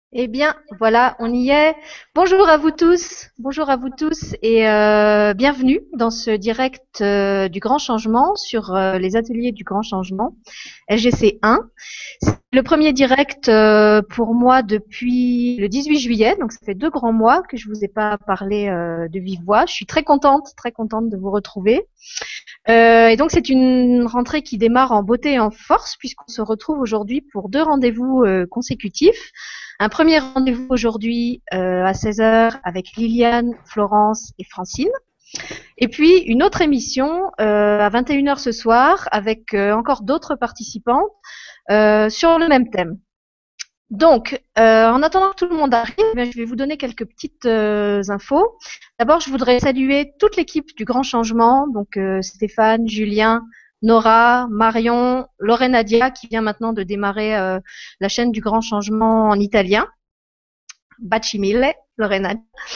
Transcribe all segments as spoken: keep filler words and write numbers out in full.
Eh bien, voilà, on y est. Bonjour à vous tous, bonjour à vous tous et euh, bienvenue dans ce direct euh, du Grand Changement sur euh, les ateliers du Grand Changement, L G C un. C'est le premier direct euh, pour moi depuis le dix-huit juillet, donc ça fait deux grands mois que je vous ai pas parlé euh, de vive voix. Je suis très contente, très contente de vous retrouver. Euh, et donc c'est une rentrée qui démarre en beauté et en force puisqu'on se retrouve aujourd'hui pour deux rendez-vous euh, consécutifs. Un premier rendez-vous aujourd'hui euh, à seize heures avec Liliane, Florence et Francine. Et puis une autre émission euh, à vingt et une heures ce soir avec euh, encore d'autres participants euh, sur le même thème. Donc, euh, en attendant que tout le monde arrive, je vais vous donner quelques petites euh, infos. D'abord, je voudrais saluer toute l'équipe du Grand Changement, donc euh, Stéphane, Julien, Nora, Marion, Lorena Nadia, qui vient maintenant de démarrer euh, la chaîne du Grand Changement en italien. Baci mille, Lorena.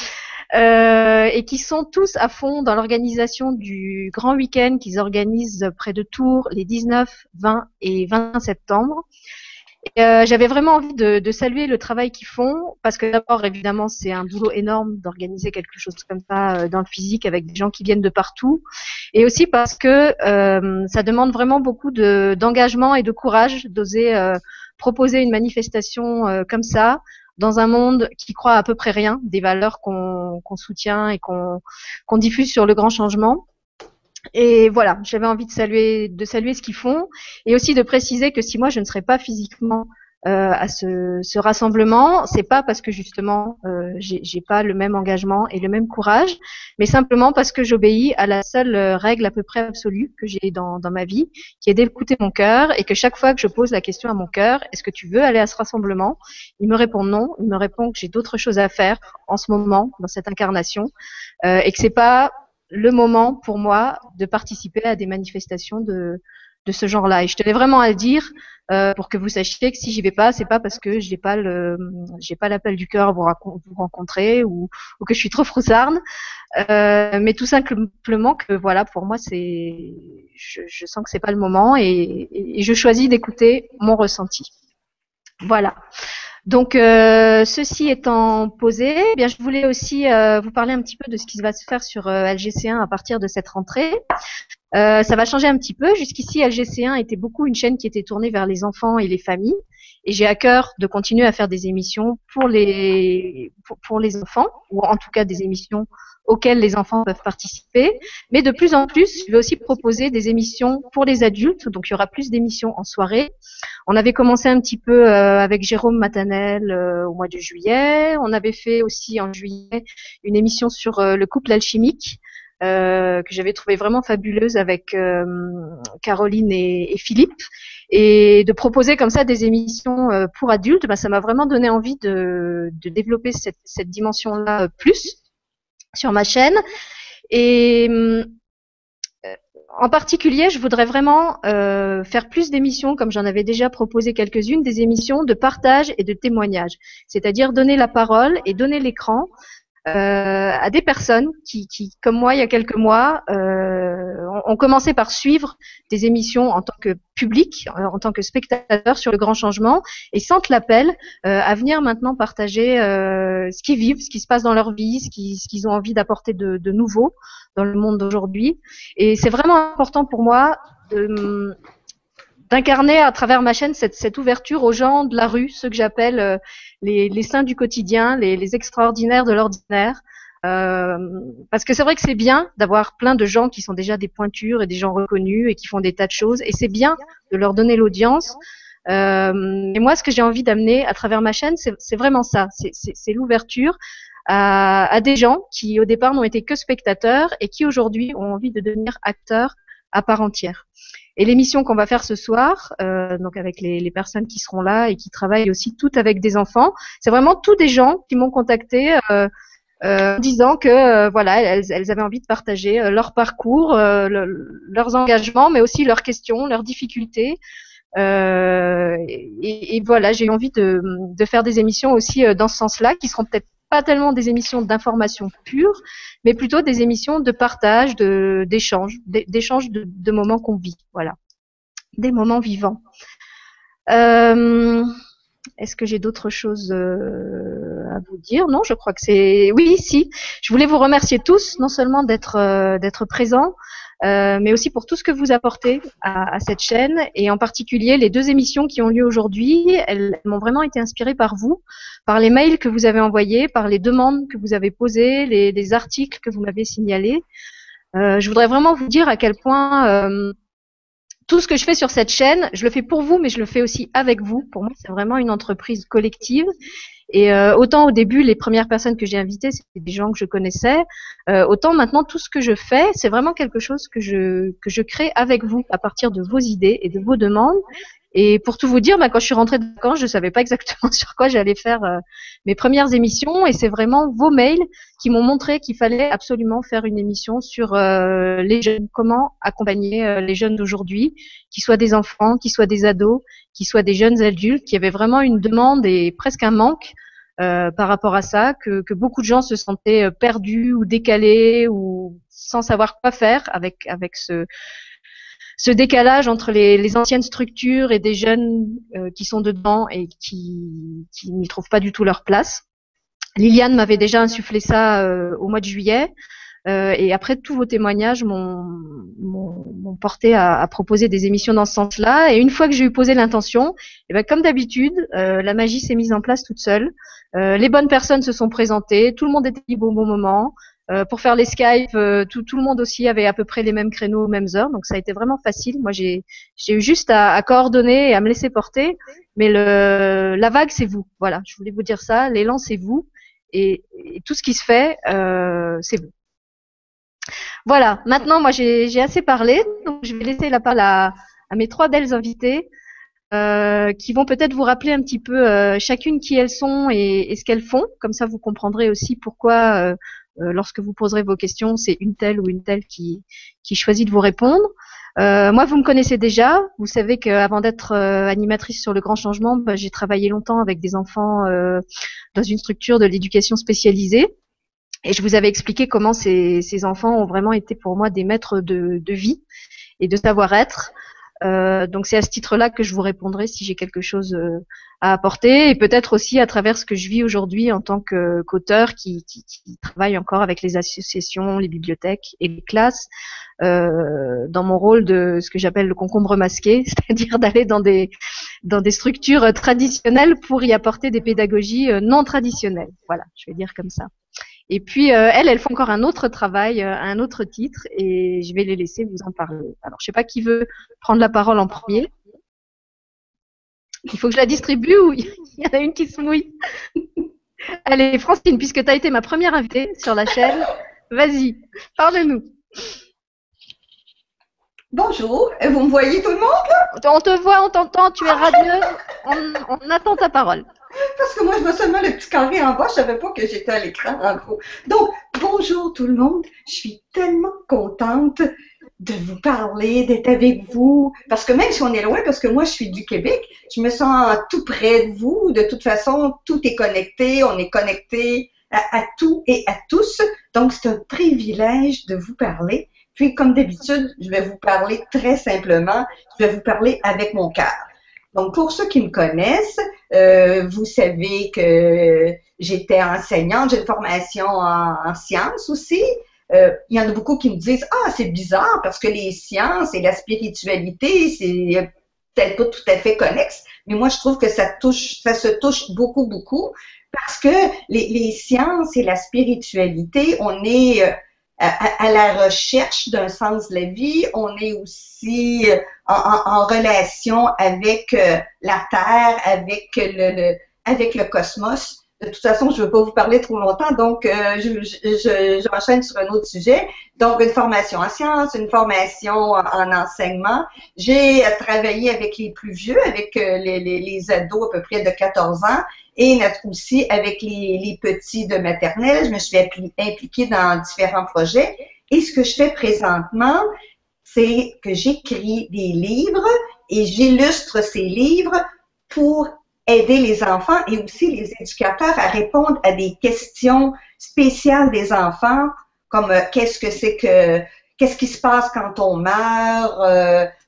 Euh, et qui sont tous à fond dans l'organisation du grand week-end qu'ils organisent près de Tours les dix-neuf, vingt et vingt septembre. Et euh, j'avais vraiment envie de, de saluer le travail qu'ils font parce que d'abord évidemment c'est un boulot énorme d'organiser quelque chose comme ça euh, dans le physique avec des gens qui viennent de partout et aussi parce que euh, ça demande vraiment beaucoup de d'engagement et de courage d'oser euh, proposer une manifestation euh, comme ça dans un monde qui croit à peu près rien des valeurs qu'on qu'on soutient et qu'on qu'on diffuse sur le grand changement. Et voilà, j'avais envie de saluer, de saluer ce qu'ils font et aussi de préciser que si moi je ne serais pas physiquement euh, à ce, ce rassemblement, c'est pas parce que justement euh, j'ai, j'ai pas le même engagement et le même courage, mais simplement parce que j'obéis à la seule règle à peu près absolue que j'ai dans, dans ma vie, qui est d'écouter mon cœur et que chaque fois que je pose la question à mon cœur, est-ce que tu veux aller à ce rassemblement? Il me répond non, il me répond que j'ai d'autres choses à faire en ce moment dans cette incarnation euh, et que c'est pas le moment pour moi de participer à des manifestations de de ce genre-là. Et je tenais vraiment à le dire euh, pour que vous sachiez que si j'y vais pas, c'est pas parce que j'ai pas le j'ai pas l'appel du cœur à vous, vous rencontrer ou, ou que je suis trop froussarde, euh, mais tout simplement que voilà, pour moi c'est je, je sens que c'est pas le moment et, et, et je choisis d'écouter mon ressenti. Voilà. Donc, euh, ceci étant posé, eh bien, je voulais aussi euh, vous parler un petit peu de ce qui va se faire sur euh, L G C un à partir de cette rentrée. Euh, ça va changer un petit peu. Jusqu'ici, L G C un était beaucoup une chaîne qui était tournée vers les enfants et les familles. Et j'ai à cœur de continuer à faire des émissions pour les pour, pour les enfants, ou en tout cas des émissions auxquelles les enfants peuvent participer. Mais de plus en plus, je vais aussi proposer des émissions pour les adultes. Donc, il y aura plus d'émissions en soirée. On avait commencé un petit peu euh, avec Jérôme Matanel euh, au mois de juillet. On avait fait aussi en juillet une émission sur euh, le couple alchimique euh, que j'avais trouvé vraiment fabuleuse avec euh, Caroline et, et Philippe. Et de proposer comme ça des émissions euh, pour adultes, bah, ça m'a vraiment donné envie de, de développer cette, cette dimension-là plus sur ma chaîne. Et en particulier, je voudrais vraiment euh, faire plus d'émissions, comme j'en avais déjà proposé quelques-unes, des émissions de partage et de témoignage, c'est-à-dire donner la parole et donner l'écran euh, à des personnes qui, qui, comme moi, il y a quelques mois, euh, ont, ont commencé par suivre des émissions en tant que public, en tant que spectateur sur le grand changement, et sentent l'appel euh, à venir maintenant partager euh, ce qu'ils vivent, ce qui se passe dans leur vie, ce qu'ils, ce qu'ils ont envie d'apporter de, de nouveau dans le monde d'aujourd'hui. Et c'est vraiment important pour moi de d'incarner à travers ma chaîne cette, cette ouverture aux gens de la rue, ceux que j'appelle euh, les, les saints du quotidien, les, les extraordinaires de l'ordinaire. Euh, parce que c'est vrai que c'est bien d'avoir plein de gens qui sont déjà des pointures et des gens reconnus et qui font des tas de choses, et c'est bien de leur donner l'audience. Euh, et moi, ce que j'ai envie d'amener à travers ma chaîne, c'est, c'est vraiment ça, c'est, c'est, c'est l'ouverture à, à des gens qui au départ n'ont été que spectateurs et qui aujourd'hui ont envie de devenir acteurs à part entière. Et l'émission qu'on va faire ce soir, euh, donc avec les, les personnes qui seront là et qui travaillent aussi toutes avec des enfants, c'est vraiment tous des gens qui m'ont contacté euh, euh, en disant que euh, voilà, elles, elles avaient envie de partager euh, leur parcours, euh, le, leurs engagements, mais aussi leurs questions, leurs difficultés. Euh, et, et voilà, j'ai eu envie de, de faire des émissions aussi euh, dans ce sens-là, qui seront peut-être pas tellement des émissions d'information pure, mais plutôt des émissions de partage, de d'échange, d'échange de, de moments qu'on vit, voilà, des moments vivants. Euh, Est-ce que j'ai d'autres choses euh, à vous dire? Non, je crois que c'est... Oui, si. Je voulais vous remercier tous, non seulement d'être euh, d'être présents, euh, mais aussi pour tout ce que vous apportez à, à cette chaîne, et en particulier les deux émissions qui ont lieu aujourd'hui. Elles, elles m'ont vraiment été inspirées par vous, par les mails que vous avez envoyés, par les demandes que vous avez posées, les, les articles que vous m'avez signalés. Euh, je voudrais vraiment vous dire à quel point... Euh, tout ce que je fais sur cette chaîne, je le fais pour vous, mais je le fais aussi avec vous. Pour moi, c'est vraiment une entreprise collective. Et euh, autant au début, les premières personnes que j'ai invitées, c'était des gens que je connaissais. Euh, autant maintenant, tout ce que je fais, c'est vraiment quelque chose que je que je crée avec vous, à partir de vos idées et de vos demandes. Et pour tout vous dire, bah, quand je suis rentrée de vacances, je savais pas exactement sur quoi j'allais faire euh, mes premières émissions. Et c'est vraiment vos mails qui m'ont montré qu'il fallait absolument faire une émission sur euh, les jeunes, comment accompagner euh, les jeunes d'aujourd'hui, qu'ils soient des enfants, qu'ils soient des ados, qu'ils soient des jeunes adultes, qui avaient vraiment une demande et presque un manque euh, par rapport à ça, que, que beaucoup de gens se sentaient perdus ou décalés ou sans savoir quoi faire avec avec ce ce décalage entre les, les anciennes structures et des jeunes euh, qui sont dedans et qui, qui n'y trouvent pas du tout leur place. Liliane m'avait déjà insufflé ça euh, au mois de juillet. Euh, et après, tous vos témoignages m'ont, m'ont, m'ont porté à, à proposer des émissions dans ce sens-là. Et une fois que j'ai eu posé l'intention, et ben, comme d'habitude, euh, la magie s'est mise en place toute seule. Euh, les bonnes personnes se sont présentées, tout le monde était libre au bon moment. Euh, pour faire les Skype, euh, tout, tout le monde aussi avait à peu près les mêmes créneaux aux mêmes heures, donc ça a été vraiment facile. Moi, j'ai, j'ai eu juste à, à coordonner et à me laisser porter, mais le, la vague, c'est vous. Voilà, je voulais vous dire ça. L'élan, c'est vous, et, et tout ce qui se fait, euh, c'est vous. Voilà. Maintenant, moi, j'ai, j'ai assez parlé, donc je vais laisser la parole à, à mes trois belles invitées. Euh, qui vont peut-être vous rappeler un petit peu euh, chacune qui elles sont et, et ce qu'elles font. Comme ça, vous comprendrez aussi pourquoi, euh, euh, lorsque vous poserez vos questions, c'est une telle ou une telle qui, qui choisit de vous répondre. Euh, moi, vous me connaissez déjà. Vous savez qu'avant d'être euh, animatrice sur le grand changement, bah, j'ai travaillé longtemps avec des enfants euh, dans une structure de l'éducation spécialisée. Et je vous avais expliqué comment ces, ces enfants ont vraiment été pour moi des maîtres de, de vie et de savoir-être. Euh, donc c'est à ce titre-là que je vous répondrai si j'ai quelque chose euh, à apporter, et peut-être aussi à travers ce que je vis aujourd'hui en tant que qu'auteur qui, qui, qui travaille encore avec les associations, les bibliothèques et les classes, euh, dans mon rôle de ce que j'appelle le concombre masqué, c'est-à-dire d'aller dans des dans des structures traditionnelles pour y apporter des pédagogies euh, non traditionnelles. Voilà, je vais dire comme ça. Et puis, euh, elles, elles font encore un autre travail, euh, un autre titre, et je vais les laisser vous en parler. Alors, je sais pas qui veut prendre la parole en premier. Il faut que je la distribue ou il y en a une qui se mouille? Allez, Francine, puisque tu as été ma première invitée sur la chaîne, vas-y, parle-nous. Bonjour, vous me voyez tout le monde? On te voit, on t'entend, tu es radieuse, on, on attend ta parole. Parce que moi, je vois seulement le petit carré en bas, je savais pas que j'étais à l'écran en gros. Donc, bonjour tout le monde, je suis tellement contente de vous parler, d'être avec vous, parce que même si on est loin, parce que moi, je suis du Québec, je me sens tout près de vous. De toute façon, tout est connecté, on est connecté à, à tout et à tous. Donc, c'est un privilège de vous parler. Puis, comme d'habitude, je vais vous parler très simplement, je vais vous parler avec mon cœur. Donc, pour ceux qui me connaissent, euh, vous savez que j'étais enseignante, j'ai une formation en, en sciences aussi. Euh, il y en a beaucoup qui me disent « Ah, c'est bizarre parce que les sciences et la spiritualité, c'est peut-être pas tout à fait connexe. » Mais moi, je trouve que ça touche, ça se touche beaucoup, beaucoup parce que les, les sciences et la spiritualité, on est... Euh, À, à la recherche d'un sens de la vie, on est aussi en, en, en relation avec euh, la Terre, avec le, le, avec le cosmos. De toute façon, je ne veux pas vous parler trop longtemps, donc euh, je, je, j'enchaîne sur un autre sujet. Donc, une formation en sciences, une formation en, en enseignement. J'ai travaillé avec les plus vieux, avec euh, les, les, les ados à peu près de quatorze ans, et aussi avec les, les petits de maternelle. Je me suis impliquée dans différents projets. Et ce que je fais présentement, c'est que j'écris des livres et j'illustre ces livres pour aider les enfants et aussi les éducateurs à répondre à des questions spéciales des enfants, comme euh, qu'est-ce que c'est que, qu'est-ce qui se passe quand on meurt, euh,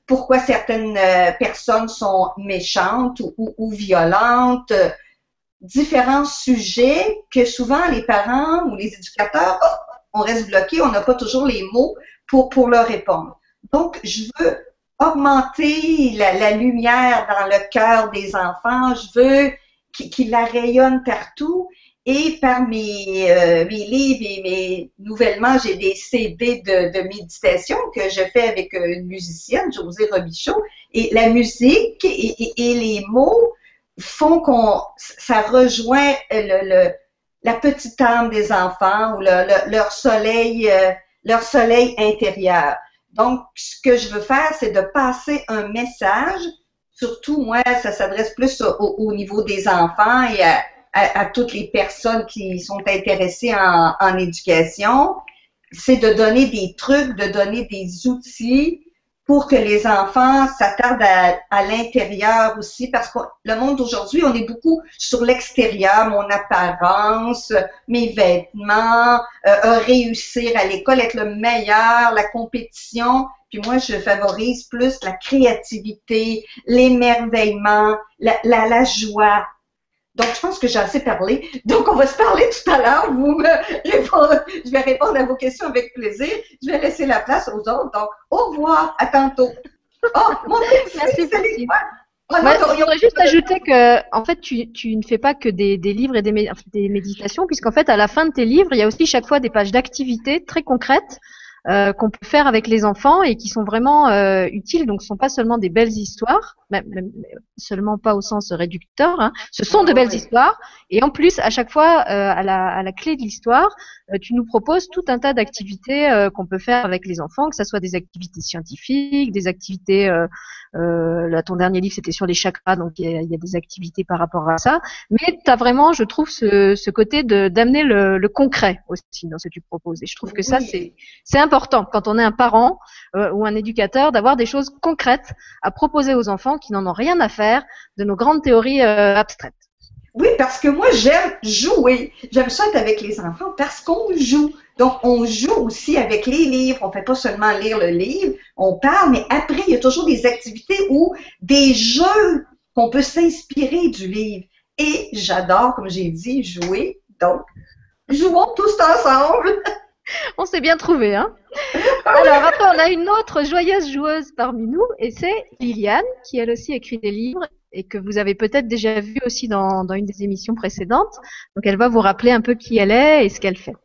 pourquoi certaines euh, personnes sont méchantes ou, ou, ou violentes, euh, différents sujets que souvent les parents ou les éducateurs, oh, on reste bloqué, on n'a pas toujours les mots pour, pour leur répondre. Donc, je veux augmenter la, la lumière dans le cœur des enfants, je veux qu'ils qu'ils la rayonnent partout. Et par mes, euh, mes livres et mes nouvellement, j'ai des C D de, de méditation que je fais avec une musicienne, Josée Robichaud. Et la musique et, et, et les mots font qu'on ça rejoint le, le, la petite âme des enfants ou le, le, leur soleil, euh, leur soleil intérieur. Donc, ce que je veux faire, c'est de passer un message. Surtout, moi, ça s'adresse plus au, au niveau des enfants et à À, à toutes les personnes qui sont intéressées en, en éducation, c'est de donner des trucs, de donner des outils pour que les enfants s'attardent à, à l'intérieur aussi, parce que le monde d'aujourd'hui, on est beaucoup sur l'extérieur, mon apparence, mes vêtements, euh, réussir à l'école, être le meilleur, la compétition. Puis moi, je favorise plus la créativité, l'émerveillement, la, la, la joie. Donc, je pense que j'ai assez parlé. Donc, on va se parler tout à l'heure. Vous me répondez, je vais répondre à vos questions avec plaisir. Je vais laisser la place aux autres. Donc, au revoir. À tantôt. Oh, mon Dieu, Merci, Francine. Oh, non, Ouais, non, je voudrais juste ajouter que, en fait, tu, tu ne fais pas que des, des livres et des, mé- des méditations, puisqu'en fait, à la fin de tes livres, il y a aussi chaque fois des pages d'activités très concrètes euh, qu'on peut faire avec les enfants et qui sont vraiment euh, utiles. Donc, ce sont pas seulement des belles histoires, même, même seulement pas au sens réducteur. Hein. Ce sont de belles oui. histoires. Et en plus, à chaque fois, euh, à, la, à la clé de l'histoire, euh, tu nous proposes tout un tas d'activités euh, qu'on peut faire avec les enfants, que ce soit des activités scientifiques, des activités euh, Euh, là, ton dernier livre, c'était sur les chakras, donc il y a, il y a des activités par rapport à ça. Mais tu as vraiment, je trouve, ce, ce côté de d'amener le, le concret aussi dans ce que tu proposes. Et je trouve que ça, Oui. c'est c'est important quand on est un parent euh, ou un éducateur d'avoir des choses concrètes à proposer aux enfants qui n'en ont rien à faire de nos grandes théories euh, abstraites. Oui, parce que moi, j'aime jouer. J'aime ça être avec les enfants parce qu'on joue. Donc, on joue aussi avec les livres. On ne fait pas seulement lire le livre, on parle, mais après, il y a toujours des activités ou des jeux qu'on peut s'inspirer du livre. Et j'adore, comme j'ai dit, jouer. Donc, jouons tous ensemble. On s'est bien trouvé, hein? Alors après, on a une autre joyeuse joueuse parmi nous, et c'est Liliane, qui elle aussi écrit des livres et que vous avez peut-être déjà vu aussi dans, dans une des émissions précédentes. Donc elle va vous rappeler un peu qui elle est et ce qu'elle fait.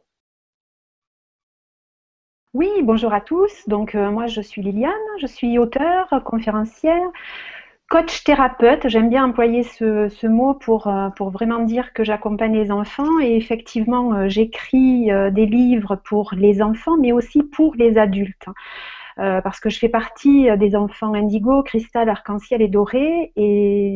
Oui, bonjour à tous. Donc euh, moi je suis Liliane, je suis auteure, conférencière, coach thérapeute. J'aime bien employer ce, ce mot pour, euh, pour vraiment dire que j'accompagne les enfants et effectivement euh, j'écris euh, des livres pour les enfants mais aussi pour les adultes. Euh, parce que je fais partie des enfants indigo, cristal, arc-en-ciel et doré et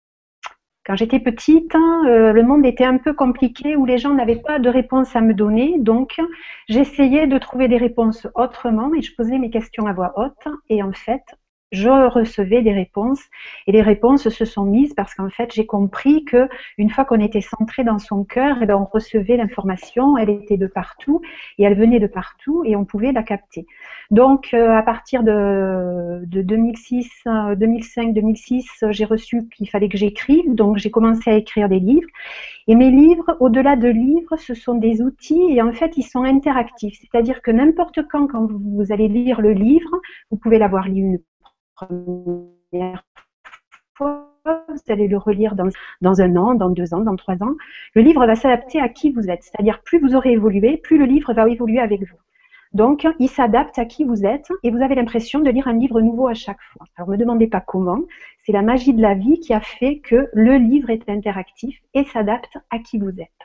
quand j'étais petite, euh, le monde était un peu compliqué où les gens n'avaient pas de réponse à me donner. Donc, j'essayais de trouver des réponses autrement et je posais mes questions à voix haute. Et en fait, je recevais des réponses et les réponses se sont mises parce qu'en fait, j'ai compris que une fois qu'on était centré dans son cœur, eh bien, on recevait l'information, elle était de partout et elle venait de partout et on pouvait la capter. Donc, euh, à partir de, de deux mille six, deux mille cinq, deux mille six, j'ai reçu qu'il fallait que j'écrive. Donc, j'ai commencé à écrire des livres. Et mes livres, au-delà de livres, ce sont des outils et en fait, ils sont interactifs. C'est-à-dire que n'importe quand, quand vous allez lire le livre, vous pouvez l'avoir lu une première fois, vous allez le relire dans, dans un an, dans deux ans, dans trois ans. Le livre va s'adapter à qui vous êtes. C'est-à-dire, plus vous aurez évolué, plus le livre va évoluer avec vous. Donc, il s'adapte à qui vous êtes et vous avez l'impression de lire un livre nouveau à chaque fois. Alors, ne me demandez pas comment. C'est la magie de la vie qui a fait que le livre est interactif et s'adapte à qui vous êtes.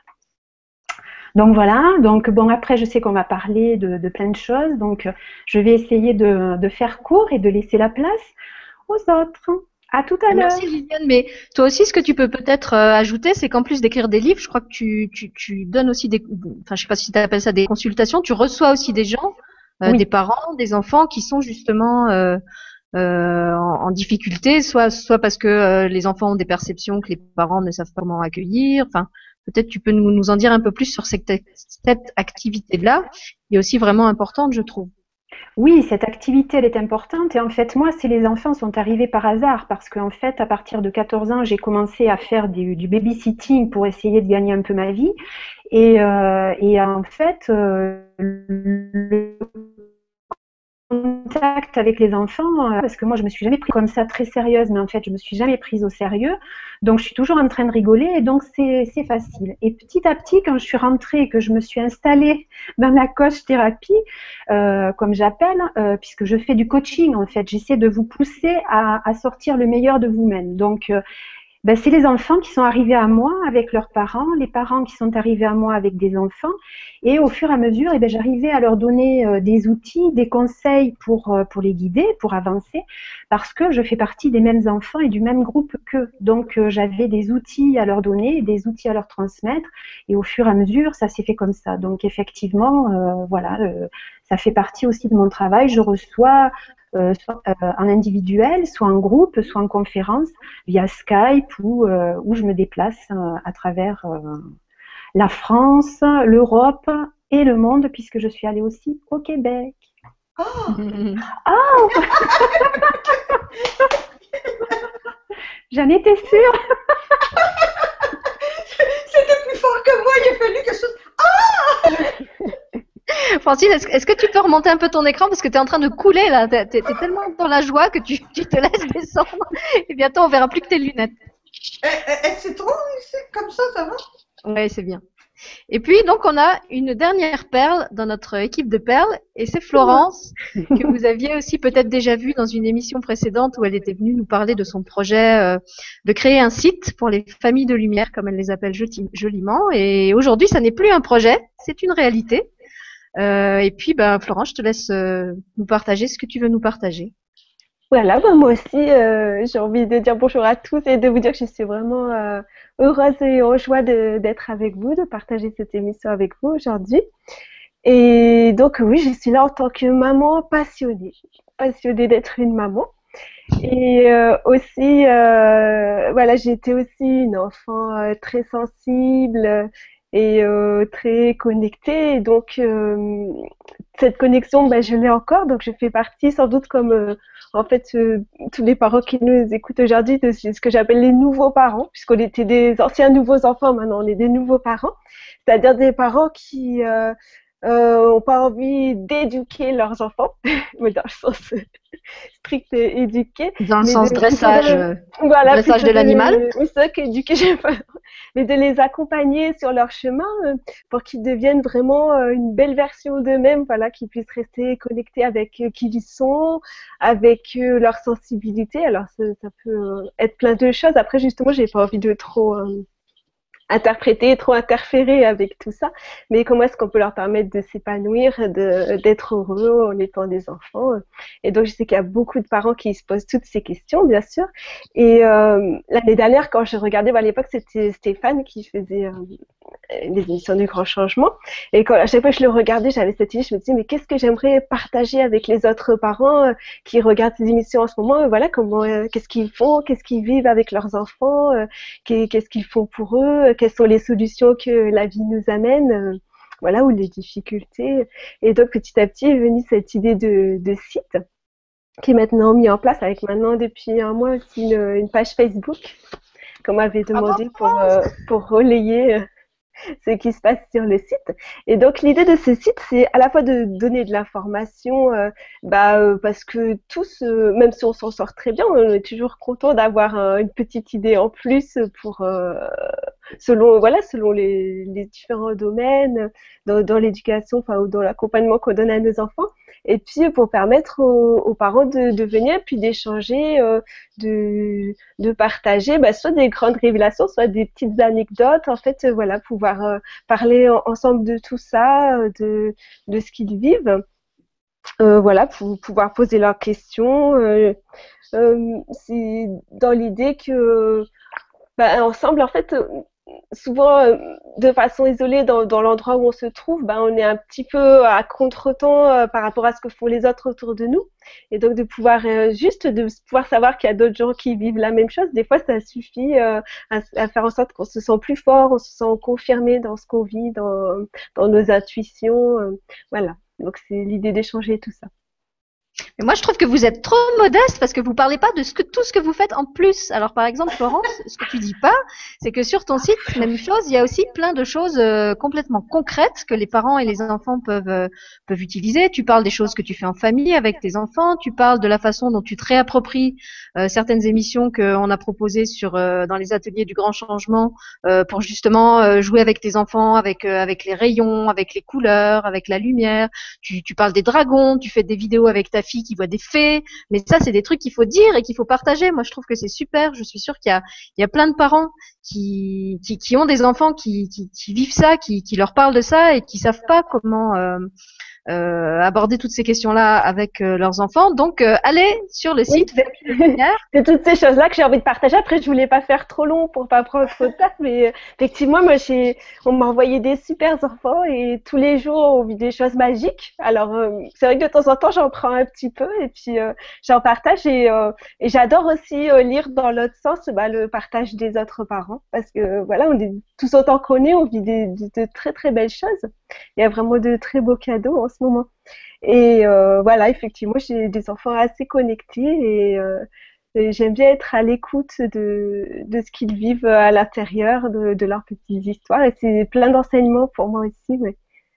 Donc voilà, donc bon après je sais qu'on va parler de, de plein de choses, donc je vais essayer de, de faire court et de laisser la place aux autres. À tout à l'heure. Merci Liliane, mais toi aussi ce que tu peux peut-être euh, ajouter, c'est qu'en plus d'écrire des livres, je crois que tu, tu, tu donnes aussi des, enfin je sais pas si tu appelles ça des consultations, tu reçois aussi des gens, euh, Oui. des parents, des enfants qui sont justement euh, euh, en, en difficulté, soit soit parce que euh, les enfants ont des perceptions que les parents ne savent pas comment accueillir, enfin peut-être tu peux nous, nous en dire un peu plus sur cette, cette activité-là, qui est aussi vraiment importante, je trouve. Oui, cette activité, elle est importante. Et en fait, moi, c'est les enfants sont arrivés par hasard parce qu'en fait, à partir de quatorze ans, j'ai commencé à faire du, du babysitting pour essayer de gagner un peu ma vie. Et, euh, et en fait, euh, le contact avec les enfants, euh, parce que moi je me suis jamais prise comme ça très sérieuse, mais en fait je me suis jamais prise au sérieux, donc je suis toujours en train de rigoler et donc c'est c'est facile. Et petit à petit, quand je suis rentrée et que je me suis installée dans la coach thérapie, euh, comme j'appelle, euh, puisque je fais du coaching en fait, j'essaie de vous pousser à, à sortir le meilleur de vous-même. Donc euh, ben, c'est les enfants qui sont arrivés à moi avec leurs parents, les parents qui sont arrivés à moi avec des enfants. Et au fur et à mesure, eh ben, j'arrivais à leur donner euh, des outils, des conseils pour, euh, pour les guider, pour avancer, parce que je fais partie des mêmes enfants et du même groupe qu'eux. Donc, euh, j'avais des outils à leur donner, des outils à leur transmettre. Et au fur et à mesure, ça s'est fait comme ça. Donc, effectivement, euh, voilà, euh, ça fait partie aussi de mon travail. Je reçois euh, soit euh, en individuel, soit en groupe, soit en conférence, via Skype ou euh, où je me déplace euh, à travers euh, la France, l'Europe et le monde, puisque je suis allée aussi au Québec. Oh! Oh, j'en étais sûre. C'était plus fort que moi, il a fallu que je... Francine, est-ce, est-ce que tu peux remonter un peu ton écran parce que tu es en train de couler là, t'es, t'es tellement dans la joie que tu, tu te laisses descendre et bientôt on verra plus que tes lunettes. Eh, eh, eh, c'est trop ici, comme ça, ça va? Ouais, c'est bien. Et puis donc on a une dernière perle dans notre équipe de perles et c'est Florence que vous aviez aussi peut-être déjà vue dans une émission précédente où elle était venue nous parler de son projet euh, de créer un site pour les familles de lumière comme elle les appelle joliment. Et aujourd'hui ça n'est plus un projet, c'est une réalité. Euh, et puis, ben, Florence, je te laisse euh, nous partager ce que tu veux nous partager. Voilà, bah, moi aussi, euh, j'ai envie de dire bonjour à tous et de vous dire que je suis vraiment euh, heureuse et en joie de- d'être avec vous, de partager cette émission avec vous aujourd'hui. Et donc, oui, je suis là en tant que maman passionnée, passionnée d'être une maman. Et euh, aussi, euh, voilà, j'étais aussi une enfant euh, très sensible et euh, très connectée. Et donc, euh, cette connexion, bah, je l'ai encore. Donc, je fais partie, sans doute, comme euh, en fait euh, tous les parents qui nous écoutent aujourd'hui, de ce que j'appelle les nouveaux parents, puisqu'on était des anciens nouveaux enfants, maintenant on est des nouveaux parents. C'est-à-dire des parents qui euh, euh, ont pas envie d'éduquer leurs enfants, mais dans le sens strict et éduqué, Dans le mais de sens dressage, plutôt euh, de, voilà, dressage plutôt de de l'animal. les, oui, c'est ça qu'éduquer, j'aime pas, mais de les accompagner sur leur chemin euh, pour qu'ils deviennent vraiment euh, une belle version d'eux-mêmes, voilà, qu'ils puissent rester connectés avec euh, qui ils sont, avec euh, leur sensibilité. Alors ça, ça peut euh, être plein de choses. Après, justement, j'ai pas envie de trop euh, interpréter, trop interférer avec tout ça, mais comment est-ce qu'on peut leur permettre de s'épanouir, de, d'être heureux en étant des enfants. Et donc, je sais qu'il y a beaucoup de parents qui se posent toutes ces questions, bien sûr. Et euh, l'année dernière, quand je regardais, bah, à l'époque, c'était Stéphane qui faisait euh, les émissions du Grand Changement. Et quand à chaque fois que je le regardais, j'avais cette idée, je me disais, mais qu'est-ce que j'aimerais partager avec les autres parents euh, qui regardent ces émissions en ce moment. Voilà, comment, euh, qu'est-ce qu'ils font, qu'est-ce qu'ils vivent avec leurs enfants, euh, qu'est-ce qu'ils font pour eux, quelles sont les solutions que la vie nous amène, euh, voilà, ou les difficultés. Et donc, petit à petit est venue cette idée de, de site qui est maintenant mis en place avec maintenant depuis un mois aussi une, une page Facebook qu'on m'avait demandé pour, euh, pour relayer euh, ce qui se passe sur le site. Et donc l'idée de ce site, c'est à la fois de donner de l'information, euh, bah, euh, parce que tous, euh, même si on s'en sort très bien, on est toujours content d'avoir euh, une petite idée en plus pour euh, selon voilà selon les, les différents domaines dans, dans l'éducation, enfin ou dans l'accompagnement qu'on donne à nos enfants. Et puis pour permettre aux, aux parents de, de venir puis d'échanger, euh, de, de partager, bah, soit des grandes révélations, soit des petites anecdotes. En fait, euh, voilà, pouvoir euh, parler en, ensemble de tout ça, euh, de, de ce qu'ils vivent. Euh, voilà, pour pouvoir poser leurs questions. Euh, euh, c'est dans l'idée que bah, ensemble, en fait, souvent euh, de façon isolée dans, dans l'endroit où on se trouve, ben, on est un petit peu à contre-temps euh, par rapport à ce que font les autres autour de nous. Et donc de pouvoir euh, juste de pouvoir savoir qu'il y a d'autres gens qui vivent la même chose, des fois ça suffit euh, à, à faire en sorte qu'on se sent plus fort, on se sent confirmé dans ce qu'on vit, dans, dans nos intuitions. Euh, voilà. Donc c'est l'idée d'échanger tout ça. Mais moi, je trouve que vous êtes trop modeste parce que vous parlez pas de ce que, tout ce que vous faites en plus. Alors, par exemple, Florence, ce que tu dis pas, c'est que sur ton site, même chose, il y a aussi plein de choses euh, complètement concrètes que les parents et les enfants peuvent euh, peuvent utiliser. Tu parles des choses que tu fais en famille avec tes enfants. Tu parles de la façon dont tu te réappropries euh, certaines émissions qu'on a proposées sur euh, dans les ateliers du grand changement euh, pour justement euh, jouer avec tes enfants, avec euh, avec les rayons, avec les couleurs, avec la lumière. Tu, tu parles des dragons, tu fais des vidéos avec ta fille qui voit des fées, mais ça, c'est des trucs qu'il faut dire et qu'il faut partager. Moi, je trouve que c'est super. Je suis sûre qu'il y a, il y a plein de parents qui, qui, qui ont des enfants qui, qui, qui vivent ça, qui, qui leur parlent de ça et qui savent pas comment euh, euh, aborder toutes ces questions-là avec euh, leurs enfants. Donc, euh, allez sur le Oui, site c'est Famille de Lumière. c'est toutes ces choses-là que j'ai envie de partager. Après, je voulais pas faire trop long pour pas prendre trop de place, mais euh, effectivement, moi, j'ai, on m'a envoyé des super enfants et tous les jours, on vit des choses magiques. Alors, euh, c'est vrai que de temps en temps, j'en prends un petit peu et puis euh, j'en partage et, euh, et j'adore aussi euh, lire dans l'autre sens, bah, le partage des autres parents parce que euh, voilà, on est tous autant qu'on est, on vit des, de, de très très belles choses. Il y a vraiment de très beaux cadeaux en ce moment. Et euh, voilà, effectivement, j'ai des enfants assez connectés et, euh, et j'aime bien être à l'écoute de, de ce qu'ils vivent à l'intérieur de, de leurs petites histoires. Et c'est plein d'enseignements pour moi aussi. Ouais.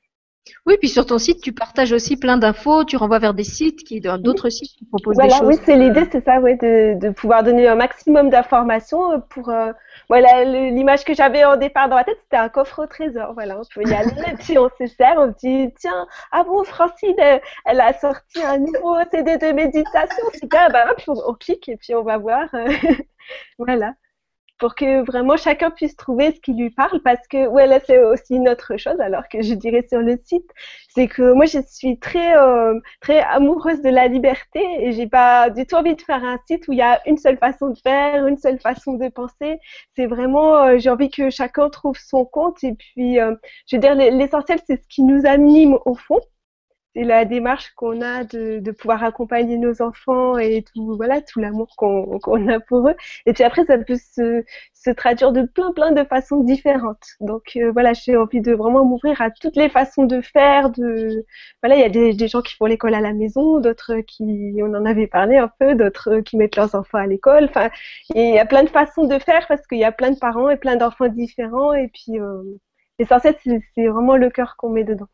Oui, puis sur ton site, tu partages aussi plein d'infos. Tu renvoies vers des sites qui, Oui. d'autres sites qui proposent des Voilà, oui, choses. c'est l'idée, c'est ça, ouais, de, de pouvoir donner un maximum d'informations pour. Euh, voilà, le- l'image que j'avais au départ dans ma tête, c'était un coffre au trésor. Voilà, on peut y aller, et puis on se sert, on se dit, tiens, ah bon, Francine, elle, elle a sorti un nouveau C D de méditation, super, bah hop, on, on clique et puis on va voir. euh, voilà. Pour que vraiment chacun puisse trouver ce qui lui parle parce que ouais là c'est aussi une autre chose alors que je dirais sur le site c'est que moi je suis très euh, très amoureuse de la liberté et j'ai pas du tout envie de faire un site où il y a une seule façon de faire, une seule façon de penser. C'est vraiment euh, j'ai envie que chacun trouve son compte et puis euh, je veux dire l'essentiel c'est ce qui nous anime au fond. C'est la démarche qu'on a de, de pouvoir accompagner nos enfants et tout, voilà, tout l'amour qu'on qu'on a pour eux. Et puis après, ça peut se, se traduire de plein, plein de façons différentes. Donc euh, voilà, j'ai envie de vraiment m'ouvrir à toutes les façons de faire. De voilà, il y a des, des gens qui font l'école à la maison, d'autres qui, on en avait parlé un peu, d'autres qui mettent leurs enfants à l'école. Enfin, et il y a plein de façons de faire parce qu'il y a plein de parents et plein d'enfants différents. Et puis euh, l'essentiel, c'est c'est vraiment le cœur qu'on met dedans.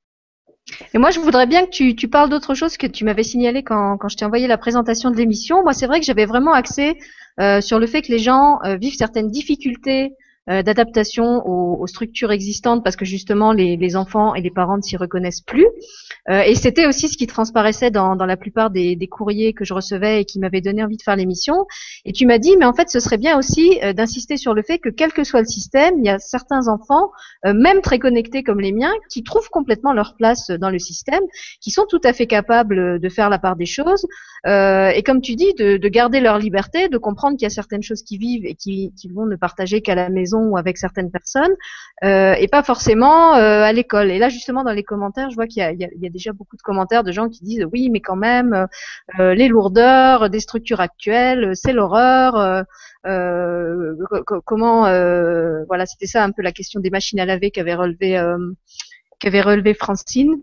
Et moi, je voudrais bien que tu, tu parles d'autre chose que tu m'avais signalé quand, quand je t'ai envoyé la présentation de l'émission. Moi, c'est vrai que j'avais vraiment axé euh, sur le fait que les gens euh, vivent certaines difficultés euh, d'adaptation aux, aux structures existantes parce que justement, les, les enfants et les parents ne s'y reconnaissent plus. Euh, et c'était aussi ce qui transparaissait dans, dans la plupart des, des courriers que je recevais et qui m'avaient donné envie de faire l'émission. Et tu m'as dit, mais en fait, ce serait bien aussi euh, d'insister sur le fait que quel que soit le système, il y a certains enfants euh, même très connectés comme les miens, qui trouvent complètement leur place dans le système, qui sont tout à fait capables de faire la part des choses, euh, et comme tu dis, de, de garder leur liberté, de comprendre qu'il y a certaines choses qui vivent et qui, qui vont ne partager qu'à la maison ou avec certaines personnes, euh, et pas forcément euh, à l'école. Et là, justement, dans les commentaires, je vois qu'il y a, il y a, il y a déjà beaucoup de commentaires de gens qui disent oui, mais quand même, euh, les lourdeurs des structures actuelles, c'est l'horreur. Euh, euh, comment euh, voilà, c'était ça un peu la question des machines à laver qu'avait relevé euh, qu'avait relevé Francine.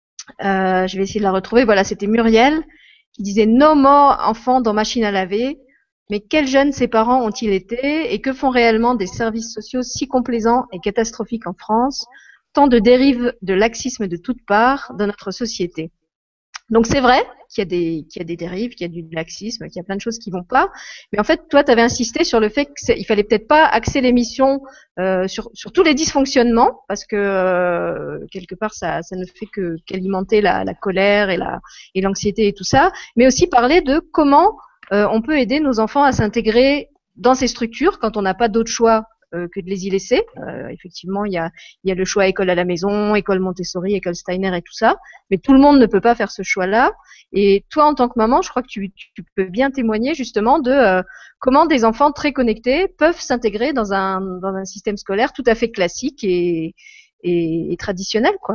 Euh, je vais essayer de la retrouver. Voilà, c'était Muriel qui disait no more enfants dans machine à laver. Mais quels jeunes ces parents ont-ils été et que font réellement des services sociaux si complaisants et catastrophiques en France? Tant de dérives de laxisme de toutes parts dans notre société. Donc c'est vrai qu'il y a des qu'il y a des dérives, qu'il y a du laxisme, qu'il y a plein de choses qui vont pas. Mais en fait, toi, tu avais insisté sur le fait qu'il fallait peut-être pas axer l'émission euh, sur sur tous les dysfonctionnements, parce que euh, quelque part ça ça ne fait que qu'alimenter la, la colère et la et l'anxiété et tout ça, mais aussi parler de comment euh, on peut aider nos enfants à s'intégrer dans ces structures quand on n'a pas d'autre choix euh, que de les y laisser. Euh, effectivement, il y a, il y a le choix école à la maison, école Montessori, école Steiner et tout ça, mais tout le monde ne peut pas faire ce choix-là. Et toi, en tant que maman, je crois que tu, tu peux bien témoigner justement de euh, comment des enfants très connectés peuvent s'intégrer dans un, dans un système scolaire tout à fait classique et, et, et traditionnel, quoi.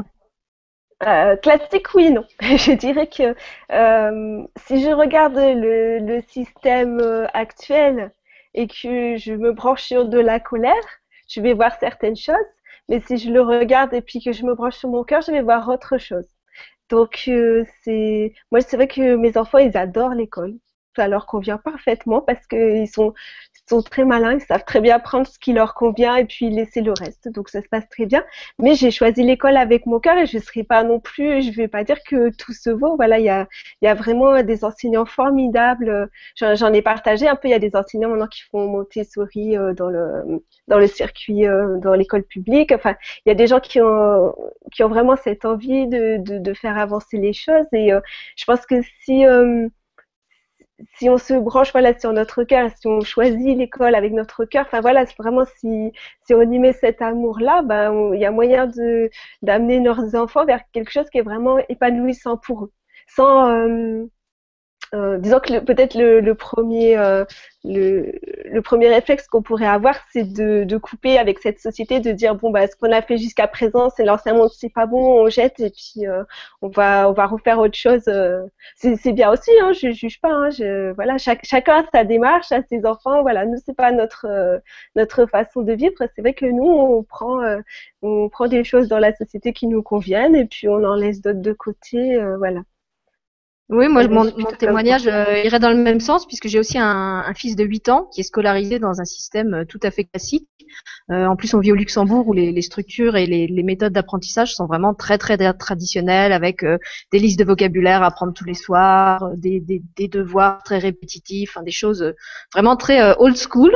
Euh, classique, oui, non. Je dirais que euh, si je regarde le, le système euh, actuel et que je me branche sur de la colère, je vais voir certaines choses. Mais si je le regarde et puis que je me branche sur mon cœur, je vais voir autre chose. Donc, euh, c'est, moi, c'est vrai que mes enfants, ils adorent l'école. Ça leur convient parfaitement parce qu'ils sont, ils sont très malins, ils savent très bien prendre ce qui leur convient et puis laisser le reste. Donc, ça se passe très bien. Mais j'ai choisi l'école avec mon cœur et je ne serai pas non plus, je ne vais pas dire que tout se vaut. Voilà, il y a, il y a vraiment des enseignants formidables. J'en, j'en ai partagé un peu. Il y a des enseignants maintenant qui font Montessori euh, dans le, dans le circuit, euh, dans l'école publique. Enfin, il y a des gens qui ont, qui ont vraiment cette envie de, de, de faire avancer les choses. Et euh, je pense que si, euh, si on se branche voilà sur notre cœur, si on choisit l'école avec notre cœur, enfin voilà, c'est vraiment si si on y met cet amour-là, ben on- il y a moyen de d'amener nos enfants vers quelque chose qui est vraiment épanouissant pour eux, sans euh, euh, disons que le- peut-être le, le premier, euh, le, le premier réflexe qu'on pourrait avoir, c'est de, de couper avec cette société, de dire bon bah ce qu'on a fait jusqu'à présent, c'est l'enseignement, c'est pas bon, on jette et puis euh, on va on va refaire autre chose. euh. C'est c'est bien aussi, hein, je juge pas. Hein, je, voilà, chaque, chacun a sa démarche, a ses enfants. Voilà, nous c'est pas notre euh, notre façon de vivre. C'est vrai que nous on prend euh, on prend des choses dans la société qui nous conviennent et puis on en laisse d'autres de côté. euh, voilà. Oui, moi, Euh, je- je mon, suis mon plutôt comme ça. témoignage euh, irait dans le même sens puisque j'ai aussi un, un fils de huit ans qui est scolarisé dans un système euh, tout à fait classique. Euh, en plus, on vit au Luxembourg où les, les structures et les, les méthodes d'apprentissage sont vraiment très très traditionnelles avec euh, des listes de vocabulaire à apprendre tous les soirs, euh, des, des, des devoirs très répétitifs, hein, des choses euh, vraiment très euh, old school.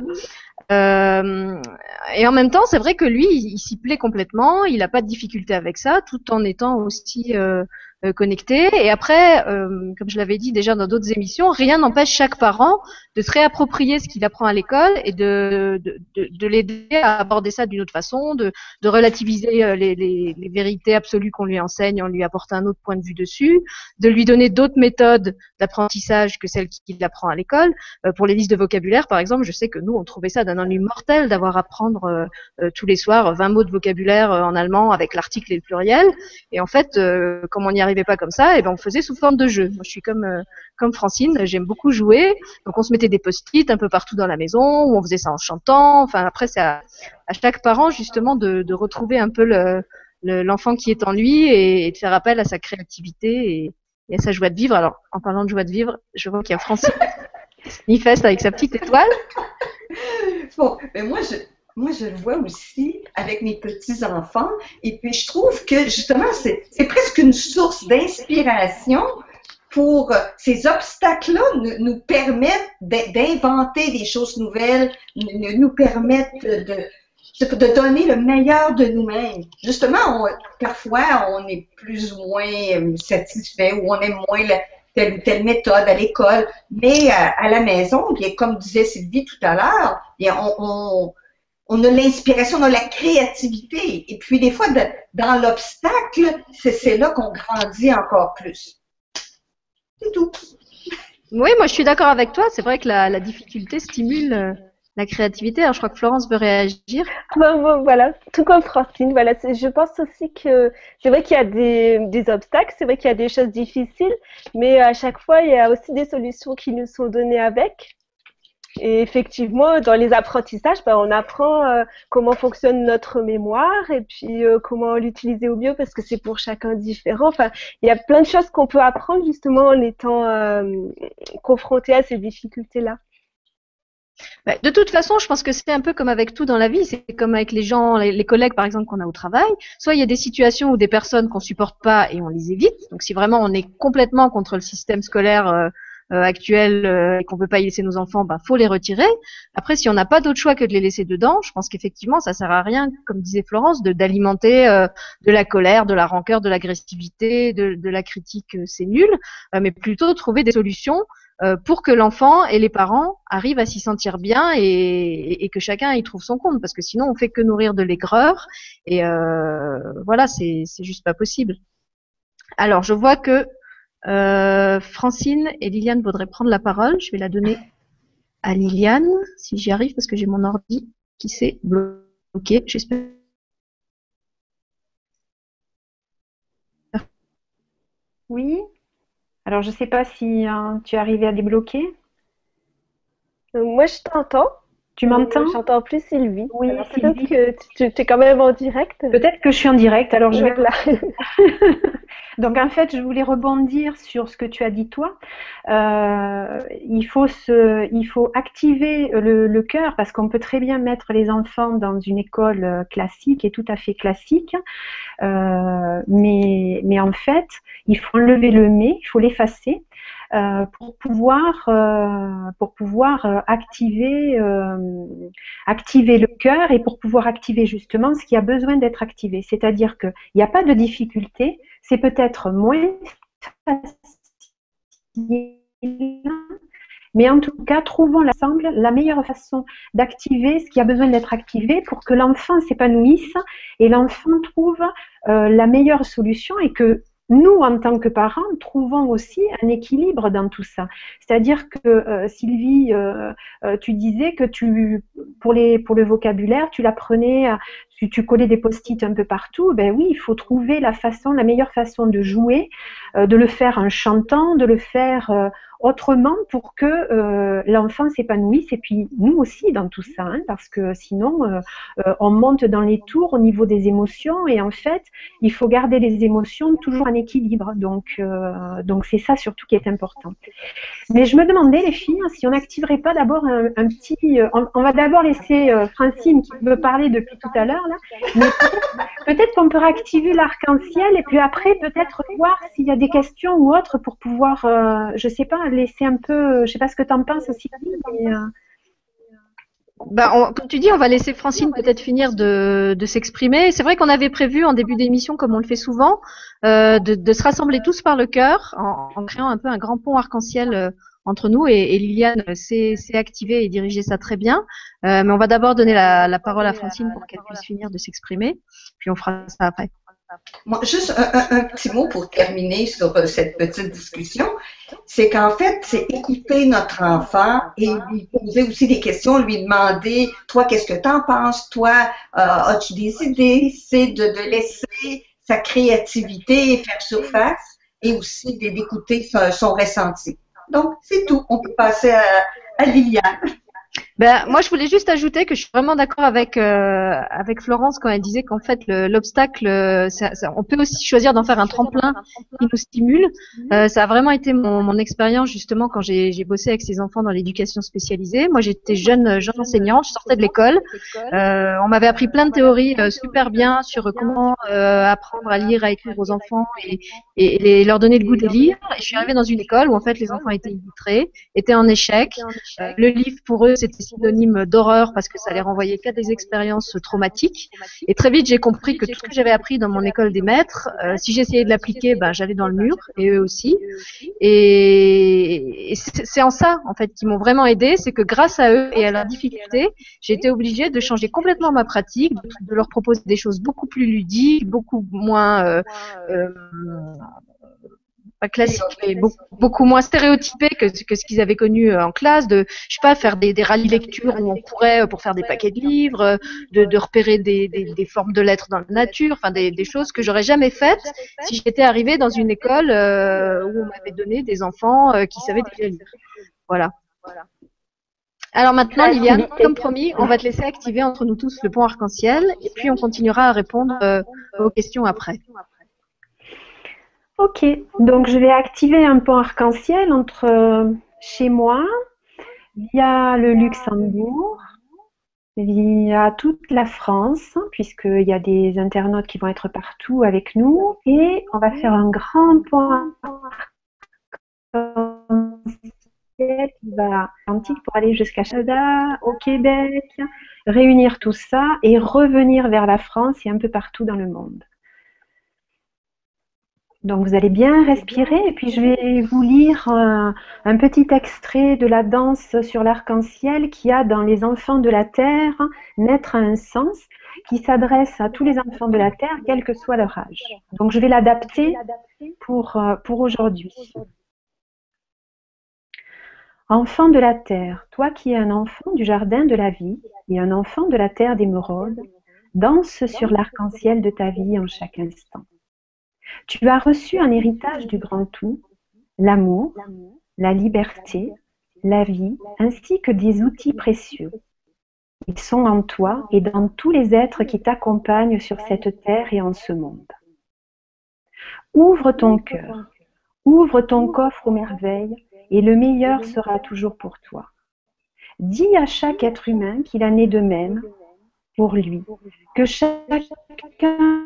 Euh, et en même temps, c'est vrai que lui, il, il s'y plaît complètement, il n'a pas de difficulté avec ça, tout en étant aussi euh, euh, connecté. Et après, euh, comme je l'avais dit déjà dans d'autres émissions, rien n'empêche chaque parent de se réapproprier ce qu'il apprend à l'école et de, de, de, de l'aider à aborder ça d'une autre façon, de, de relativiser euh, les, les, les vérités absolues qu'on lui enseigne en lui apportant un autre point de vue dessus, de lui donner d'autres méthodes d'apprentissage que celles qu'il apprend à l'école. Euh, pour les listes de vocabulaire, par exemple, je sais que nous, on trouvait ça d'un ennui mortel d'avoir à apprendre euh, euh, tous les soirs vingt mots de vocabulaire euh, en allemand avec l'article et le pluriel. Et en fait, euh, comme on n'y arrivait pas comme ça, et ben on faisait sous forme de jeu. Moi, je suis comme euh, comme Francine, j'aime beaucoup jouer. Donc, on se mettait des post-it un peu partout dans la maison, où on faisait ça en chantant. Enfin, après, c'est à, à chaque parent justement de, de retrouver un peu le, le, l'enfant qui est en lui et, et de faire appel à sa créativité et, et à sa joie de vivre. Alors, en parlant de joie de vivre, je vois qu'il y a Francine qui se manifeste avec sa petite étoile. Bon, mais moi, je, moi, je le vois aussi avec mes petits-enfants. Et puis, je trouve que, justement, c'est, c'est presque une source d'inspiration pour euh, ces obstacles-là nous, nous permettent d'in- d'inventer des choses nouvelles, nous, nous permettent de, de, de donner le meilleur de nous-mêmes. Justement, on, parfois, on est plus ou moins euh, satisfait ou on aime moins la, telle ou telle méthode à l'école, mais à, à la maison, bien, comme disait Sylvie tout à l'heure, bien, on, on, on a l'inspiration, on a la créativité. Et puis, des fois, de, dans l'obstacle, c'est, c'est là qu'on grandit encore plus. C'est tout. Oui, moi je suis d'accord avec toi. C'est vrai que la, la difficulté stimule euh, la créativité. Alors je crois que Florence veut réagir. Ben, bon, voilà, tout comme Francine, voilà, c'est- je pense aussi que c'est vrai qu'il y a des, des obstacles, c'est vrai qu'il y a des choses difficiles, mais à chaque fois, il y a aussi des solutions qui nous sont données avec. Et effectivement, dans les apprentissages, ben, on apprend euh, comment fonctionne notre mémoire et puis euh, comment l'utiliser au mieux parce que c'est pour chacun différent. Enfin, il y a plein de choses qu'on peut apprendre justement en étant euh, confronté à ces difficultés-là. Bah, de toute façon, je pense que c'est un peu comme avec tout dans la vie. C'est comme avec les gens, les, les collègues par exemple qu'on a au travail. Soit il y a des situations où des personnes qu'on supporte pas et on les évite. Donc si vraiment on est complètement contre le système scolaire euh, euh, actuel euh, et qu'on peut pas y laisser nos enfants, ben faut les retirer. Après, si on n'a pas d'autre choix que de les laisser dedans, je pense qu'effectivement ça sert à rien, comme disait Florence, de d'alimenter euh, de la colère, de la rancœur, de l'agressivité, de, de la critique. euh, C'est nul, euh, mais plutôt trouver des solutions euh, pour que l'enfant et les parents arrivent à s'y sentir bien et, et, et que chacun y trouve son compte, parce que sinon on fait que nourrir de l'aigreur et euh, voilà, c'est c'est juste pas possible. Alors je vois que euh, Francine et Liliane voudraient prendre la parole. Je vais la donner à Liliane si j'y arrive parce que j'ai mon ordi qui s'est bloqué. J'espère. Oui. Alors, je ne sais pas si hein, tu es arrivé à débloquer. Euh, Moi, je t'entends. Tu m'entends? J'entends plus Sylvie. Oui, alors peut-être Sylvie. que tu, tu es quand même en direct. Peut-être que je suis en direct, alors je vais... Voilà. Donc en fait, je voulais rebondir sur ce que tu as dit toi. Euh, il faut se, il faut activer le, le cœur parce qu'on peut très bien mettre les enfants dans une école classique et tout à fait classique, euh, mais, mais en fait, il faut enlever le mais, il faut l'effacer. Euh, pour pouvoir euh, pour pouvoir euh, activer euh, activer le cœur et pour pouvoir activer justement ce qui a besoin d'être activé. C'est-à-dire qu'il n'y a pas de difficulté, c'est peut-être moins facile, mais en tout cas, trouvons ensemble la meilleure façon d'activer ce qui a besoin d'être activé pour que l'enfant s'épanouisse et l'enfant trouve euh, la meilleure solution et que nous, en tant que parents, trouvons aussi un équilibre dans tout ça. C'est-à-dire que, euh, Sylvie, euh, euh, tu disais que tu, pour, les, pour le vocabulaire, tu l'apprenais, tu, tu collais des post-it un peu partout. Ben oui, il faut trouver la façon, la meilleure façon de jouer, euh, de le faire en chantant, de le faire euh, autrement pour que euh, l'enfant s'épanouisse et puis nous aussi dans tout ça, hein, parce que sinon, euh, euh, on monte dans les tours au niveau des émotions et en fait, il faut garder les émotions toujours en équilibre. Donc, euh, donc c'est ça surtout qui est important. Mais je me demandais, les filles, si on n'activerait pas d'abord un, un petit... Euh, on, on va d'abord laisser euh, Francine qui veut parler depuis tout à l'heure, là. Mais peut-être, peut-être qu'on peut activer l'arc-en-ciel et puis après peut-être voir s'il y a des questions ou autres pour pouvoir, euh, je sais pas, laisser un peu... Je sais pas ce que tu en penses aussi. Mais, euh, Bah, on- comme tu dis, on va laisser Francine peut-être finir de, de s'exprimer. C'est vrai qu'on avait prévu en début d'émission, comme on le fait souvent, euh, de, de se rassembler tous par le cœur en, en créant un peu un grand pont arc-en-ciel euh, entre nous. Et, et Liliane euh, s'est s'est activée et dirigeait ça très bien. Euh, mais on va d'abord donner la, la parole à Francine pour qu'elle puisse finir de s'exprimer. Puis on fera ça après. Moi, juste un, un- un petit mot pour terminer sur euh, cette petite discussion, c'est qu'en fait, c'est écouter notre enfant et lui poser aussi des questions, lui demander, toi, qu'est-ce que tu en penses? Toi, euh, as-tu des idées? C'est de, de laisser sa créativité faire surface et aussi de- d'écouter son, son ressenti. Donc, c'est tout. On peut passer à, à Liliane. Ben, moi, je voulais juste ajouter que je suis vraiment d'accord avec euh, avec Florence quand elle disait qu'en fait le- l'obstacle, euh, ça- ça- on peut aussi choisir d'en faire un tremplin qui nous stimule. Euh, ça a vraiment été mon, mon expérience justement quand j'ai j'ai bossé avec ces enfants dans l'éducation spécialisée. Moi, j'étais jeune jeune enseignante, je sortais de l'école. Euh, on m'avait appris plein de théories euh, super bien sur comment euh, apprendre à lire, à écrire aux enfants et, et, et les- leur donner le goût des livres. Et je suis arrivée dans une école où en fait les enfants étaient illettrés, étaient en échec. Euh, le livre pour eux c'était synonyme d'horreur parce que ça les renvoyait qu'à des expériences traumatiques. Et très vite j'ai compris que tout ce que j'avais appris dans mon école des maîtres, euh, si j'essayais de l'appliquer, ben j'allais dans le mur et eux aussi. Et, et c'est c'est en ça en fait qu'ils m'ont vraiment aidé, c'est que grâce à eux et à leurs difficultés, j'ai été obligée de changer complètement ma pratique, de, de leur proposer des choses beaucoup plus ludiques, beaucoup moins euh, euh, pas classiques, mais beaucoup, beaucoup moins stéréotypées que, que ce qu'ils avaient connu euh, en classe, de, je sais pas, faire des, des rallyes lecture où on courait pour faire des paquets de livres, euh, de, de repérer des, des, des formes de lettres dans la nature, enfin des, des choses que j'aurais jamais faites si j'étais arrivée dans une école euh, où on m'avait donné des enfants euh, qui savaient déjà lire. Voilà. Alors maintenant, Liliane, comme promis, on va te laisser activer entre nous tous le pont arc-en-ciel et puis on continuera à répondre euh, aux questions après. Ok, donc je vais activer un pont arc-en-ciel entre euh, chez moi, via le Luxembourg, via toute la France, puisqu'il y a des internautes qui vont être partout avec nous, et on va faire un grand pont arc-en-ciel qui va Atlantique pour aller jusqu'à Canada, au Québec, réunir tout ça et revenir vers la France et un peu partout dans le monde. Donc vous allez bien respirer et puis je vais vous lire un, un petit extrait de la danse sur l'arc-en-ciel qu'il y a dans Les enfants de la Terre, Naître a un sens, qui s'adresse à tous les enfants de la Terre, quel que soit leur âge. Donc je vais l'adapter pour, pour aujourd'hui. Enfant de la Terre, toi qui es un enfant du jardin de la vie et un enfant de la terre d'émeraude, danse sur l'arc-en-ciel de ta vie en chaque instant. Tu as reçu un héritage du grand tout, l'amour, la liberté, la vie, ainsi que des outils précieux. Ils sont en toi et dans tous les êtres qui t'accompagnent sur cette terre et en ce monde. Ouvre ton cœur, ouvre ton coffre aux merveilles et le meilleur sera toujours pour toi. Dis à chaque être humain qu'il en est de même pour lui, que chacun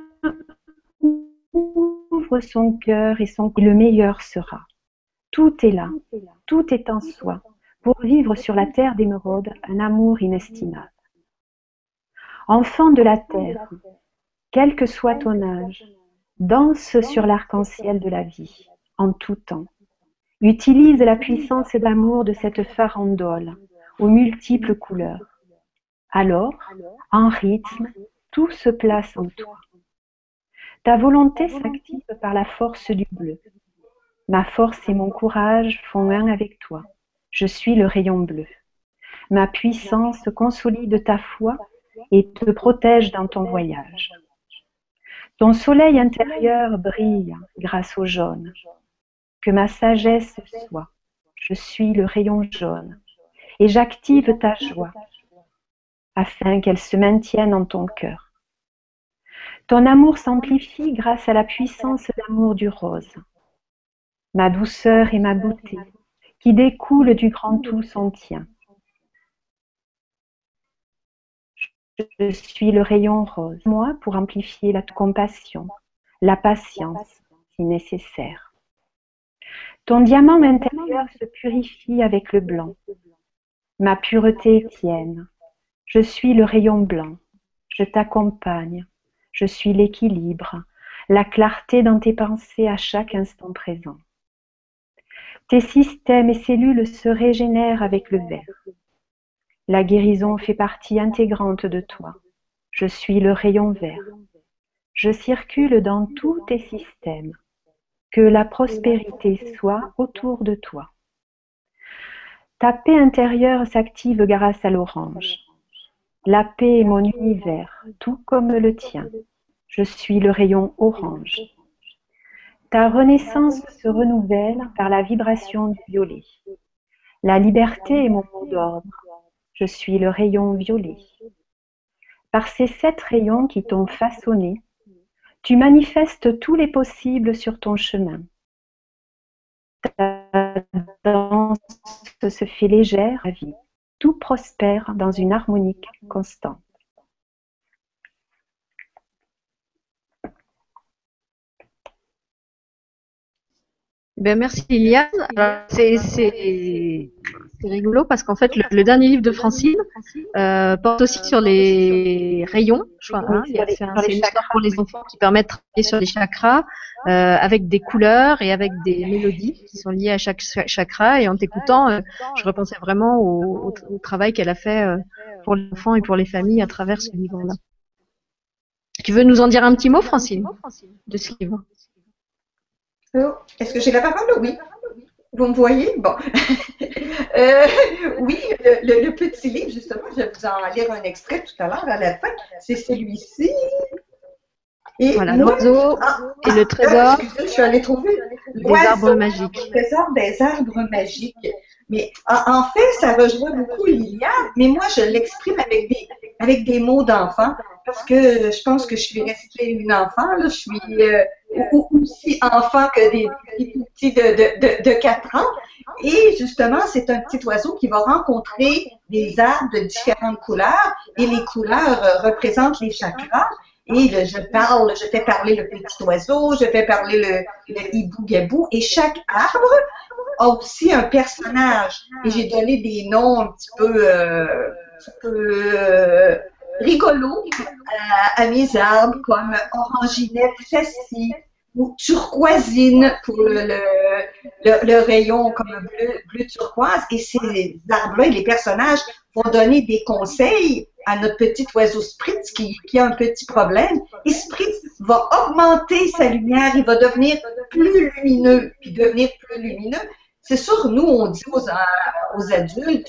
ouvre son cœur et son le meilleur sera. Tout est là, tout est en soi, pour vivre sur la terre d'émeraude un amour inestimable. Enfant de la terre, quel que soit ton âge, danse sur l'arc-en-ciel de la vie, en tout temps. Utilise la puissance et l'amour de cette farandole aux multiples couleurs. Alors, en rythme, tout se place en toi. Ta volonté s'active par la force du bleu. Ma force et mon courage font un avec toi. Je suis le rayon bleu. Ma puissance consolide ta foi et te protège dans ton voyage. Ton soleil intérieur brille grâce au jaune. Que ma sagesse soit. Je suis le rayon jaune et j'active ta joie afin qu'elle se maintienne en ton cœur. Ton amour s'amplifie grâce à la puissance d'amour du rose. Ma douceur et ma beauté qui découlent du grand tout sont tiens. Je suis le rayon rose, moi pour amplifier la compassion, la patience si nécessaire. Ton diamant intérieur se purifie avec le blanc. Ma pureté est tienne. Je suis le rayon blanc. Je t'accompagne. Je suis l'équilibre, la clarté dans tes pensées à chaque instant présent. Tes systèmes et cellules se régénèrent avec le vert. La guérison fait partie intégrante de toi. Je suis le rayon vert. Je circule dans tous tes systèmes. Que la prospérité soit autour de toi. Ta paix intérieure s'active grâce à l'orange. La paix est mon univers, tout comme le tien. Je suis le rayon orange. Ta renaissance se renouvelle par la vibration du violet. La liberté est mon mot d'ordre. Je suis le rayon violet. Par ces sept rayons qui t'ont façonné, tu manifestes tous les possibles sur ton chemin. Ta danse se fait légère à vie. Tout prospère dans une harmonique constante. Ben, merci Liliane. C'est c'est c'est rigolo parce qu'en fait le, le dernier livre de Francine euh, porte aussi sur les rayons. Je crois, hein, il y a fait un, c'est une histoire pour les enfants qui permet de travailler sur les chakras euh, avec des couleurs et avec des mélodies qui sont liées à chaque chakra. Et en t'écoutant, euh, je repensais vraiment au, au, au travail qu'elle a fait euh, pour les enfants et pour les familles à travers ce livre-là. Tu veux nous en dire un petit mot, Francine, de ce livre? Oh, est-ce que j'ai la parole? Oui. Vous me voyez? Bon. euh, oui, le, le, le petit livre, justement, je vais vous en lire un extrait tout à l'heure à la fin. C'est celui-ci. Et voilà, l'oiseau ah, et le trésor. Excusez, je suis allée trouver des arbres magiques. Le trésor des arbres magiques. Mais en, en fait, ça rejoint beaucoup Liliane, mais moi, je l'exprime avec des, avec des mots d'enfant, parce que je pense que je suis restée une enfant, là. Je suis euh, aussi enfant que des, des petits de, de, de, de quatre ans. Et justement, c'est un petit oiseau qui va rencontrer des arbres de différentes couleurs, et les couleurs euh, représentent les chakras. Et le, je parle, je fais parler le petit oiseau, je fais parler le, le hibou-gabou, et chaque arbre a aussi un personnage. Et j'ai donné des noms un petit peu, euh, un petit peu euh, rigolos à, à mes arbres, comme Oranginette Fascie ou Turquoisine pour le, le, le, le rayon comme bleu, bleu turquoise. Et ces arbres-là et les personnages vont donner des conseils à notre petit oiseau Spritz qui, qui a un petit problème. Et Spritz va augmenter sa lumière, il va devenir plus lumineux, puis devenir plus lumineux. C'est sûr, nous, on dit aux, aux adultes,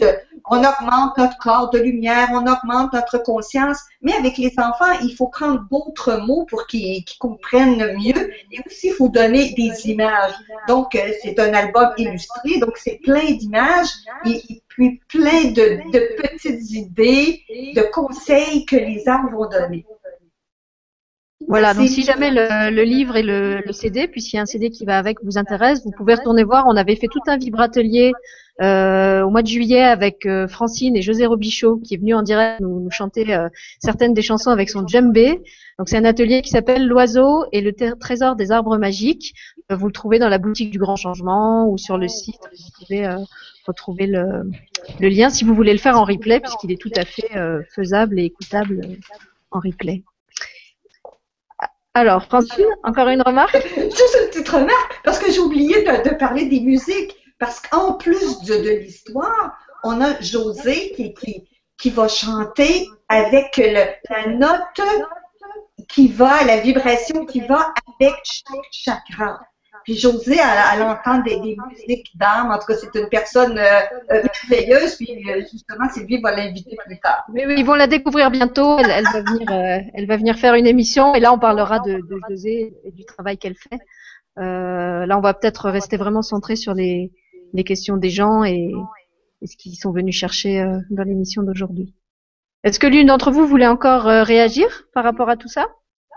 on augmente notre corps de lumière, on augmente notre conscience, mais avec les enfants, il faut prendre d'autres mots pour qu'ils qu'ils comprennent mieux, et aussi il faut donner des images. Donc, euh, c'est un album illustré, donc c'est plein d'images, et, et puis plein de, de petites idées, de conseils que les arbres vont donner. Voilà, donc si jamais le, le livre et le, le C D, puisqu'il y a un C D qui va avec, vous intéresse, vous pouvez retourner voir. On avait fait tout un vibratelier euh, au mois de juillet avec euh, Francine et José Robichaud qui est venu en direct nous, nous chanter euh, certaines des chansons avec son djembé. Donc c'est un atelier qui s'appelle L'Oiseau et le trésor des arbres magiques. Euh, vous le trouvez dans la boutique du Grand Changement ou sur le site. Vous pouvez euh, retrouver le, le lien si vous voulez le faire en replay, puisqu'il est tout à fait euh, faisable et écoutable euh, en replay. Alors, Francine, encore une remarque? Juste une petite remarque, parce que j'ai oublié de, de parler des musiques. Parce qu'en plus de, de l'histoire, on a José qui, qui, qui va chanter avec le, la note qui va, la vibration qui va avec chaque chakra. Puis José, elle, elle entend des, des musiques d'âme. En tout cas, c'est une personne euh, euh, merveilleuse. Puis euh, justement, Sylvie va l'inviter plus tard. Oui, oui, ils vont la découvrir bientôt. Elle, elle va venir, euh, elle va venir faire une émission. Et là, on parlera de, de José et du travail qu'elle fait. Euh, là, on va peut-être rester vraiment centré sur les, les questions des gens et, et ce qu'ils sont venus chercher euh, dans l'émission d'aujourd'hui. Est-ce que l'une d'entre vous voulait encore euh, réagir par rapport à tout ça?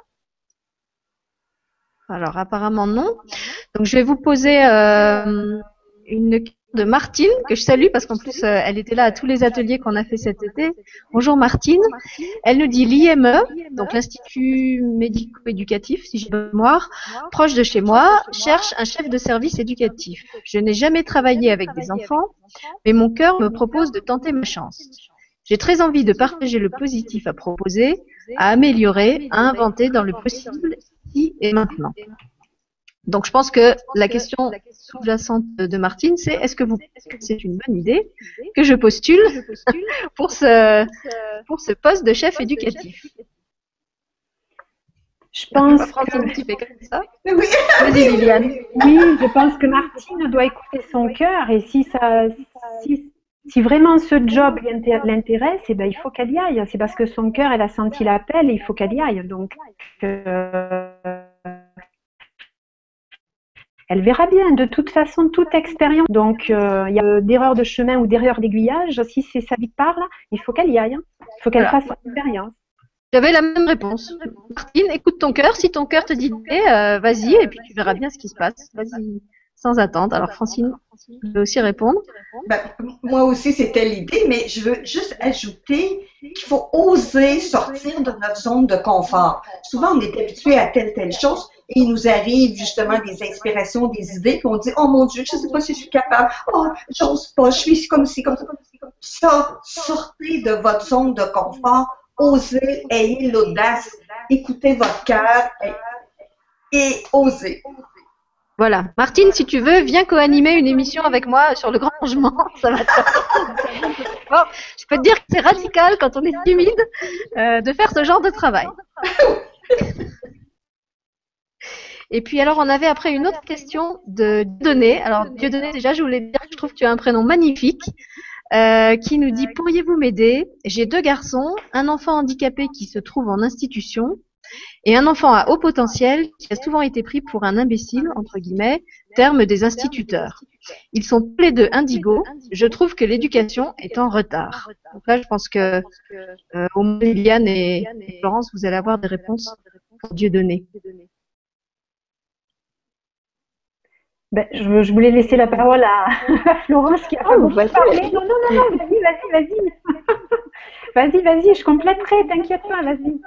Alors, apparemment non. Donc, je vais vous poser euh, une question de Martine, que je salue parce qu'en plus, euh, elle était là à tous les ateliers qu'on a fait cet été. Bonjour Martine. Elle nous dit l'I M E, donc l'Institut médico-éducatif, si j'ai bonne mémoire, proche de chez moi, cherche un chef de service éducatif. Je n'ai jamais travaillé avec des enfants, mais mon cœur me propose de tenter ma chance. J'ai très envie de partager le positif à proposer, à améliorer, à inventer dans le possible ici et maintenant. Donc, je pense que la question sous-jacente de Martine, c'est est-ce que vous pensez que c'est une bonne idée que je postule pour ce, pour ce poste de chef éducatif? Je pense Francine, que... tu fais comme ça. Oui. Vas-y, Liliane. Oui, je pense que Martine doit écouter son cœur et si ça, si, si vraiment ce job l'intéresse, eh ben, il faut qu'elle y aille. C'est parce que son cœur, elle a senti l'appel et il faut qu'elle y aille. Donc, euh, elle verra bien. De toute façon, toute expérience. Donc, euh, il y a d'erreurs de chemin ou d'erreurs d'aiguillage. Si c'est ça qui parle, il faut qu'elle y aille. Il faut qu'elle Voilà. fasse l'expérience. J'avais la même réponse. Martine, écoute ton cœur. Si ton cœur te dit euh, vas-y, et puis tu verras bien ce qui se passe. Vas-y, sans attendre. Alors, Francine, je vais aussi répondre. Ben, moi aussi, c'était l'idée, mais je veux juste ajouter qu'il faut oser sortir de notre zone de confort. Souvent, on est habitué à telle, telle chose et il nous arrive justement des inspirations, des idées, puis on dit « Oh mon Dieu, je ne sais pas si je suis capable. Oh, j'ose pas, je suis comme ci, comme ça. » Ça, sortez de votre zone de confort, osez, ayez l'audace, écoutez votre cœur et, et osez. Voilà. Martine, si tu veux, viens co-animer une émission avec moi sur le grand changement. Ça va te bon, je peux te dire que c'est radical quand on est timide euh, de faire ce genre de travail. Et puis alors, on avait après une autre question de Dieudonné. Alors, Dieudonné, déjà, je voulais te dire que je trouve que tu as un prénom magnifique euh, qui nous dit « Pourriez-vous m'aider? J'ai deux garçons, un enfant handicapé qui se trouve en institution et un enfant à haut potentiel qui a souvent été pris pour un imbécile, entre guillemets, terme des instituteurs. Ils sont tous les deux indigos. Je trouve que l'éducation est en retard. » Donc là, je pense que euh, au moins Liliane et, et Florence, vous allez avoir des réponses pour Dieudonné. Ben, je, je voulais laisser la parole à, à Florence qui a pas Oh, beaucoup vas-y. parlé. Non, non, non, non, vas-y, vas-y, vas-y. Vas-y, vas-y, je compléterai, t'inquiète pas, vas-y.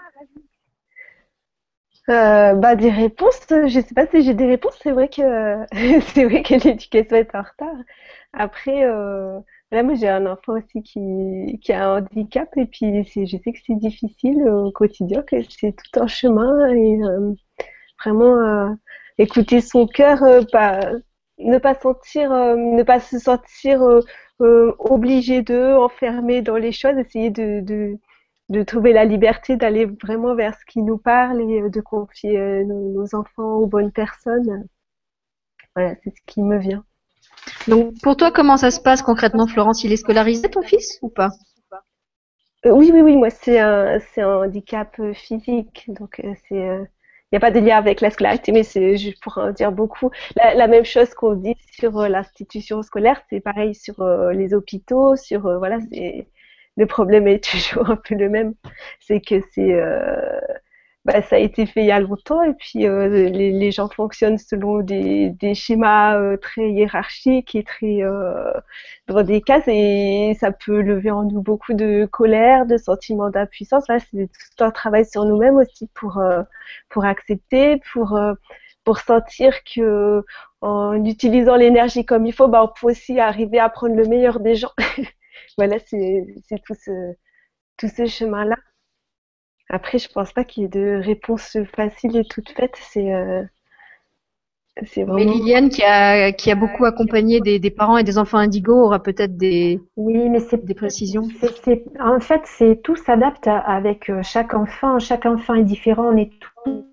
Euh, bah, des réponses, je sais pas si j'ai des réponses, c'est vrai que c'est vrai que l'éducation est en retard. Après, euh, là, moi j'ai un enfant aussi qui, qui a un handicap et puis c'est, je sais que c'est difficile au quotidien, que c'est tout un chemin et euh, vraiment euh, écouter son cœur, euh, pas, ne pas sentir, euh, ne pas se sentir euh, euh, obligé de, enfermé dans les choses, essayer de, de de trouver la liberté d'aller vraiment vers ce qui nous parle et de confier euh, nos, nos enfants aux bonnes personnes. Voilà, c'est ce qui me vient. Donc, pour toi, comment ça se passe concrètement, Florence? Il est scolarisé, ton fils, ou pas? Euh, oui, oui, oui, moi c'est un, c'est un handicap euh, physique, donc euh, c'est, il n'y a pas de lien avec la scolarité, mais c'est juste pour en dire beaucoup. La, la même chose qu'on dit sur euh, l'institution scolaire, c'est pareil sur euh, les hôpitaux, sur euh, voilà, c'est le problème est toujours un peu le même, c'est que c'est euh, bah, ça a été fait il y a longtemps et puis euh, les, les gens fonctionnent selon des, des schémas euh, très hiérarchiques et très euh, dans des cases et ça peut lever en nous beaucoup de colère, de sentiments d'impuissance. Là, c'est tout un travail sur nous-mêmes aussi pour euh, pour accepter, pour euh, pour sentir que en utilisant l'énergie comme il faut, bah, on peut aussi arriver à prendre le meilleur des gens. Voilà, c'est c'est tout ce tout ce chemin-là. Après, je pense pas qu'il y ait de réponse facile et toute faite. C'est euh, c'est Mais vraiment. Liliane, qui a, qui a beaucoup accompagné des, des parents et des enfants indigos, aura peut-être des, Oui, mais c'est, des précisions. c'est, c'est- en fait, c'est tout s'adapte à- avec euh, chaque enfant. Chaque enfant est différent. On est tous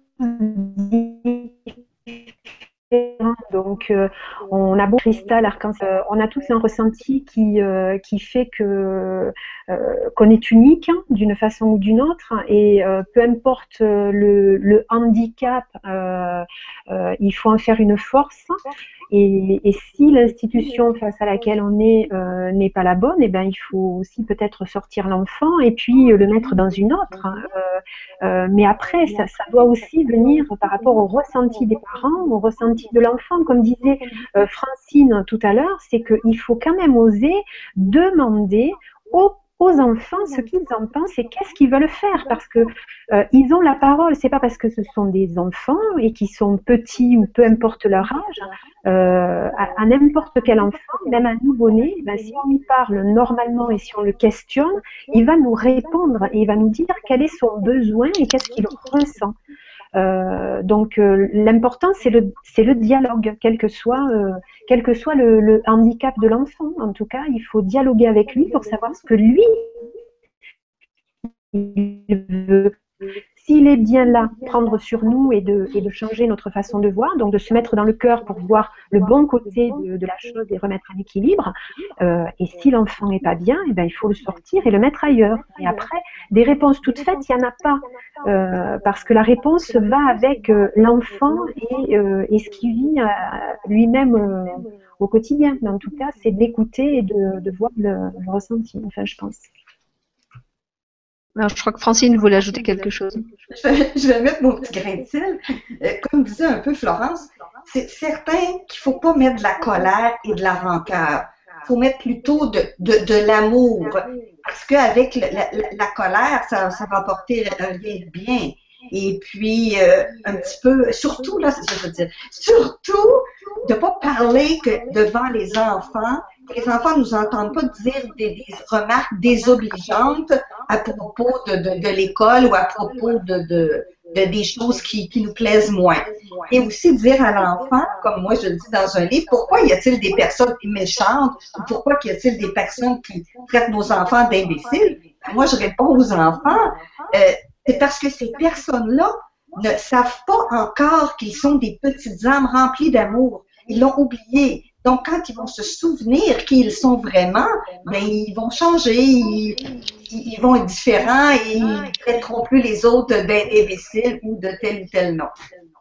différents. Donc, euh, on a beau cristal, arc-en-ciel, euh, on a tous un ressenti qui euh, qui fait que euh, qu'on est unique hein, d'une façon ou d'une autre. Et euh, peu importe euh, le, le handicap, euh, euh, il faut en faire une force. Et, et si l'institution face à laquelle on est euh, n'est pas la bonne, eh ben, il faut aussi peut-être sortir l'enfant et puis euh, le mettre dans une autre. Hein. Euh, euh, mais après, ça, ça doit aussi venir par rapport au ressenti des parents, au ressenti de l'enfant. Comme disait euh, Francine tout à l'heure, c'est qu'il faut quand même oser demander aux aux enfants ce qu'ils en pensent et qu'est-ce qu'ils veulent faire parce que euh, ils ont la parole. C'est pas parce que ce sont des enfants et qui sont petits ou peu importe leur âge euh, à, à n'importe quel enfant, même un nouveau-né, ben, si on lui parle normalement et si on le questionne, il va nous répondre et il va nous dire quel est son besoin et qu'est-ce qu'il ressent. Euh, donc euh, l'important c'est le c'est le dialogue, quel que soit euh, quel que soit le, le handicap de l'enfant. En tout cas, il faut dialoguer avec lui pour savoir ce que lui il veut. S'il est bien là, prendre sur nous et de, et de changer notre façon de voir, donc de se mettre dans le cœur pour voir le bon côté de, de la chose et remettre en équilibre. Euh, et si l'enfant n'est pas bien, eh ben, il faut le sortir et le mettre ailleurs. Et après, des réponses toutes faites, il n'y en a pas. Euh, parce que la réponse va avec euh, l'enfant et, euh, et ce qu'il vit euh, lui-même euh, au quotidien. Mais en tout cas, c'est d'écouter et de, de voir le, le ressenti, enfin, je pense. Alors, je crois que Francine voulait ajouter quelque chose. Je vais, je vais mettre mon petit grain de sel. Euh, comme disait un peu Florence, c'est certain qu'il faut pas mettre de la colère et de la rancœur. Il faut mettre plutôt de, de, de l'amour. Parce qu'avec la, la, la colère, ça, ça va apporter rien de bien. Et puis, euh, un petit peu, surtout, là, c'est ça que je veux dire, surtout de pas parler que devant les enfants, que les enfants nous entendent pas dire des, des remarques désobligeantes à propos de, de, de l'école ou à propos de, de, de des choses qui, qui nous plaisent moins. Et aussi dire à l'enfant, comme moi je le dis dans un livre, pourquoi y a-t-il des personnes méchantes ou pourquoi y a-t-il des personnes qui traitent nos enfants d'imbéciles? Moi, je réponds aux enfants, euh, c'est parce que ces personnes-là ne savent pas encore qu'ils sont des petites âmes remplies d'amour. Ils l'ont oublié. Donc, quand ils vont se souvenir qui ils sont vraiment, ben, ils vont changer, ils, ils vont être différents et ils ne traiteront plus les autres d'imbéciles ou de tel ou tel nom.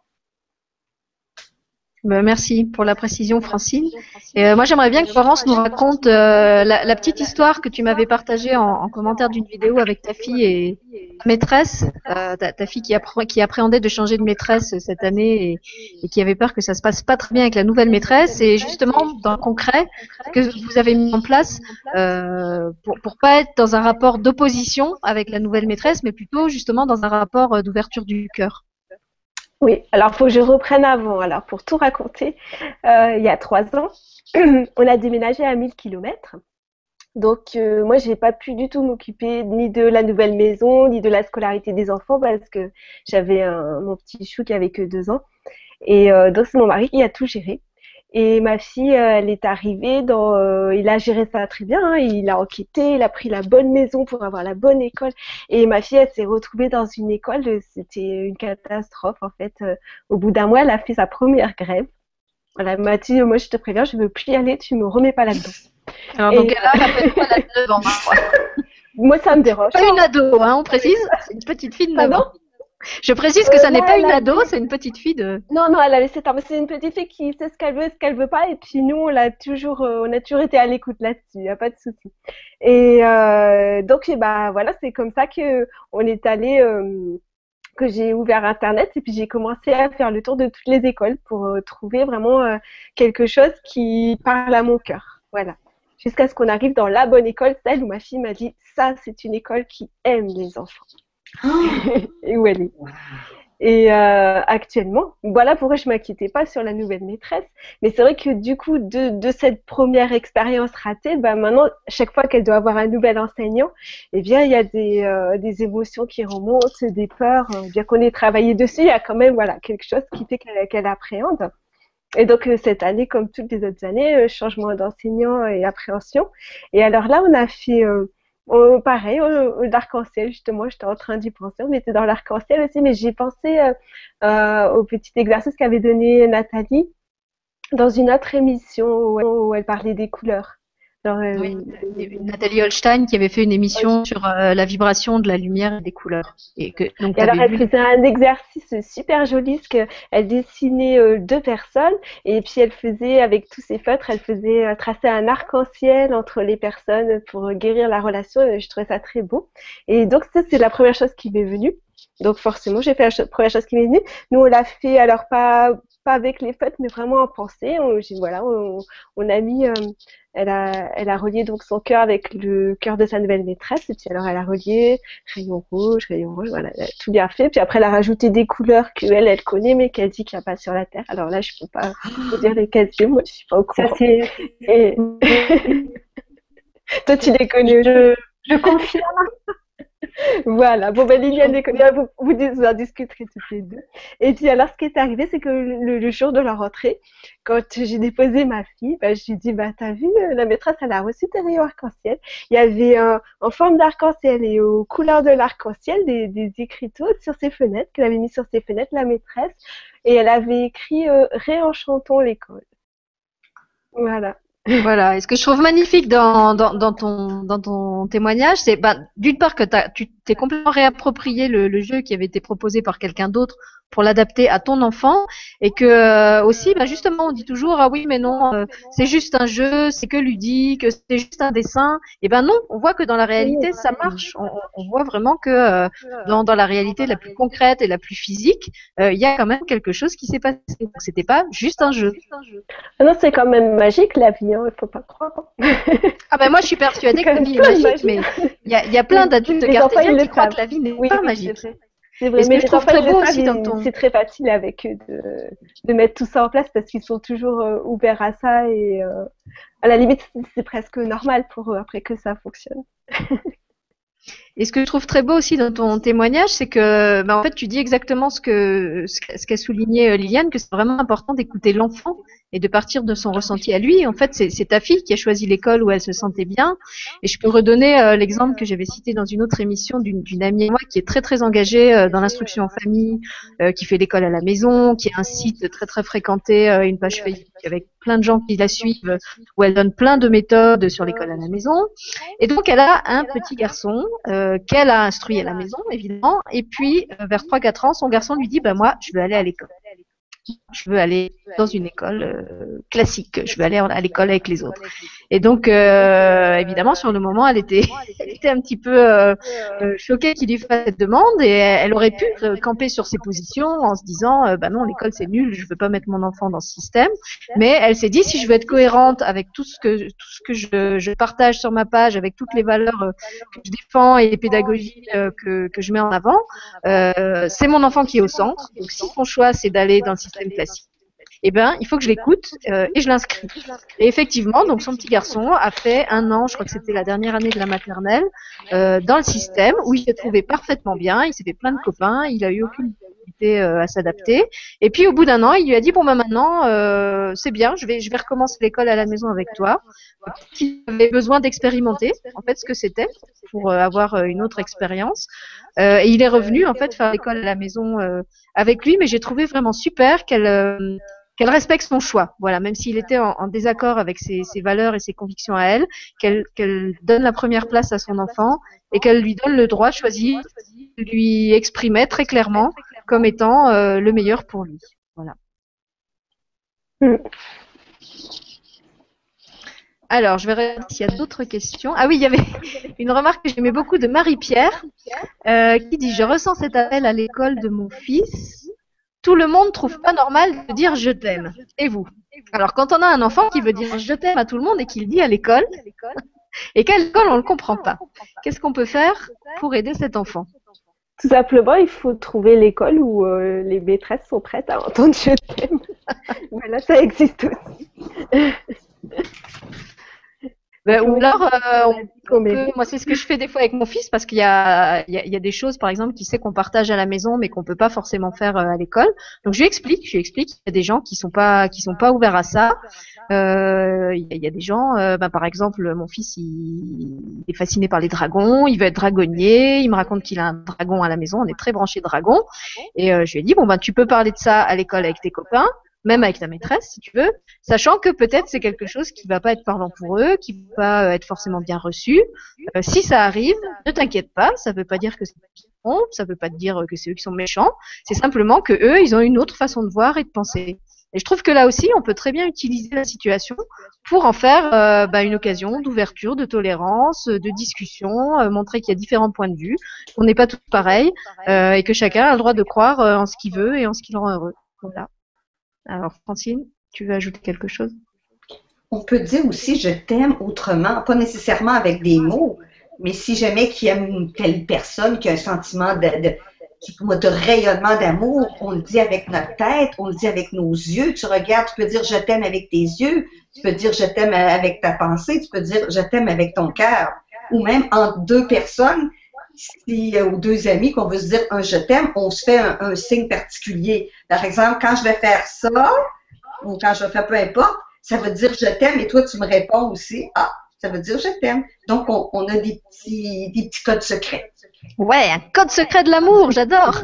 Ben, merci pour la précision, Francine. Et, euh, moi, j'aimerais bien que Florence nous raconte euh, la, la petite histoire que tu m'avais partagée en, en commentaire d'une vidéo avec ta fille et ta maîtresse, euh, ta, ta fille qui, appre- qui appréhendait de changer de maîtresse cette année et, et qui avait peur que ça se passe pas très bien avec la nouvelle maîtresse. Et justement, dans le concret, ce que vous avez mis en place euh, pour pour pas être dans un rapport d'opposition avec la nouvelle maîtresse, mais plutôt justement dans un rapport euh, d'ouverture du cœur. Oui, alors faut que je reprenne avant. Alors pour tout raconter, euh, il y a trois ans, on a déménagé à mille kilomètres. Donc euh, moi, j'ai pas pu du tout m'occuper ni de la nouvelle maison, ni de la scolarité des enfants parce que j'avais un, mon petit chou qui avait que deux ans. Et euh, donc c'est mon mari qui a tout géré. Et ma fille, euh, elle est arrivée dans, euh, il a géré ça très bien, hein, il a enquêté, il a pris la bonne maison pour avoir la bonne école. Et ma fille, elle s'est retrouvée dans une école, c'était une catastrophe en fait. Euh, au bout d'un mois, elle a fait sa première grève. Voilà, elle m'a dit, moi je te préviens, je veux plus y aller, tu me remets pas là-dedans. Alors, Et, donc, elle a à peu près neuf ans, je crois. Moi, ça me dérange. Pas une ado, hein, on précise. C'est une petite fille de neuf Pardon ans. Je précise que Euh, ça n'est là, pas elle une a ado, dit- c'est une petite fille de. Non, non, elle avait sept ans. Mais c'est une petite fille qui sait ce qu'elle veut, ce qu'elle veut pas. Et puis nous, on l'a toujours, euh, on a toujours été à l'écoute là-dessus. Y a pas de souci. Et euh, donc, eh ben, voilà, c'est comme ça que on est allé, euh, que j'ai ouvert Internet et puis j'ai commencé à faire le tour de toutes les écoles pour euh, trouver vraiment euh, quelque chose qui parle à mon cœur. Voilà. Jusqu'à ce qu'on arrive dans la bonne école, celle où ma fille m'a dit, ça, c'est une école qui aime les enfants. Et où elle est. Et euh, actuellement, voilà pourquoi je m'inquiétais pas sur la nouvelle maîtresse. Mais c'est vrai que du coup, de, de cette première expérience ratée, bah maintenant, chaque fois qu'elle doit avoir un nouvel enseignant, eh bien, il y a des, euh, des émotions qui remontent, des peurs. Euh, bien qu'on ait travaillé dessus, il y a quand même voilà quelque chose qui fait qu'elle qu'elle appréhende. Et donc euh, cette année, comme toutes les autres années, euh, changement d'enseignant et appréhension. Et alors là, on a fait euh, Oh, pareil, au, au l'arc-en-ciel, justement, j'étais en train d'y penser. On était dans l'arc-en-ciel aussi, mais j'ai pensé euh, euh, au petit exercice qu'avait donné Nathalie dans une autre émission où, où elle parlait des couleurs. Genre, euh, Oui, Nathalie Holstein qui avait fait une émission sur euh, la vibration de la lumière et des couleurs. Et que donc Et alors, t'avais elle vu. faisait un exercice super joli, parce qu'elle dessinait euh, deux personnes, et puis elle faisait, avec tous ses feutres, elle faisait euh, tracer un arc-en-ciel entre les personnes pour euh, guérir la relation, et je trouvais ça très beau. Et donc, ça, c'est la première chose qui m'est venue. Donc, forcément, j'ai fait la cho- première chose qui m'est venue. Nous, on l'a fait, alors pas, pas avec les feutres, mais vraiment en pensée. On, j'ai- voilà, on, on a mis, euh, elle a, elle a relié donc son cœur avec le cœur de sa nouvelle maîtresse, et puis alors elle a relié rayon rouge, rayon rouge, voilà, elle a tout bien fait. Puis après, elle a rajouté des couleurs que elle, elle connaît, mais qu'elle dit qu'il n'y a pas sur la Terre. Alors là, je peux pas vous dire lesquelles c'est, moi, je suis pas au Ça, courant. c'est. Et toi, tu les connais aussi. Je, je confirme. Voilà. Bon, ben, Liliane les connaît, vous, vous, vous en discuterez toutes les deux. Et puis, alors, ce qui est arrivé, c'est que le, le jour de la rentrée, quand j'ai déposé ma fille, ben, je lui ai dit, bah, t'as vu, la maîtresse, elle a reçu tes rayons arc-en-ciel. Il y avait un, en forme d'arc-en-ciel et aux couleurs de l'arc-en-ciel des, des écriteaux sur ses fenêtres, qu'elle avait mis sur ses fenêtres, la maîtresse. Et elle avait écrit, euh, réenchantons l'école. Voilà. Voilà. Et ce que je trouve magnifique dans, dans, dans ton, dans ton témoignage, c'est bah, d'une part que t'as, tu t'es complètement réapproprié le, le jeu qui avait été proposé par quelqu'un d'autre pour l'adapter à ton enfant, et que euh, aussi, bah, justement, on dit toujours ah oui mais non, euh, c'est juste un jeu, c'est que ludique, c'est juste un dessin. Et ben non, on voit que dans la réalité ça marche. On, on voit vraiment que euh, dans, dans la réalité la plus concrète et la plus physique, euh, il y a quand même quelque chose qui s'est passé. Donc, c'était pas juste un jeu. Ah non, c'est quand même magique, la vie, hein, il faut pas croire. Ah ben moi je suis persuadée que la vie est Plein de magique, mais magie. il y a, il y a plein d'adultes Les enfants, cartésiens ils qui le croient savent. que la vie n'est Oui, pas oui, magique. c'est vrai. C'est vrai, Et ce mais que je les trouve enfants, très ils le beau savent, aussi dans ils- ton. c'est très facile avec eux de, de mettre tout ça en place parce qu'ils sont toujours euh, ouverts à ça et euh, à la limite, c'est c'est presque normal pour eux après que ça fonctionne. Et ce que je trouve très beau aussi dans ton témoignage, c'est que, ben, en fait, tu dis exactement ce que ce qu'a ce qu'a souligné euh, Liliane, que c'est vraiment important d'écouter l'enfant et de partir de son ressenti à lui. En fait, c'est c'est ta fille qui a choisi l'école où elle se sentait bien. Et je peux redonner euh, l'exemple que j'avais cité dans une autre émission d'une d'une amie à moi qui est très très engagée euh, dans l'instruction en famille, euh, qui fait l'école à la maison, qui a un site très très fréquenté, euh, une page Facebook avec plein de gens qui la suivent, euh, où elle donne plein de méthodes sur l'école à la maison. Et donc, elle a un petit garçon euh, qu'elle a instruit à la maison, évidemment. Et puis, euh, vers trois quatre ans, son garçon lui dit, bah moi, je veux aller à l'école. Je veux aller dans une école euh, classique. Je veux aller à l'école avec les autres. Et donc, euh, évidemment, sur le moment, elle était, elle était un petit peu euh, euh, choquée qu'il lui fasse cette demande, et elle aurait pu euh, camper sur ses positions en se disant, euh, bah non, l'école c'est nul, je veux pas mettre mon enfant dans ce système. Mais elle s'est dit, si je veux être cohérente avec tout ce que tout ce que je, je partage sur ma page, avec toutes les valeurs euh, que je défends et les pédagogies euh, que que je mets en avant, euh, c'est mon enfant qui est au centre. Donc, si son choix c'est d'aller dans le système classique, eh ben, il faut que je l'écoute euh, et je l'inscris. Et effectivement, donc son petit garçon a fait un an, je crois que c'était la dernière année de la maternelle, euh, dans le système où il s'est trouvé parfaitement bien, il s'est fait plein de copains, il a eu aucune difficulté euh, à s'adapter. Et puis au bout d'un an, il lui a dit bon ben maintenant euh, c'est bien, je vais je vais recommencer l'école à la maison avec toi. Il avait besoin d'expérimenter en fait ce que c'était pour euh, avoir euh, une autre expérience. Euh, et il est revenu en fait faire l'école à la maison euh, avec lui, mais j'ai trouvé vraiment super qu'elle euh, qu'elle respecte son choix. Voilà, même s'il était en, en désaccord avec ses, ses valeurs et ses convictions à elle, qu'elle qu'elle donne la première place à son enfant et qu'elle lui donne le droit de choisir, de lui exprimer très clairement comme étant euh, le meilleur pour lui. Voilà. Mm. Alors, je vais regarder s'il y a d'autres questions. Ah oui, il y avait une remarque que j'aimais beaucoup de Marie-Pierre euh, qui dit « Je ressens cet appel à l'école de mon fils. Tout le monde trouve pas normal de dire « je t'aime ». Et vous ?» Alors, quand on a un enfant qui veut dire « je t'aime » à tout le monde et qu'il le dit à l'école, et qu'à l'école, on ne le comprend pas, qu'est-ce qu'on peut faire pour aider cet enfant? Tout simplement, il faut trouver l'école où euh, les maîtresses sont prêtes à entendre « je t'aime ». Voilà, ça existe aussi. Ben, ou alors, euh, on, on peut, moi c'est ce que je fais des fois avec mon fils parce qu'il y a, il y a, il y a des choses par exemple qu'il sait qu'on partage à la maison mais qu'on peut pas forcément faire euh, à l'école. Donc je lui explique, je lui explique qu'il y a des gens qui sont pas, qui sont pas ouverts à ça. Euh, il, y a, il y a des gens, euh, ben, par exemple mon fils il, il est fasciné par les dragons, il veut être dragonnier, il me raconte qu'il a un dragon à la maison, on est très branché dragon et euh, je lui ai dit bon ben tu peux parler de ça à l'école avec tes copains. Même avec ta maîtresse, si tu veux, sachant que peut-être c'est quelque chose qui va pas être parlant pour eux, qui va pas être forcément bien reçu. Euh, si ça arrive, ne t'inquiète pas, ça veut pas dire que c'est eux qui trompent, ça veut pas te dire que c'est eux qui sont méchants, c'est simplement que eux, ils ont une autre façon de voir et de penser. Et je trouve que là aussi, on peut très bien utiliser la situation pour en faire euh, bah, une occasion d'ouverture, de tolérance, de discussion, euh, montrer qu'il y a différents points de vue, qu'on n'est pas tous pareils euh, et que chacun a le droit de croire euh, en ce qu'il veut et en ce qui le rend heureux. Voilà. Alors, Francine, tu veux ajouter quelque chose? On peut dire aussi je t'aime autrement, pas nécessairement avec des mots, mais si jamais qui aime une telle personne qui a un sentiment de, de, de rayonnement d'amour, on le dit avec notre tête, on le dit avec nos yeux. Tu regardes, tu peux dire je t'aime avec tes yeux, tu peux dire je t'aime avec ta pensée, tu peux dire je t'aime avec ton cœur. Ou même entre deux personnes, si, ou deux amis, qu'on veut se dire un je t'aime, on se fait un, un signe particulier. Par exemple, quand je vais faire ça, ou quand je vais faire peu importe, ça veut dire je t'aime et toi tu me réponds aussi, ah, ça veut dire je t'aime. Donc, on, on a des petits, des petits codes secrets. Ouais, un code secret de l'amour, j'adore.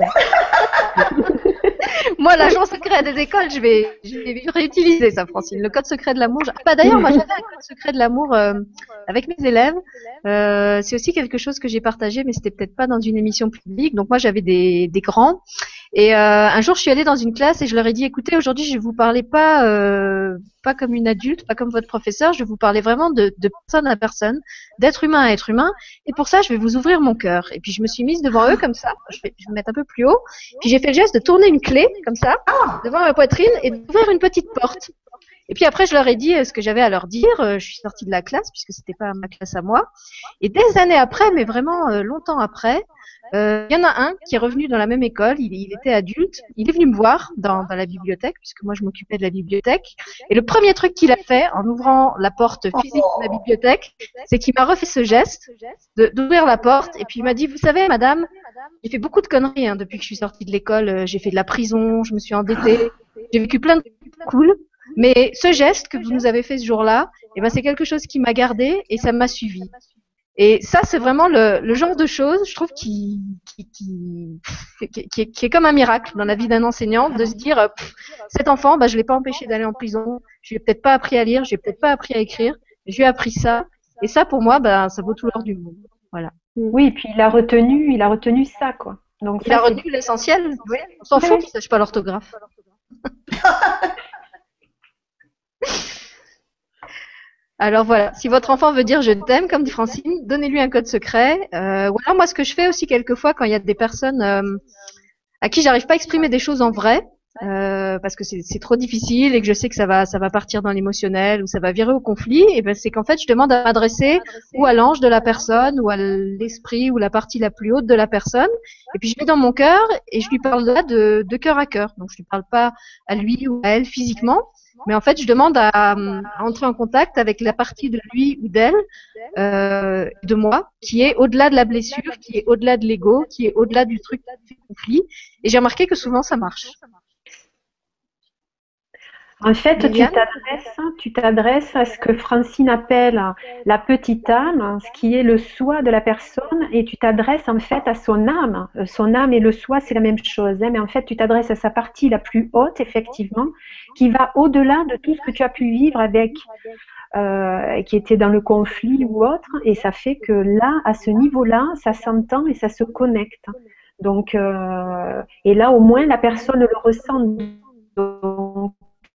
Moi, l'agent secret des écoles, je vais, je vais réutiliser ça, Francine. Le code secret de l'amour. Ah, bah, d'ailleurs, moi, j'avais un code secret de l'amour euh, avec mes élèves. Euh, c'est aussi quelque chose que j'ai partagé, mais c'était peut-être pas dans une émission publique. Donc, moi, j'avais des, des grands. Et euh, un jour, je suis allée dans une classe et je leur ai dit, écoutez, aujourd'hui, je vais vous parler pas euh, pas comme une adulte, pas comme votre professeur. Je vais vous parler vraiment de, de personne à personne, d'être humain à être humain. Et pour ça, je vais vous ouvrir mon cœur. Et puis, je me suis mise devant eux comme ça. Je vais, je vais me mettre un peu plus haut. Puis, j'ai fait le geste de tourner une clé comme ça devant ma poitrine et d'ouvrir une petite porte. Et puis après, je leur ai dit ce que j'avais à leur dire. Je suis sortie de la classe puisque c'était pas ma classe à moi. Et des années après, mais vraiment euh, longtemps après, il euh, y en a un qui est revenu dans la même école. Il, il était adulte. Il est venu me voir dans, dans la bibliothèque puisque moi je m'occupais de la bibliothèque. Et le premier truc qu'il a fait en ouvrant la porte physique de la bibliothèque, c'est qu'il m'a refait ce geste de, d'ouvrir la porte. Et puis il m'a dit, vous savez, madame, j'ai fait beaucoup de conneries hein, depuis que je suis sortie de l'école. J'ai fait de la prison, je me suis endettée, j'ai vécu plein de trucs cool. Mais ce geste que vous nous avez fait ce jour-là, eh ben, c'est quelque chose qui m'a gardé et ça m'a suivi. Et ça, c'est vraiment le, le genre de choses, je trouve, qui, qui, qui, qui, qui, est, qui est comme un miracle dans la vie d'un enseignant, de se dire, pff, cet enfant, bah, je l'ai pas empêché d'aller en prison, je lui ai peut-être pas appris à lire, je lui ai peut-être pas appris à écrire, je lui ai appris ça. Et ça, pour moi, bah, ça vaut tout l'or du monde. Voilà. Oui, et puis il a retenu, il a retenu ça, quoi. Donc, il ça, a retenu l'essentiel. Oui. On s'en fout qu'il sache pas l'orthographe. Alors voilà, si votre enfant veut dire je t'aime, comme dit Francine, donnez-lui un code secret. Euh, ou alors moi, ce que je fais aussi quelquefois quand il y a des personnes euh, à qui j'arrive pas à exprimer des choses en vrai, euh, parce que c'est, c'est trop difficile et que je sais que ça va, ça va partir dans l'émotionnel ou ça va virer au conflit, et ben c'est qu'en fait je demande à m'adresser ou à l'ange de la personne ou à l'esprit ou la partie la plus haute de la personne, et puis je vais dans mon cœur et je lui parle là de, de cœur à cœur. Donc je lui parle pas à lui ou à elle physiquement. Mais en fait, je demande à, à entrer en contact avec la partie de lui ou d'elle, euh, de moi, qui est au-delà de la blessure, qui est au-delà de l'ego, qui est au-delà du truc qui fait conflit. Et j'ai remarqué que souvent, ça marche. En fait, tu Liliane? t'adresses, tu t'adresses à ce que Francine appelle la petite âme, ce qui est le soi de la personne, et tu t'adresses en fait à son âme. Euh, Son âme et le soi, c'est la même chose, hein, mais en fait, tu t'adresses à sa partie la plus haute, effectivement, qui va au-delà de tout ce que tu as pu vivre avec, euh, qui était dans le conflit ou autre, et ça fait que là, à ce niveau-là, ça s'entend et ça se connecte. Donc, euh, et là, au moins, la personne le ressent. Donc,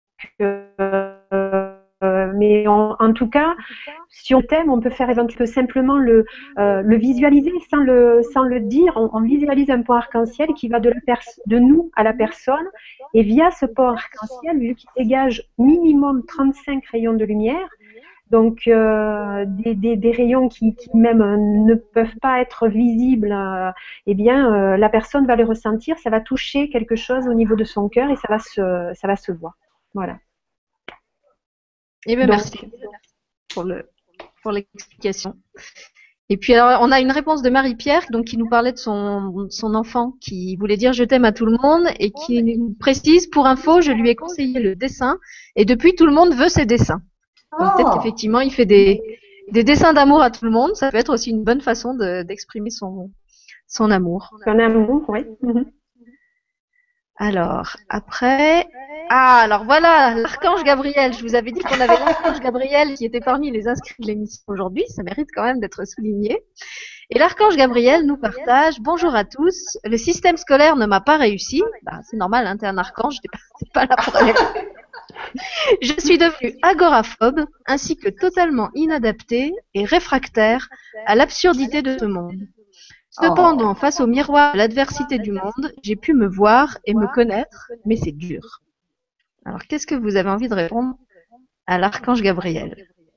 euh, mais en, en tout cas, si on t'aime, on peut faire éventuellement simplement le, euh, le visualiser sans le, sans le dire. On, on visualise un point arc-en-ciel qui va de, la pers- de nous à la personne. Et via ce point arc-en-ciel, vu qu'il dégage minimum trente-cinq rayons de lumière, donc euh, des, des, des rayons qui, qui même euh, ne peuvent pas être visibles, euh, eh bien euh, la personne va les ressentir, ça va toucher quelque chose au niveau de son cœur et ça va se, ça va se voir. Voilà. Eh bien, Donc, merci pour le, pour l'explication. Et puis alors, on a une réponse de Marie-Pierre donc qui nous parlait de son, son enfant qui voulait dire je t'aime à tout le monde et qui nous précise pour info, je lui ai conseillé le dessin et depuis tout le monde veut ses dessins. Donc peut-être Ah, qu'effectivement il fait des, des dessins d'amour à tout le monde, ça peut être aussi une bonne façon de- d'exprimer son, son amour. son amour, oui. Mhm. Alors, après, ah, alors voilà, l'archange Gabriel. Je vous avais dit qu'on avait l'archange Gabriel qui était parmi les inscrits de l'émission aujourd'hui. Ça mérite quand même d'être souligné. Et l'archange Gabriel nous partage: bonjour à tous. Le système scolaire ne m'a pas réussi. Bah, c'est normal, hein, t'es un archange, t'es pas, t'es pas là pour aller. Je suis devenue agoraphobe ainsi que totalement inadaptée et réfractaire à l'absurdité de ce monde. Cependant, face au miroir de l'adversité du monde, j'ai pu me voir et me connaître, mais c'est dur. Alors, qu'est-ce que vous avez envie de répondre à l'archange Gabriel?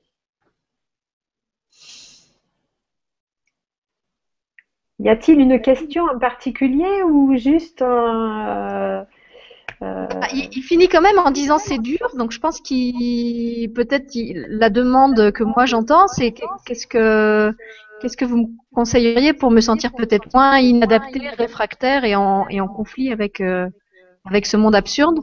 Y a-t-il une question en particulier ou juste un, euh, Ah, il, il finit quand même en disant c'est dur, donc je pense qu'il peut-être il- la demande que moi j'entends, c'est que- qu'est-ce que qu'est-ce que vous me conseilleriez pour me sentir peut-être moins inadaptée, réfractaire et en, et en conflit avec euh, avec ce monde absurde?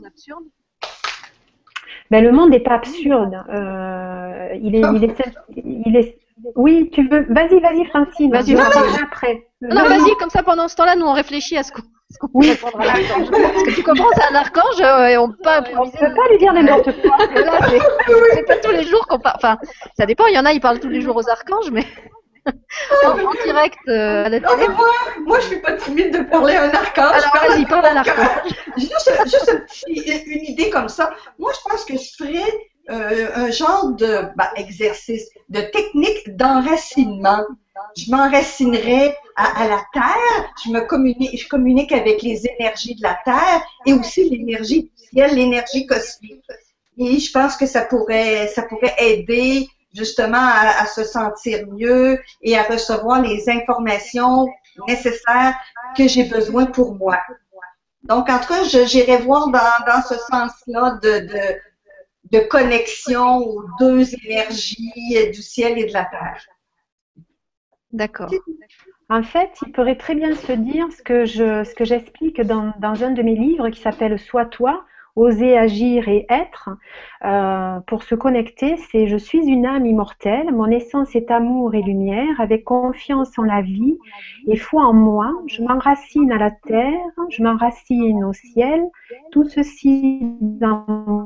ben, le monde n'est pas absurde. Euh, il est, il est, il est. Oui, tu veux. Vas-y, vas-y, Francine. Vas-y, Je Francine. reviendrai après. Non, non, vas-y, comme ça pendant ce temps-là, nous on réfléchit à ce qu'on ce qu'on peut Oui. répondre à l'archange. Parce que tu comprends, c'est un archange euh, et on peut pas On improviser. ne peut pas lui dire n'importe quoi. Voilà, c'est c'est pas tous les jours qu'on parle. Enfin, ça dépend, il y en a, ils parlent tous les jours aux archanges, mais en, en direct euh, à la non, télé. mais moi, moi, je suis pas timide de parler à un archange. Alors Je parle vas-y, parle à l'archange. Juste, juste un petit- une idée comme ça. Moi, je pense que je ferais euh, un genre de bah, exercice, de technique d'enracinement. Je m'enracinerais à, à la terre, je me communique, je communique avec les énergies de la terre et aussi l'énergie du ciel, l'énergie cosmique. Et je pense que ça pourrait, ça pourrait aider justement à, à se sentir mieux et à recevoir les informations nécessaires que j'ai besoin pour moi. Donc, entre eux, je- j'irai voir dans, dans ce sens-là de, de, de connexion aux deux énergies du ciel et de la terre. D'accord. En fait, il pourrait très bien se dire ce que je, ce que j'explique dans, dans un de mes livres qui s'appelle Sois toi, oser agir et être. Euh, pour se connecter, c'est je suis une âme immortelle, mon essence est amour et lumière, avec confiance en la vie et foi en moi. Je m'enracine à la terre, je m'enracine au ciel. Tout ceci dans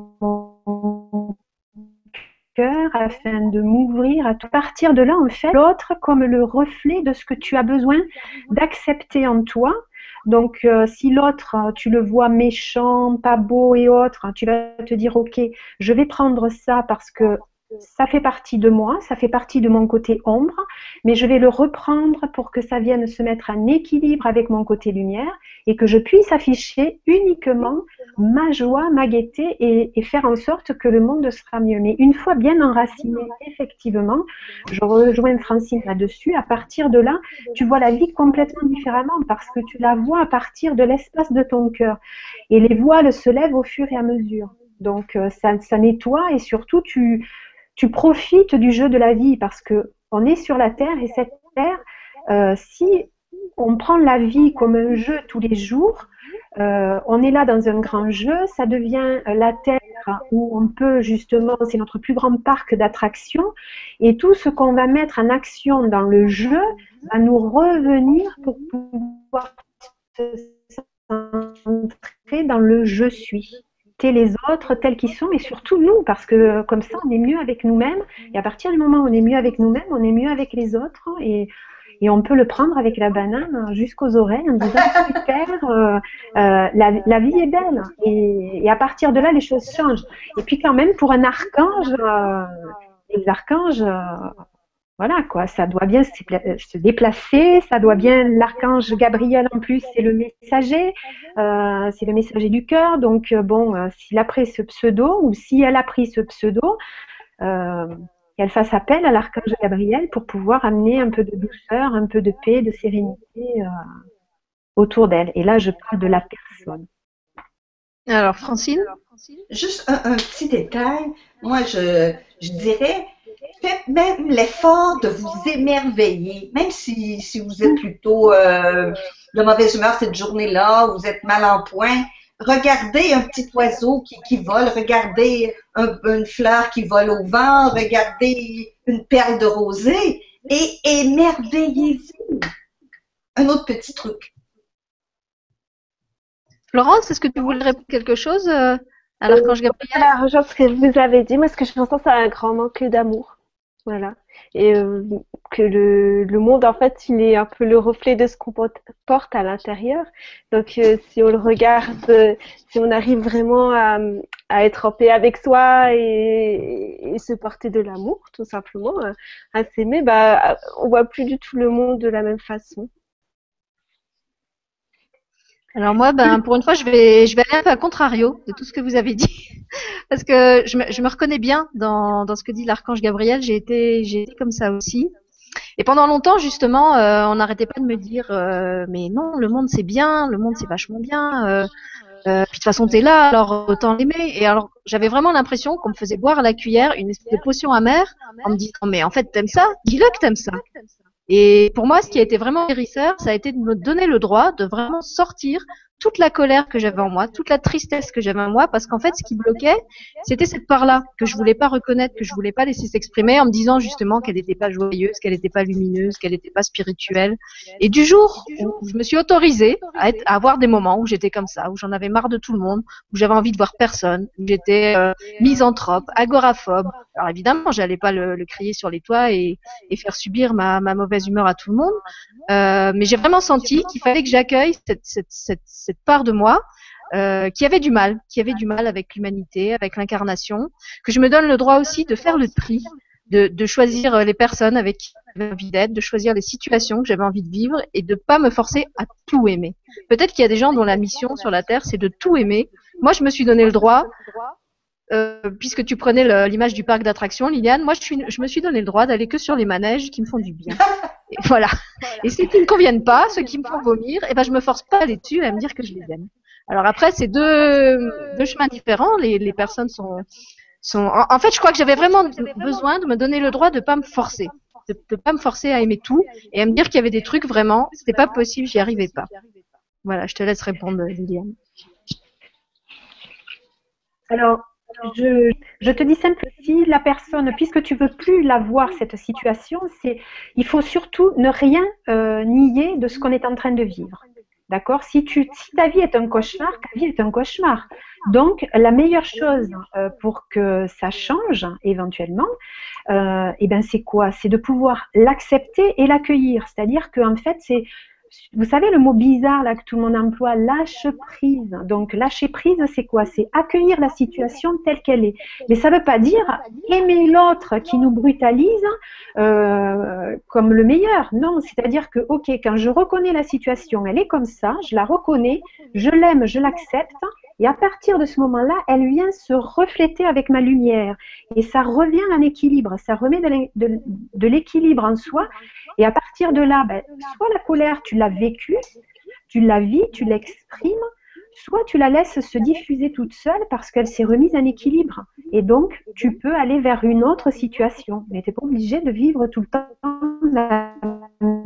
mon cœur afin de m'ouvrir à tout. Partir de là, en fait, l'autre comme le reflet de ce que tu as besoin d'accepter en toi. Donc, euh, si l'autre, euh, tu le vois méchant, pas beau et autres, tu vas te dire, ok, je vais prendre ça parce que ça fait partie de moi, ça fait partie de mon côté ombre, mais je vais le reprendre pour que ça vienne se mettre en équilibre avec mon côté lumière et que je puisse afficher uniquement ma joie, ma gaieté et, et faire en sorte que le monde sera mieux. Mais une fois bien enraciné, effectivement, je rejoins Francine là-dessus, à partir de là, tu vois la vie complètement différemment parce que tu la vois à partir de l'espace de ton cœur. Et les voiles se lèvent au fur et à mesure. Donc, ça, ça nettoie et surtout, tu, tu profites du jeu de la vie parce que on est sur la Terre et cette Terre, euh, si on prend la vie comme un jeu tous les jours, euh, on est là dans un grand jeu, ça devient la Terre où on peut justement, c'est notre plus grand parc d'attractions, et tout ce qu'on va mettre en action dans le jeu va nous revenir pour pouvoir se centrer dans le je suis. Les autres tels qu'ils sont, et surtout nous, parce que comme ça on est mieux avec nous-mêmes, et à partir du moment où on est mieux avec nous-mêmes, on est mieux avec les autres, et, et on peut le prendre avec la banane jusqu'aux oreilles en disant super, euh, euh, la, la vie est belle, et, et à partir de là les choses changent. Et puis quand même pour un archange, euh, les archanges, euh, voilà quoi, ça doit bien se déplacer, ça doit bien, l'archange Gabriel en plus c'est le messager, euh, c'est le messager du cœur, donc euh, bon, euh, s'il a pris ce pseudo, ou si elle a pris ce pseudo, euh, qu'elle fasse appel à l'archange Gabriel pour pouvoir amener un peu de douceur, un peu de paix, de sérénité euh, autour d'elle. Et là je parle de la personne. Alors Francine? Juste un, un petit détail, moi je, je dirais, faites même l'effort de vous émerveiller, même si, si vous êtes plutôt euh, de mauvaise humeur cette journée-là, vous êtes mal en point. Regardez un petit oiseau qui, qui vole, regardez un, une fleur qui vole au vent, regardez une perle de rosée et émerveillez-vous. Un autre petit truc. Florence, est-ce que tu voulais répondre quelque chose euh, à l'archange Gabriel? Voilà, rejoindre ce que vous avez dit. Moi, ce que je ressens, c'est un grand manque d'amour. Voilà. Et euh, que le, le monde, en fait, il est un peu le reflet de ce qu'on porte à l'intérieur. Donc, euh, si on le regarde, euh, si on arrive vraiment à, à être en paix avec soi et, et se porter de l'amour, tout simplement, à, à s'aimer, bah, on voit plus du tout le monde de la même façon. Alors moi, ben pour une fois, je vais, je vais aller un peu à contrario de tout ce que vous avez dit, parce que je me, je me reconnais bien dans, dans ce que dit l'archange Gabriel. J'ai été, j'ai été comme ça aussi. Et pendant longtemps, justement, euh, on n'arrêtait pas de me dire, euh, mais non, le monde c'est bien, le monde c'est vachement bien. Euh, euh, puis de toute façon, t'es là, alors autant l'aimer. Et alors, j'avais vraiment l'impression qu'on me faisait boire à la cuillère une espèce de potion amère en me disant, mais en fait, t'aimes ça, dis-le que t'aimes ça. Et pour moi, ce qui a été vraiment guérisseur, ça a été de me donner le droit de vraiment sortir toute la colère que j'avais en moi, toute la tristesse que j'avais en moi, parce qu'en fait, ce qui bloquait, c'était cette part-là que je voulais pas reconnaître, que je voulais pas laisser s'exprimer, en me disant justement qu'elle n'était pas joyeuse, qu'elle n'était pas lumineuse, qu'elle n'était pas spirituelle. Et du jour où je me suis autorisée à, être, à avoir des moments où j'étais comme ça, où j'en avais marre de tout le monde, où j'avais envie de voir personne, où j'étais euh, misanthrope, agoraphobe. Alors évidemment, j'allais pas le, le crier sur les toits et, et faire subir ma, ma mauvaise humeur à tout le monde. Euh, mais j'ai vraiment senti qu'il fallait que j'accueille cette, cette, cette, cette part de moi euh, qui avait du mal, qui avait du mal avec l'humanité, avec l'incarnation, que je me donne le droit aussi de faire le tri, de, de choisir les personnes avec qui j'avais envie d'être, de choisir les situations que j'avais envie de vivre et de pas me forcer à tout aimer. Peut-être qu'il y a des gens dont la mission sur la Terre, c'est de tout aimer. Moi, je me suis donné le droit. Euh, puisque tu prenais l'image du parc d'attractions, Liliane, moi je, suis, je me suis donné le droit d'aller que sur les manèges qui me font du bien. Et voilà. Et ceux qui ne me conviennent pas, ceux qui me font vomir, eh ben je me force pas à aller dessus et à me dire que je les aime. Alors après, c'est deux, deux chemins différents. Les, les personnes sont, sont. En, en fait, je crois que j'avais vraiment besoin de me donner le droit de pas me forcer, de, de pas me forcer à aimer tout et à me dire qu'il y avait des trucs vraiment, c'était pas possible, j'y arrivais pas. Voilà, je te laisse répondre, Liliane. Alors. Je, je te dis simplement, si la personne, puisque tu veux plus la voir cette situation, c'est, il faut surtout ne rien euh, nier de ce qu'on est en train de vivre. D'accord ? Si tu, si ta vie est un cauchemar, ta vie est un cauchemar. Donc, la meilleure chose euh, pour que ça change éventuellement, euh, eh ben c'est quoi ? C'est de pouvoir l'accepter et l'accueillir. C'est-à-dire qu'en fait, c'est vous savez le mot bizarre là que tout le monde emploie, lâche prise. Donc lâcher prise, c'est quoi? C'est accueillir la situation telle qu'elle est. Mais ça ne veut pas dire aimer l'autre qui nous brutalise euh, comme le meilleur. Non, c'est-à-dire que ok, quand je reconnais la situation, elle est comme ça, je la reconnais, je l'aime, je l'accepte. Et à partir de ce moment-là, elle vient se refléter avec ma lumière. Et ça revient en équilibre, ça remet de l'équilibre en soi. Et à partir de là, ben, soit la colère, tu l'as vécue, tu la vis, tu l'exprimes, soit tu la laisses se diffuser toute seule parce qu'elle s'est remise en équilibre. Et donc, tu peux aller vers une autre situation. Mais tu n'es pas obligé de vivre tout le temps la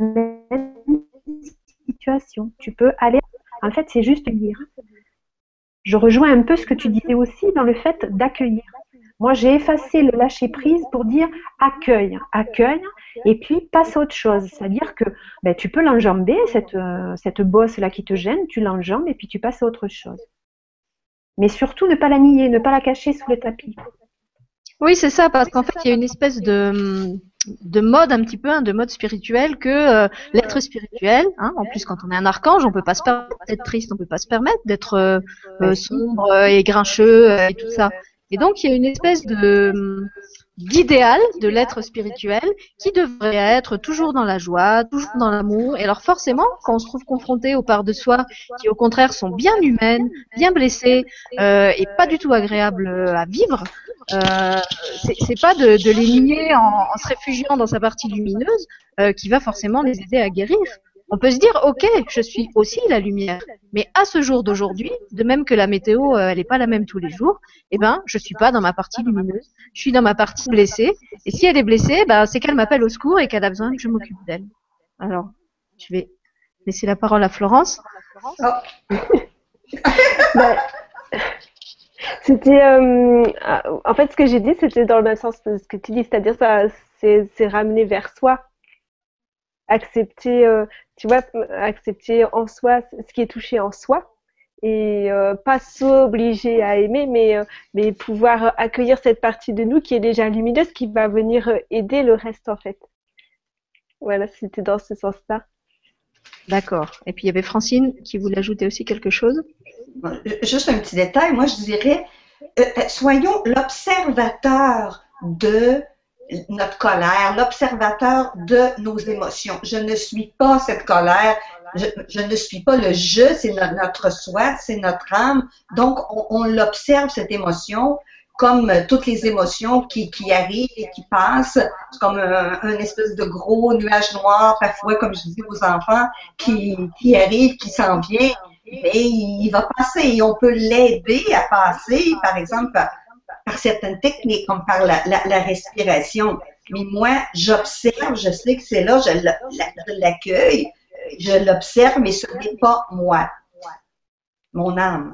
même situation. Tu peux aller... En fait, c'est juste lire. Je rejoins un peu ce que tu disais aussi dans le fait d'accueillir. Moi, j'ai effacé le lâcher-prise pour dire accueille, accueille, et puis passe à autre chose. C'est-à-dire que ben, tu peux l'enjamber, cette, euh, cette bosse-là qui te gêne, tu l'enjambes et puis tu passes à autre chose. Mais surtout, ne pas la nier, ne pas la cacher sous le tapis. Oui, c'est ça, parce qu'en fait, il y a une espèce de, de mode un petit peu, hein, de mode spirituel que euh, l'être spirituel, hein, en plus quand on est un archange, on peut pas se permettre d'être triste, on peut pas se permettre d'être euh, euh, sombre et grincheux euh, et tout ça. Et donc, il y a une espèce de d'idéal de l'être spirituel qui devrait être toujours dans la joie, toujours dans l'amour. Et alors forcément, quand on se trouve confronté aux parts de soi qui au contraire sont bien humaines, bien blessées euh, et pas du tout agréables à vivre, euh, c'est, c'est pas de, de les nier en, en se réfugiant dans sa partie lumineuse euh, qui va forcément les aider à guérir. On peut se dire, ok, je suis aussi la lumière, mais à ce jour d'aujourd'hui, de même que la météo, euh, elle n'est pas la même tous les jours, eh ben, je suis pas dans ma partie lumineuse, je suis dans ma partie blessée, et si elle est blessée, ben, c'est qu'elle m'appelle au secours et qu'elle a besoin que je m'occupe d'elle. Alors, je vais laisser la parole à Florence. Oh. Ben, c'était, euh, en fait, ce que j'ai dit, c'était dans le même sens que ce que tu dis, c'est-à-dire ça, c'est, c'est ramener vers soi. Accepter, euh, tu vois, accepter en soi ce qui est touché en soi et euh, pas s'obliger à aimer, mais, euh, mais pouvoir accueillir cette partie de nous qui est déjà lumineuse, qui va venir aider le reste en fait. Voilà, c'était dans ce sens-là. D'accord. Et puis il y avait Francine qui voulait ajouter aussi quelque chose. Juste un petit détail, moi je dirais, euh, soyons l'observateur de notre colère, l'observateur de nos émotions. Je ne suis pas cette colère, je, je ne suis pas le je, c'est notre, notre soi, c'est notre âme. Donc, on, on l'observe, cette émotion, comme toutes les émotions qui, qui arrivent et qui passent. C'est comme un, un espèce de gros nuage noir, parfois, comme je dis aux enfants, qui, qui arrive, qui s'en vient. Mais il va passer et on peut l'aider à passer, par exemple, par, par certaines techniques, comme par la, la, la respiration. Mais moi, j'observe, je sais que c'est là, je, la, je l'accueille, je l'observe, mais ce n'est pas moi, mon âme.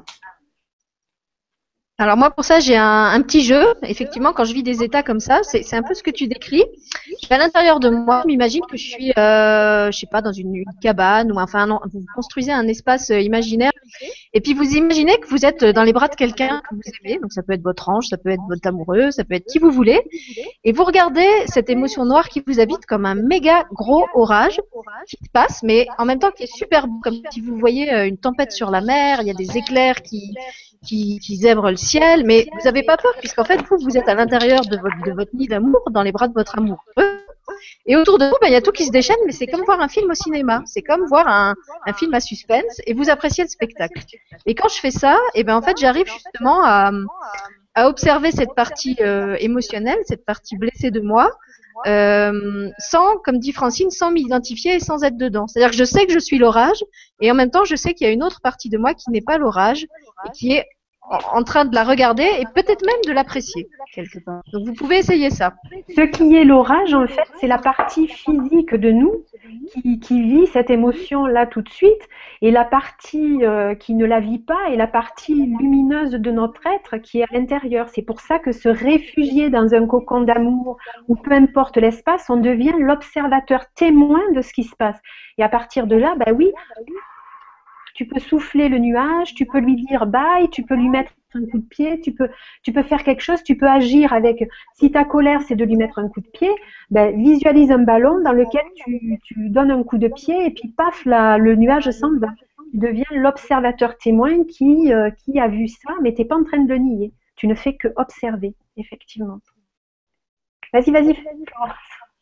Alors moi, pour ça, j'ai un, un petit jeu. Effectivement, quand je vis des états comme ça, c'est, c'est un peu ce que tu décris. À l'intérieur de moi, je m'imagine que je suis, euh, je sais pas, dans une, une cabane ou enfin, non, vous construisez un espace imaginaire. Et puis vous imaginez que vous êtes dans les bras de quelqu'un que vous aimez. Donc ça peut être votre ange, ça peut être votre amoureux, ça peut être qui vous voulez. Et vous regardez cette émotion noire qui vous habite comme un méga gros orage qui se passe, mais en même temps qui est super beau, comme si vous voyez une tempête sur la mer. Il y a des éclairs qui Qui, qui zèbre le ciel, mais vous n'avez pas peur puisqu'en fait vous vous êtes à l'intérieur de votre, de votre nid d'amour, dans les bras de votre amoureux, et autour de vous ben, il y a tout qui se déchaîne, mais c'est comme voir un film au cinéma, c'est comme voir un, un film à suspense et vous appréciez le spectacle. Et quand je fais ça, et ben en fait j'arrive justement à, à observer cette partie euh, émotionnelle, cette partie blessée de moi, euh, sans, comme dit Francine, sans m'identifier et sans être dedans. C'est-à-dire que je sais que je suis l'orage et en même temps je sais qu'il y a une autre partie de moi qui n'est pas l'orage et qui est en train de la regarder et peut-être même de l'apprécier quelque part. Donc vous pouvez essayer ça. Ce qui est l'orage, en fait, c'est la partie physique de nous qui, qui vit cette émotion-là tout de suite, et la partie euh, qui ne la vit pas est la partie lumineuse de notre être qui est à l'intérieur. C'est pour ça que se réfugier dans un cocon d'amour ou peu importe l'espace, on devient l'observateur témoin de ce qui se passe. Et à partir de là, bah oui, tu peux souffler le nuage, tu peux lui dire bye, tu peux lui mettre un coup de pied, tu peux, tu peux faire quelque chose, tu peux agir avec. Si ta colère, c'est de lui mettre un coup de pied, ben, visualise un ballon dans lequel tu, tu donnes un coup de pied et puis paf, la, le nuage s'en va. Tu deviens l'observateur témoin qui, euh, qui a vu ça, mais tu n'es pas en train de le nier. Tu ne fais que observer, effectivement. Vas-y, vas-y, Florence.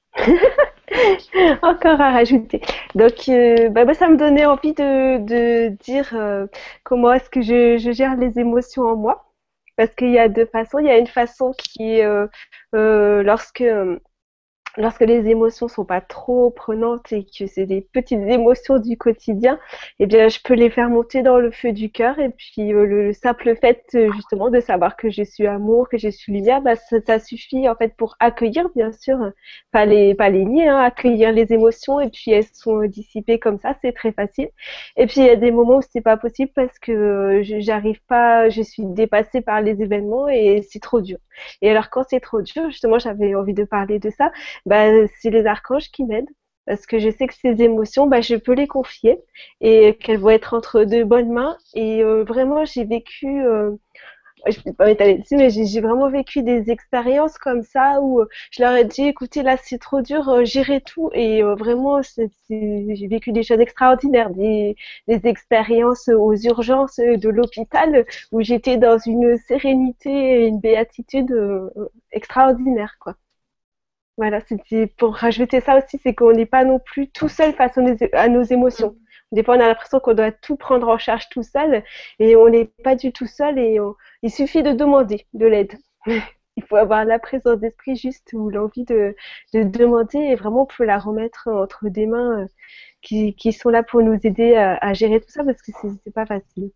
Encore à rajouter. Donc, euh, bah, bah, ça me donnait envie de, de dire euh, comment est-ce que je, je gère les émotions en moi. Parce qu'il y a deux façons. Il y a une façon qui est euh, euh, lorsque, lorsque les émotions sont pas trop prenantes et que c'est des petites émotions du quotidien, eh bien, je peux les faire monter dans le feu du cœur. Et puis, euh, le, le simple fait, euh, justement, de savoir que je suis amour, que je suis lumière, bah, ça, ça suffit, en fait, pour accueillir, bien sûr, euh, pas les, pas les nier, hein, accueillir les émotions. Et puis, elles sont euh, dissipées comme ça, c'est très facile. Et puis, il y a des moments où c'est pas possible parce que euh, je- j'arrive pas, je suis dépassée par les événements et c'est trop dur. Et alors, quand c'est trop dur, justement, j'avais envie de parler de ça. Bah, c'est les archanges qui m'aident parce que je sais que ces émotions, bah, je peux les confier et qu'elles vont être entre de bonnes mains. Et euh, vraiment, j'ai vécu, euh, je ne peux pas m'étaler dessus, mais j'ai j'ai vraiment vécu des expériences comme ça où euh, je leur ai dit, écoutez, là, c'est trop dur, euh, gérez tout. Et euh, vraiment, c'est- c'est- j'ai vécu des choses extraordinaires, des, des expériences aux urgences de l'hôpital où j'étais dans une sérénité et une béatitude euh, extraordinaire, quoi. Voilà, c'était pour rajouter ça aussi, c'est qu'on n'est pas non plus tout seul face à nos, à nos émotions. Des fois, on a l'impression qu'on doit tout prendre en charge tout seul et on n'est pas du tout seul et on- il suffit de demander de l'aide. Il faut avoir la présence d'esprit juste ou l'envie de, de demander et vraiment on peut la remettre entre des mains euh, qui, qui sont là pour nous aider à, à gérer tout ça parce que c'est c'est pas facile.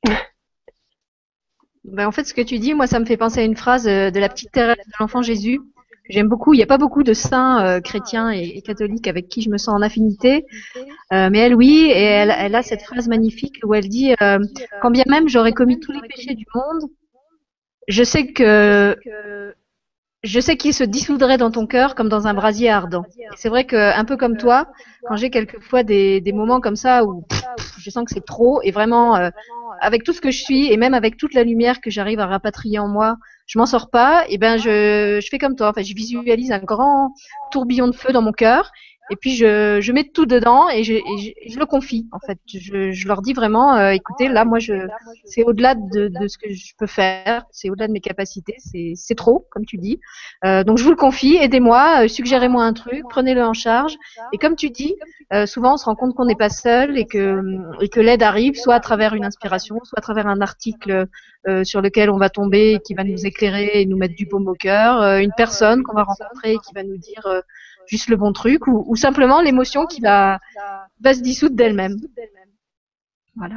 Ben, en fait, ce que tu dis, moi, ça me fait penser à une phrase euh, de la petite Thérèse de l'Enfant Jésus que j'aime beaucoup. Il n'y a pas beaucoup de saints euh, chrétiens et, et catholiques avec qui je me sens en affinité, euh, mais elle, oui, et elle, elle a cette phrase magnifique où elle dit euh, quand bien même j'aurais commis tous les péchés du monde, je sais que je sais qu'il se dissoudrait dans ton cœur comme dans un brasier ardent. Et c'est vrai que, un peu comme toi, quand j'ai quelquefois des, des moments comme ça où pff, pff, je sens que c'est trop, et vraiment, euh, avec tout ce que je suis, et même avec toute la lumière que j'arrive à rapatrier en moi, je m'en sors pas, et ben je, je fais comme toi. Enfin, je visualise un grand tourbillon de feu dans mon cœur, et puis je, je mets tout dedans et je, et je, et je le confie. En fait, je, je leur dis vraiment, euh, écoutez, là, moi, je, c'est au-delà de, de ce que je peux faire, c'est au-delà de mes capacités, c'est, c'est trop, comme tu dis. Euh, donc je vous le confie, aidez-moi, euh, suggérez-moi un truc, prenez-le en charge. Et comme tu dis, euh, souvent on se rend compte qu'on n'est pas seul et que, et que l'aide arrive soit à travers une inspiration, soit à travers un article euh, sur lequel on va tomber et qui va nous éclairer et nous mettre du baume au cœur, euh, une personne qu'on va rencontrer et qui va nous dire euh, juste le bon truc, ou, ou simplement l'émotion qui va, va se dissoudre d'elle-même. Voilà.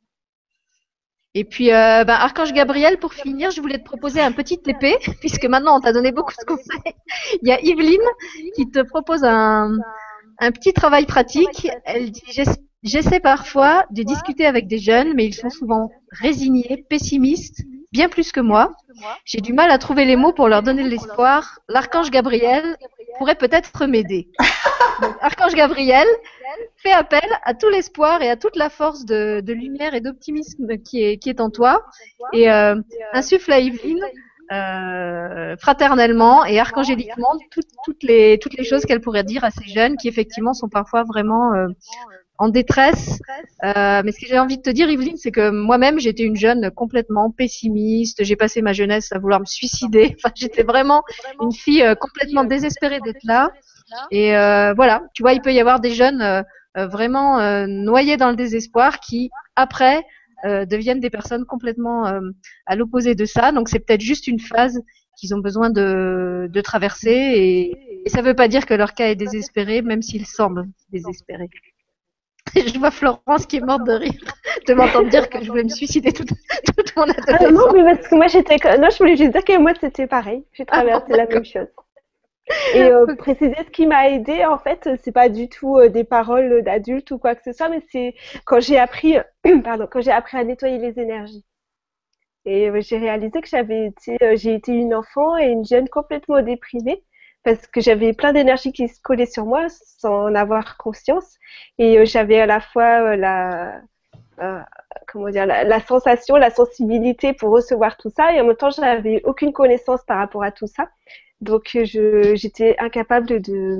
Et puis, euh, ben, Archange Gabriel, pour finir, je voulais te proposer un petit T P, puisque maintenant on t'a donné beaucoup de conseils. Il y a Yveline qui te propose un, un petit travail pratique. Elle dit, j'ess- j'essaie parfois de discuter avec des jeunes, mais ils sont souvent résignés, pessimistes, bien plus que moi. J'ai du mal à trouver les mots pour leur donner de l'espoir. L'Archange Gabriel pourrait peut-être m'aider. Donc, Archange Gabriel, fais appel à tout l'espoir et à toute la force de, de lumière et d'optimisme qui est, qui est en toi et euh, insuffle à Yveline euh, fraternellement et archangéliquement toutes, toutes, les, toutes les choses qu'elle pourrait dire à ces jeunes qui effectivement sont parfois vraiment euh, en détresse. Euh, mais ce que j'ai envie de te dire, Yveline, c'est que moi-même, j'étais une jeune complètement pessimiste. J'ai passé ma jeunesse à vouloir me suicider. Enfin, j'étais vraiment une fille euh, complètement désespérée d'être là. Et euh, voilà, tu vois, il peut y avoir des jeunes euh, euh, vraiment euh, noyés dans le désespoir qui, après, euh, deviennent des personnes complètement euh, à l'opposé de ça. Donc c'est peut-être juste une phase qu'ils ont besoin de, de traverser. Et, et ça ne veut pas dire que leur cas est désespéré, même s'ils semblent désespérés. Je vois Florence qui est morte de rire de m'entendre dire que je voulais me suicider toute, toute mon adolescence. Ah non, mais parce que moi j'étais. Non, je voulais juste dire que moi c'était pareil. J'ai traversé Ah bon, la même chose. Et euh, préciser ce qui m'a aidé, en fait, c'est pas du tout euh, des paroles d'adulte ou quoi que ce soit, mais c'est quand j'ai appris, pardon, quand j'ai appris à nettoyer les énergies. Et euh, j'ai réalisé que j'avais été, euh, j'ai été une enfant et une jeune complètement déprimée parce que j'avais plein d'énergie qui se collait sur moi sans en avoir conscience. Et euh, j'avais à la fois euh, la, euh, comment dire, la, la sensation, la sensibilité pour recevoir tout ça, et en même temps, j'avais aucune connaissance par rapport à tout ça. Donc, je, j'étais incapable de,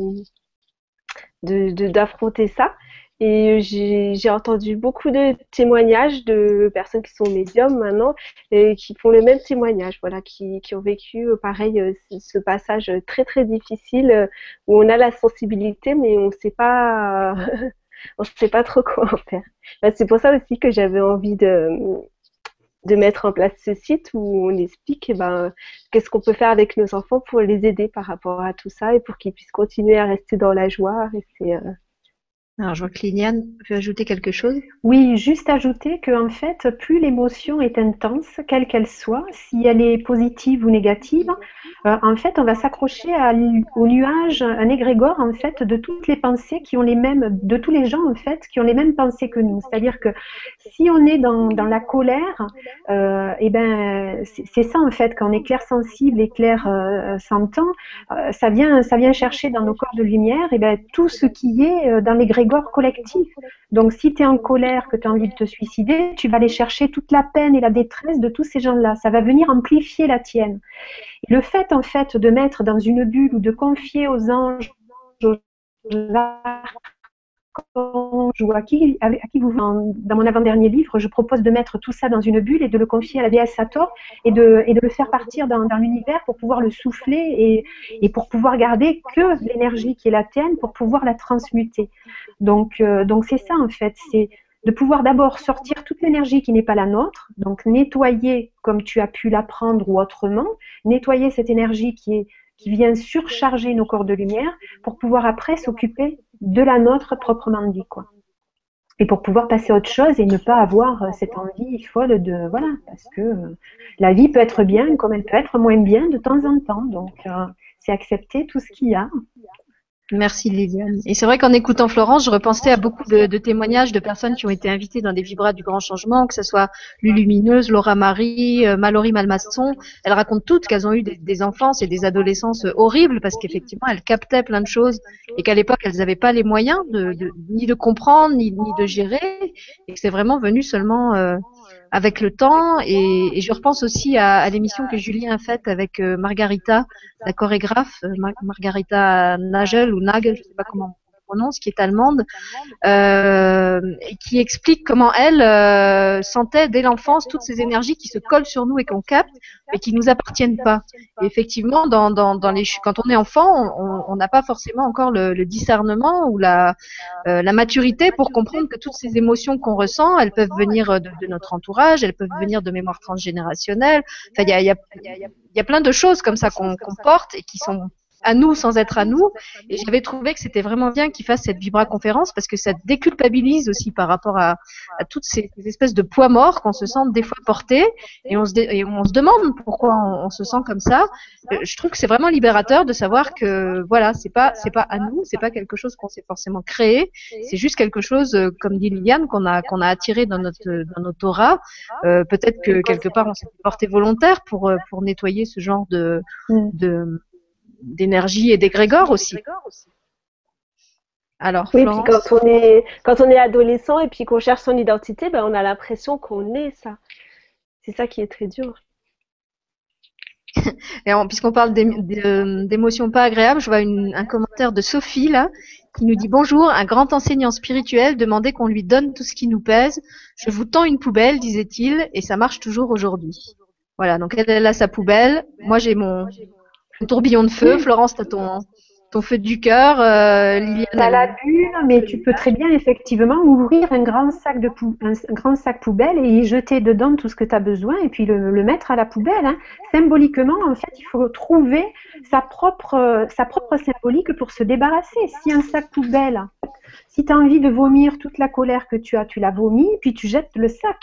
de, de, d'affronter ça. Et j'ai, j'ai entendu beaucoup de témoignages de personnes qui sont médiums maintenant et qui font le même témoignage, voilà, qui, qui ont vécu pareil ce passage très très difficile où on a la sensibilité mais on ne sait pas, on sait pas trop quoi en faire. C'est pour ça aussi que j'avais envie de de mettre en place ce site où on explique eh ben, qu'est-ce qu'on peut faire avec nos enfants pour les aider par rapport à tout ça et pour qu'ils puissent continuer à rester dans la joie, rester, euh, Alors, je vois que Liliane veut ajouter quelque chose. Oui, juste ajouter que en fait, plus l'émotion est intense, quelle qu'elle soit, si elle est positive ou négative, euh, en fait, on va s'accrocher à l- au nuage, un égrégore en fait de toutes les pensées qui ont les mêmes, de tous les gens en fait qui ont les mêmes pensées que nous. C'est-à-dire que si on est dans, dans la colère, euh, et ben c'est c'est ça en fait, quand on est clair sensible et clair euh, sentant, euh, ça vient, ça vient chercher dans nos corps de lumière, et ben tout ce qui est euh, dans l'égrégore collectif. Donc, si tu es en colère, que tu as envie de te suicider, tu vas aller chercher toute la peine et la détresse de tous ces gens-là. Ça va venir amplifier la tienne. Et le fait, en fait, de mettre dans une bulle ou de confier aux anges, aux archanges ou à qui, à qui vous dans, dans mon avant-dernier livre, je propose de mettre tout ça dans une bulle et de le confier à la déesse Sator et de, et de le faire partir dans, dans l'univers pour pouvoir le souffler et, et pour pouvoir garder que l'énergie qui est la tienne pour pouvoir la transmuter. Donc, euh, donc c'est ça en fait, c'est de pouvoir d'abord sortir toute l'énergie qui n'est pas la nôtre, donc nettoyer comme tu as pu l'apprendre ou autrement, nettoyer cette énergie qui est qui vient surcharger nos corps de lumière pour pouvoir après s'occuper de la nôtre proprement dit, quoi. Et pour pouvoir passer à autre chose et ne pas avoir cette envie folle de, voilà, parce que euh, la vie peut être bien comme elle peut être moins bien de temps en temps. Donc, euh, c'est accepter tout ce qu'il y a. Merci Liliane. Et c'est vrai qu'en écoutant Florence, je repensais à beaucoup de, de témoignages de personnes qui ont été invitées dans des vibras du grand changement, que ce soit Lulumineuse, Laura Marie, euh, Mallory Malmasson. Elles racontent toutes qu'elles ont eu des, des enfances et des adolescences horribles parce qu'effectivement, elles captaient plein de choses et qu'à l'époque, elles n'avaient pas les moyens de, de, ni de comprendre, ni, ni de gérer et que c'est vraiment venu seulement euh, avec le temps. Et, et je repense aussi à, à l'émission que Julien a faite avec euh, Margarita, la chorégraphe, euh, Mar- Margarita Nagel ou Nagel, je ne sais pas comment on prononce, qui est allemande, euh, et qui explique comment elle euh, sentait dès l'enfance toutes ces énergies qui se collent sur nous et qu'on capte, mais qui nous appartiennent pas. Et effectivement, dans, dans, dans les, quand on est enfant, on on n'a pas forcément encore le, le discernement ou la, euh, la maturité pour comprendre que toutes ces émotions qu'on ressent, elles peuvent venir de, de notre entourage, elles peuvent venir de mémoires transgénérationnelles. Enfin, il y a, il y a, il y a plein de choses comme ça qu'on qu'on porte et qui sont à nous sans être à nous. Et j'avais trouvé que c'était vraiment bien qu'ils fassent cette Vibra conférence parce que ça déculpabilise aussi par rapport à, à toutes ces espèces de poids morts qu'on se sent des fois portés et on se, dé- et on se demande pourquoi on, on se sent comme ça. Euh, Je trouve que c'est vraiment libérateur de savoir que voilà, c'est pas c'est pas à nous, c'est pas quelque chose qu'on s'est forcément créé, c'est juste quelque chose, euh, comme dit Liliane, qu'on a qu'on a attiré dans notre dans notre aura. Euh, peut-être que quelque part on s'est porté volontaire pour euh, pour nettoyer ce genre de Mm. de d'énergie et d'égrégore aussi. Alors, Oui, puis Florence. quand on est quand on est adolescent et puis qu'on cherche son identité, ben on a l'impression qu'on est ça. C'est ça qui est très dur. Et en- puisqu'on parle d'ém- d'é- d'émotions pas agréables, je vois une- un commentaire de Sophie là qui nous dit bonjour, un grand enseignant spirituel demandait qu'on lui donne tout ce qui nous pèse. Je vous tends une poubelle, disait-il, et ça marche toujours aujourd'hui. Voilà, donc elle, elle a sa poubelle. Moi, j'ai mon, mon tourbillon de feu. Florence, t'as ton, ton feu du cœur. Euh, Liliane, T'as elle- la bulle, mais tu peux très bien effectivement ouvrir un grand sac de pou- un, un grand sac poubelle et y jeter dedans tout ce que tu as besoin et puis le, le mettre à la poubelle, hein. Symboliquement, en fait, il faut trouver sa propre, sa propre symbolique pour se débarrasser. Si un sac poubelle, si tu as envie de vomir toute la colère que tu as, tu la vomis, puis tu jettes le sac.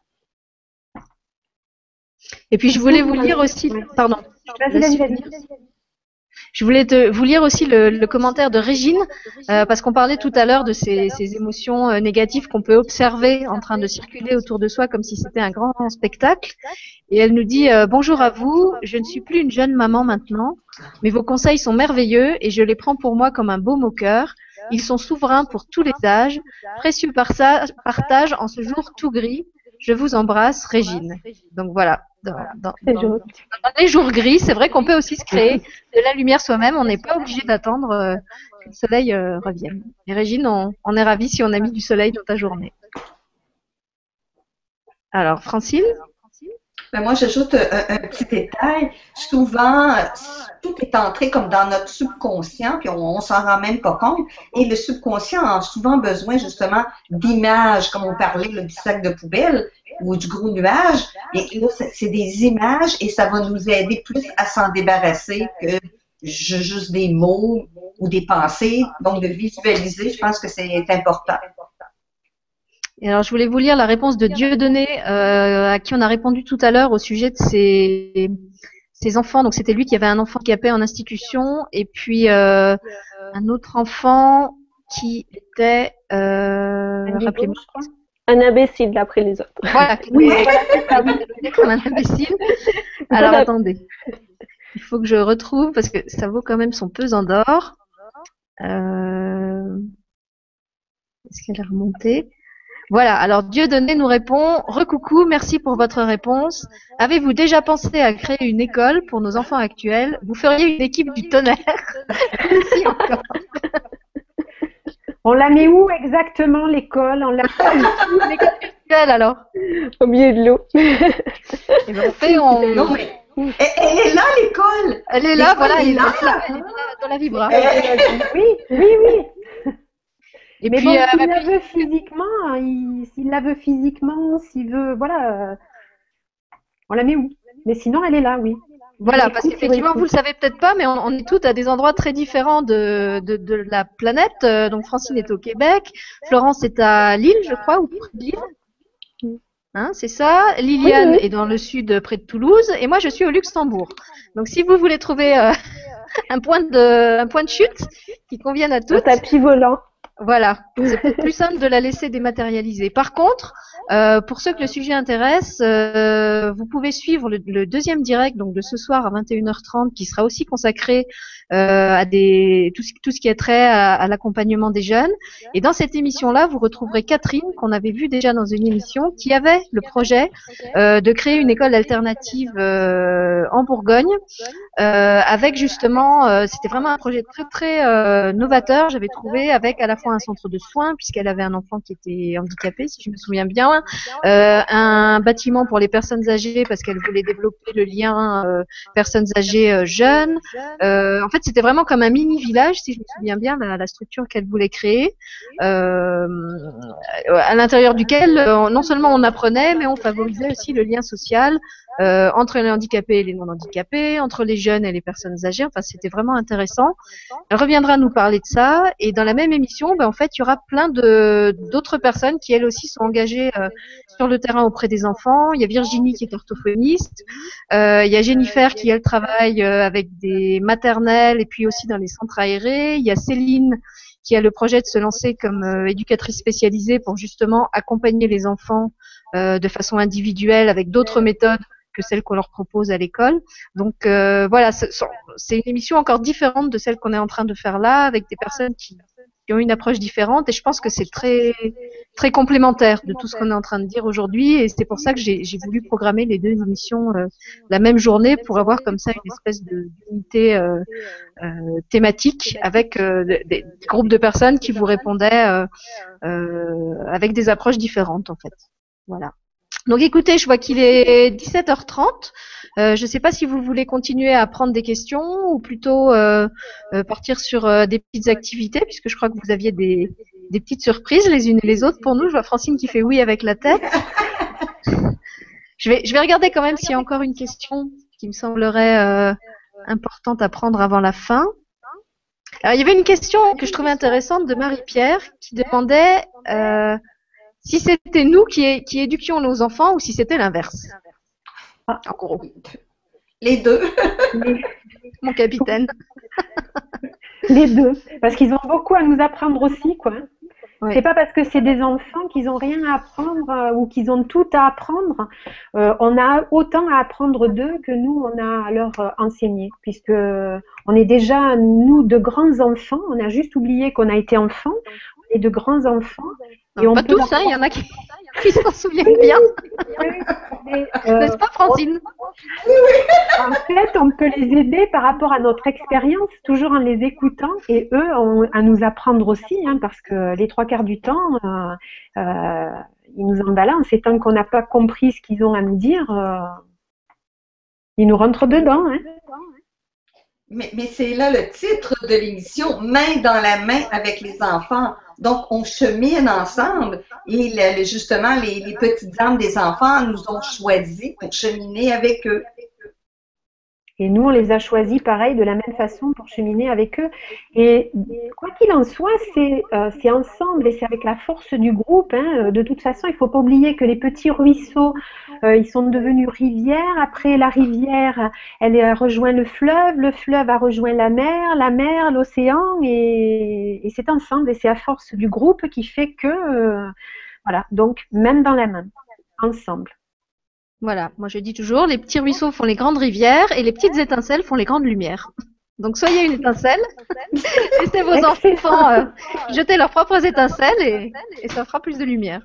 Et puis je voulais vous lire aussi, Ouais. pardon. Vas-y, vas-y, vas-y. Je voulais te, vous lire aussi le, le commentaire de Régine, euh, parce qu'on parlait tout à l'heure de ces, ces émotions euh, négatives qu'on peut observer en train de circuler autour de soi comme si c'était un grand spectacle. Et elle nous dit euh, bonjour à vous, je ne suis plus une jeune maman maintenant, mais vos conseils sont merveilleux et je les prends pour moi comme un baume au cœur. Ils sont souverains pour tous les âges, précieux parsa- partage en ce jour tout gris. Je vous embrasse, Régine. Donc voilà. Dans, dans, C'est dans- joli. dans les jours gris, c'est vrai qu'on peut aussi se créer de la lumière soi-même. On n'est pas obligé d'attendre euh, que le soleil euh, revienne. Et Régine, on, on est ravis si on a mis du soleil dans ta journée. Alors, Francine? Ben moi, j'ajoute un, un petit détail. Souvent, euh, tout est entré comme dans notre subconscient, puis on, on s'en rend même pas compte. Et le subconscient a souvent besoin justement d'images, comme on parlait là, du sac de poubelle ou du gros nuage. Et là, c'est c'est des images et ça va nous aider plus à s'en débarrasser que ju- juste des mots ou des pensées. Donc, de visualiser, je pense que c'est important. Et alors, je voulais vous lire la réponse de Dieudonné, euh, à qui on a répondu tout à l'heure au sujet de ses, ses enfants. Donc, c'était lui qui avait un enfant handicapé en institution, et puis euh, un autre enfant qui était, euh, Un rappelez-moi, je crois. Un imbécile d'après les autres. voilà, qui Oui, était voilà, c'est ça, oui. considéré comme un imbécile. Alors, attendez, il faut que je retrouve, parce que ça vaut quand même son pesant d'or. Euh, Est-ce qu'elle est remontée? Voilà, alors Dieudonné nous répond « Recoucou, merci pour votre réponse. Avez-vous déjà pensé à créer une école pour nos enfants actuels? Vous feriez une équipe du tonnerre. » Merci encore. On la met où exactement, l'école? On la Une école virtuelle alors. Au milieu de l'eau. Et ben, on fait, on... Non, mais elle, elle est là, l'école! Elle est là, L'école voilà, est elle est là. là, elle est dans la, dans la vibra. Oui, oui, oui. Et Mais puis, bon, euh, s'il bah, la puis- veut physiquement, il- s'il la veut physiquement, s'il veut, voilà, euh, on la met où? Mais sinon, elle est là, oui. voilà, Écoute parce sur qu'effectivement, écoute. vous le savez peut-être pas, mais on, on est toutes à des endroits très différents de, de, de la planète. Euh, Donc, Francine est au Québec, Florence est à Lille, je crois, ou près de Lille. Hein, c'est ça. Liliane Oui, oui. est dans le sud, euh, près de Toulouse, et moi, je suis au Luxembourg. Donc, si vous voulez trouver euh, un point de, un point de chute qui convienne à Un toutes, tapis volant. voilà, c'est peut-être plus simple de la laisser dématérialiser. Par contre, euh, pour ceux que le sujet intéresse, euh, vous pouvez suivre le, le deuxième direct, donc de ce soir à vingt et une heures trente, qui sera aussi consacré euh, à des tout ce, tout ce qui est trait à, à l'accompagnement des jeunes. Et dans cette émission-là, vous retrouverez Catherine, qu'on avait vue déjà dans une émission, qui avait le projet euh, de créer une école alternative euh, en Bourgogne, euh, avec justement, euh, c'était vraiment un projet très très euh, novateur, j'avais trouvé, avec à la fois un centre de soins, puisqu'elle avait un enfant qui était handicapé, si je me souviens bien, euh, un bâtiment pour les personnes âgées, parce qu'elle voulait développer le lien euh, personnes âgées euh, jeunes. Euh, en fait, c'était vraiment comme un mini-village, si je me souviens bien, la, la structure qu'elle voulait créer, euh, à l'intérieur duquel euh, non seulement on apprenait, mais on favorisait aussi le lien social euh, entre les handicapés et les non-handicapés, entre les jeunes et les personnes âgées. Enfin, c'était vraiment intéressant. Elle reviendra nous parler de ça. Et dans la même émission, ben, en fait, il y aura plein de d'autres personnes qui, elles aussi, sont engagées euh, sur le terrain auprès des enfants. Il y a Virginie qui est orthophoniste. Euh, il y a Jennifer qui, elle, travaille euh, avec des maternelles et puis aussi dans les centres aérés. Il y a Céline qui a le projet de se lancer comme euh, éducatrice spécialisée pour justement accompagner les enfants euh, de façon individuelle avec d'autres méthodes que celles qu'on leur propose à l'école. Donc euh, voilà, c'est c'est une émission encore différente de celle qu'on est en train de faire là, avec des personnes qui, qui ont une approche différente. Et je pense que c'est très très complémentaire de tout ce qu'on est en train de dire aujourd'hui. Et c'est pour ça que j'ai j'ai voulu programmer les deux émissions euh, la même journée pour avoir comme ça une espèce de d'unité euh, euh, thématique avec euh, des, des groupes de personnes qui vous répondaient euh, euh, avec des approches différentes en fait. Voilà. Donc écoutez, je vois qu'il est dix-sept heures trente. Euh, je ne sais pas si vous voulez continuer à prendre des questions ou plutôt euh, euh, partir sur euh, des petites activités, puisque je crois que vous aviez des, des petites surprises les unes et les autres pour nous. Je vois Francine qui fait oui avec la tête. Je vais, je vais regarder quand même s'il y a encore une question qui me semblerait euh, importante à prendre avant la fin. Alors il y avait une question que je trouvais intéressante de Marie-Pierre qui demandait euh, si c'était nous qui, qui éduquions nos enfants ou si c'était l'inverse. Ah. En gros. Les deux. Les, Mon capitaine. les deux. Parce qu'ils ont beaucoup à nous apprendre aussi, quoi. Ouais. C'est pas parce que c'est des enfants qu'ils ont rien à apprendre euh, ou qu'ils ont tout à apprendre. Euh, on a autant à apprendre d'eux que nous, on a à leur euh, enseigner. Puisque on est déjà, nous, de grands enfants. On a juste oublié qu'on a été enfants. On est de grands enfants. Non, Et on pas peut tous, leur hein, il y en a qui, qui s'en souviennent bien. Mais, euh, N'est-ce pas, Francine? en fait, on peut les aider par rapport à notre expérience, toujours en les écoutant, et eux ont à nous apprendre aussi, hein, parce que les trois quarts du temps, euh, euh, ils nous en balancent. Et tant qu'on n'a pas compris ce qu'ils ont à nous dire, euh, Il nous rentre dedans, hein. Mais, mais c'est là le titre de l'émission, Main dans la main avec les enfants. Donc, on chemine ensemble et le- justement, les, les petites âmes des enfants nous ont choisis pour cheminer avec eux. Et nous, on les a choisis pareil, de la même façon pour cheminer avec eux. Et quoi qu'il en soit, c'est euh, c'est ensemble et c'est avec la force du groupe, hein. De toute façon, il ne faut pas oublier que les petits ruisseaux, euh, ils sont devenus rivières. Après, la rivière, elle a rejoint le fleuve. Le fleuve a rejoint la mer, la mer, l'océan. Et, et c'est ensemble et c'est à force du groupe qui fait que, euh, voilà, donc même dans la main, ensemble. Voilà, moi je dis toujours, les petits ruisseaux font les grandes rivières et les petites étincelles font les grandes lumières. Donc soyez une étincelle, laissez vos enfants euh, jeter leurs propres étincelles et, et ça fera plus de lumière.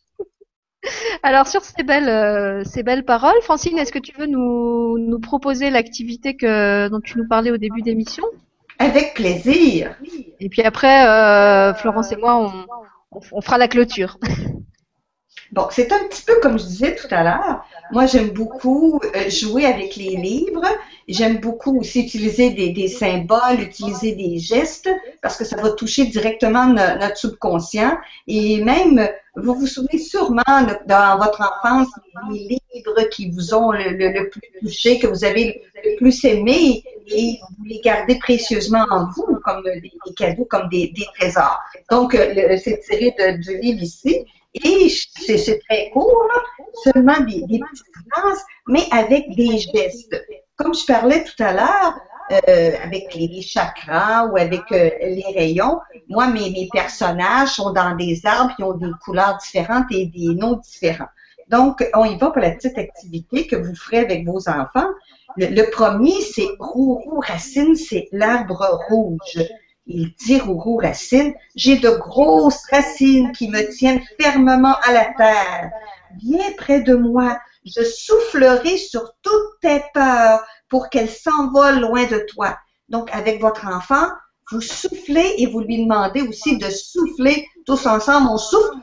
Alors sur ces belles, euh, ces belles paroles, Francine, est-ce que tu veux nous, nous proposer l'activité que dont tu nous parlais au début d'émission? Avec plaisir. Et puis après, euh, Florence et moi, on, on, on fera la clôture. Bon, c'est un petit peu comme je disais tout à l'heure. Moi, j'aime beaucoup euh, jouer avec les livres. J'aime beaucoup aussi utiliser des, des symboles, utiliser des gestes, parce que ça va toucher directement no- notre subconscient. Et même, vous vous souvenez sûrement de- dans votre enfance des livres qui vous ont le, le- le plus touché, que vous avez le plus aimé, et vous les gardez précieusement en vous, comme des, des cadeaux, comme des, des trésors. Donc, euh, le- c'est tiré de- du livre ici. Et c'est c'est très court, là, seulement des, des petites phrases, mais avec des gestes. Comme je parlais tout à l'heure, euh, avec les, les chakras ou avec euh, les rayons, moi, mes, mes personnages sont dans des arbres qui ont des couleurs différentes et des noms différents. Donc, on y va pour la petite activité que vous ferez avec vos enfants. Le, le premier, c'est Rourou Racine, c'est l'arbre rouge. Il dit Rourou Racine, j'ai de grosses racines qui me tiennent fermement à la terre. Viens près de moi, je soufflerai sur toutes tes peurs pour qu'elles s'envolent loin de toi. Donc, avec votre enfant, vous soufflez et vous lui demandez aussi de souffler tous ensemble. On souffle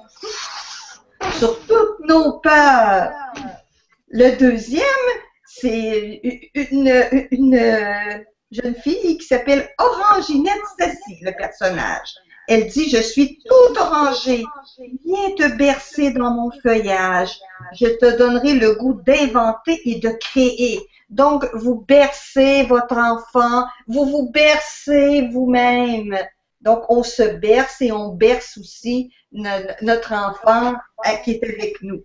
sur toutes nos peurs. Le deuxième, c'est une, une, une jeune fille qui s'appelle Oranginette Sassy, le personnage. Elle dit, je suis toute orangée. Viens te bercer dans mon feuillage. Je te donnerai le goût d'inventer et de créer. Donc, vous bercez votre enfant, vous vous bercez vous-même. Donc, on se berce et on berce aussi no- notre enfant euh, qui est avec nous.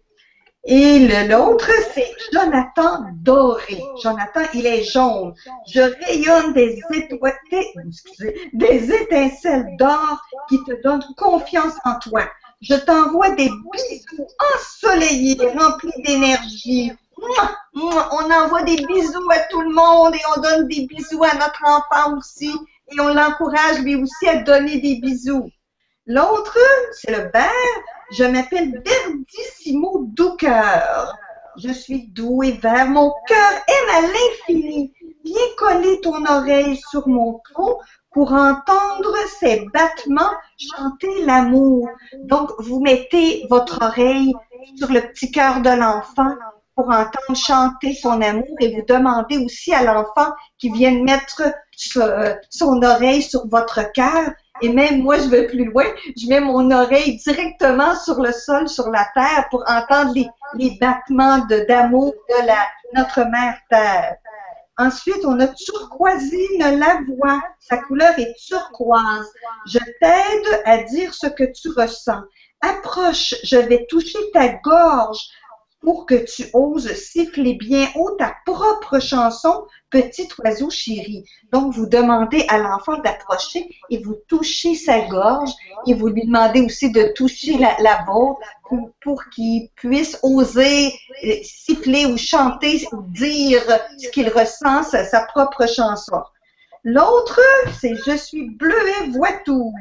Et le- l'autre, c'est Jonathan Doré. Jonathan, il est jaune. Je rayonne des étoiles, excusez, des étincelles d'or qui te donnent confiance en toi. Je t'envoie des bisous ensoleillés, remplis d'énergie. Mouah, mouah. On envoie des bisous à tout le monde et on donne des bisous à notre enfant aussi. Et on l'encourage lui aussi à donner des bisous. L'autre, c'est le vert. Je m'appelle Verdissimo Doucœur. Je suis doux et vert. Mon cœur aime à l'infini. Viens coller ton oreille sur mon tronc pour entendre ses battements chanter l'amour. Donc, vous mettez votre oreille sur le petit cœur de l'enfant pour entendre chanter son amour et vous demandez aussi à l'enfant qui vienne mettre ce- son oreille sur votre cœur. Et même moi, je vais plus loin, je mets mon oreille directement sur le sol, sur la terre, pour entendre les, les battements de- d'amour de la, notre mère terre. Ensuite, on a Turquoisine Lavoie. Sa couleur est turquoise. Je t'aide à dire ce que tu ressens. Approche, je vais toucher ta gorge pour que tu oses siffler bien haut ta propre chanson, Petit oiseau chéri. Donc, vous demandez à l'enfant d'approcher et vous touchez sa gorge et vous lui demandez aussi de toucher la, la vôtre pour, pour qu'il puisse oser euh, siffler ou chanter ou dire ce qu'il ressent, sa, sa propre chanson. L'autre, c'est Je suis bleuet, vois tout.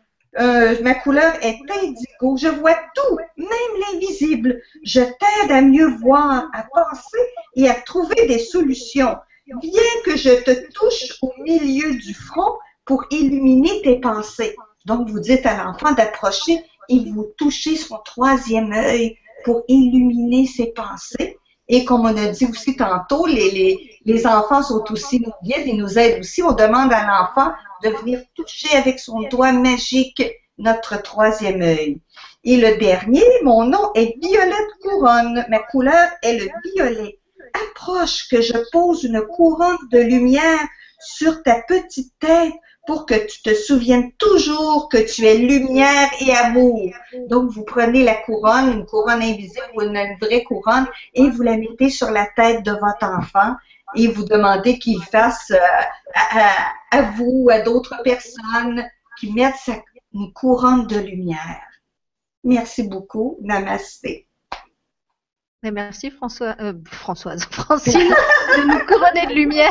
Euh, ma couleur est indigo. Je vois tout, même l'invisible. Je t'aide à mieux voir, à penser et à trouver des solutions. Viens que je te touche au milieu du front pour illuminer tes pensées. Donc, vous dites à l'enfant d'approcher et vous touchez son troisième œil pour illuminer ses pensées. Et comme on a dit aussi tantôt, les, les, les enfants sont aussi nos guides et nous aident aussi. On demande à l'enfant de venir toucher avec son doigt magique notre troisième œil. Et le dernier, mon nom est Violette Couronne. Ma couleur est le violet. Approche que je pose une couronne de lumière sur ta petite tête pour que tu te souviennes toujours que tu es lumière et amour. Donc, vous prenez la couronne, une couronne invisible ou une, une vraie couronne, et vous la mettez sur la tête de votre enfant et vous demandez qu'il fasse euh, à, à, à vous, à d'autres personnes, qui mettent sa, une couronne de lumière. Merci beaucoup. Namasté. Et merci François, euh, Françoise, Francine, de nous couronner de lumière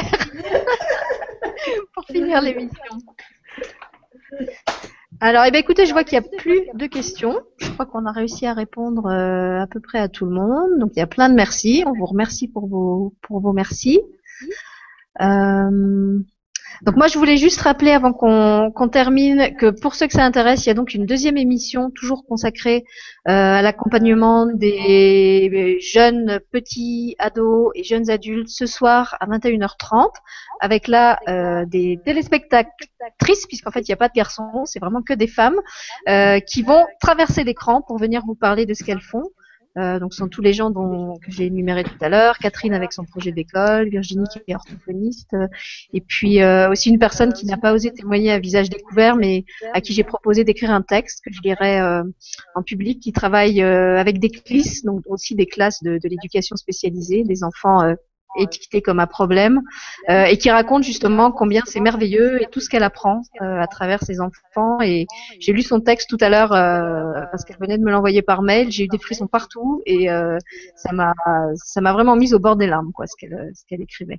pour finir l'émission. Alors, eh bien, écoutez, je vois qu'il n'y a plus de questions. Je crois qu'on a réussi à répondre euh, à peu près à tout le monde. Donc, il y a plein de merci. On vous remercie pour vos, pour vos merci. Euh, donc, moi, je voulais juste rappeler avant qu'on qu'on termine que pour ceux que ça intéresse, il y a donc une deuxième émission toujours consacrée euh, à l'accompagnement des jeunes petits ados et jeunes adultes ce soir à vingt et une heures trente avec là euh, des téléspectatrices, puisqu'en fait il n'y a pas de garçons, c'est vraiment que des femmes euh, qui vont traverser l'écran pour venir vous parler de ce qu'elles font. Euh, donc ce sont tous les gens dont, que j'ai énumérés tout à l'heure, Catherine avec son projet d'école, Virginie qui est orthophoniste, euh, et puis euh, aussi une personne qui n'a pas osé témoigner à visage découvert, mais à qui j'ai proposé d'écrire un texte que je lirai euh, en public, qui travaille euh, avec des C L I S, donc aussi des classes de, de l'éducation spécialisée, des enfants euh, étiquetés comme à problème, euh, et qui raconte justement combien c'est merveilleux et tout ce qu'elle apprend euh, à travers ses enfants. Et j'ai lu son texte tout à l'heure euh, parce qu'elle venait de me l'envoyer par mail. J'ai eu des frissons partout et euh, ça m'a ça m'a vraiment mise au bord des larmes, quoi, ce qu'elle ce qu'elle écrivait.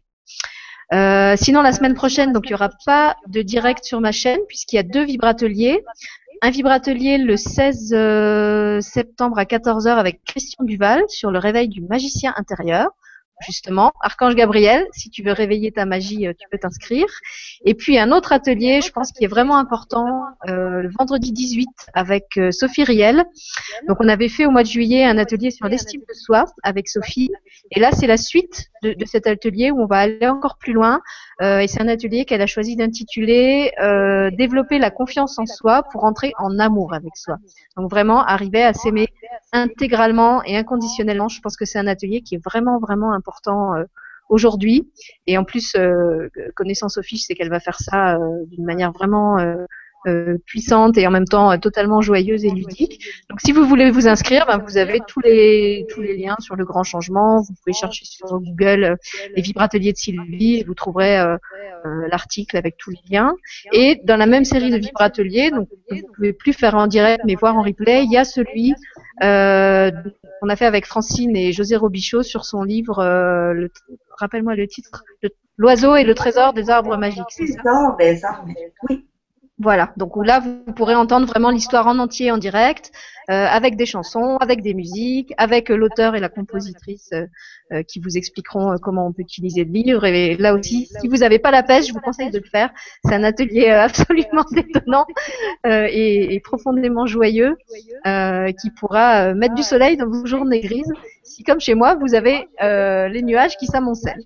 Euh, sinon, la semaine prochaine, donc il y aura pas de direct sur ma chaîne puisqu'il y a deux vibrateliers. Un vibratelier le seize septembre à quatorze heures avec Christian Duval sur le réveil du magicien intérieur. Justement, Archange Gabriel, si tu veux réveiller ta magie, tu peux t'inscrire. Et puis un autre atelier, je pense qui est vraiment important, euh, le vendredi dix-huit avec euh, Sophie Riel. Donc on avait fait au mois de juillet un atelier sur l'estime de soi avec Sophie. Et là, c'est la suite de, de cet atelier où on va aller encore plus loin. Euh, et c'est un atelier qu'elle a choisi d'intituler euh, Développer la confiance en soi pour entrer en amour avec soi. Donc vraiment arriver à s'aimer intégralement et inconditionnellement. Je pense que c'est un atelier qui est vraiment, vraiment important euh, aujourd'hui. Et en plus, euh, connaissant Sophie, je sais qu'elle va faire ça euh, d'une manière vraiment euh, euh, puissante et en même temps euh, totalement joyeuse et ludique. Donc si vous voulez vous inscrire, ben, vous avez tous les tous les liens sur le grand changement. Vous pouvez chercher sur Google euh, les vibrateliers de Sylvie et vous trouverez euh, euh, l'article avec tous les liens. Et dans la même série de vibrateliers, donc vous pouvez plus faire en direct mais voir en replay, il y a celui euh, qu'on a fait avec Francine et José Robichaud sur son livre, euh, le, rappelle-moi le titre, le, L'oiseau et le trésor des arbres magiques. Le trésor des arbres magiques, oui. Voilà, donc là vous pourrez entendre vraiment l'histoire en entier en direct, euh, avec des chansons, avec des musiques, avec euh, l'auteur et la compositrice euh, euh, qui vous expliqueront euh, comment on peut utiliser le livre. Et là aussi, si vous n'avez pas la pêche, je vous conseille de le faire. C'est un atelier euh, absolument détonnant euh, et, et profondément joyeux euh, qui pourra euh, mettre du soleil dans vos journées grises. Si comme chez moi, vous avez euh, les nuages qui s'amoncellent.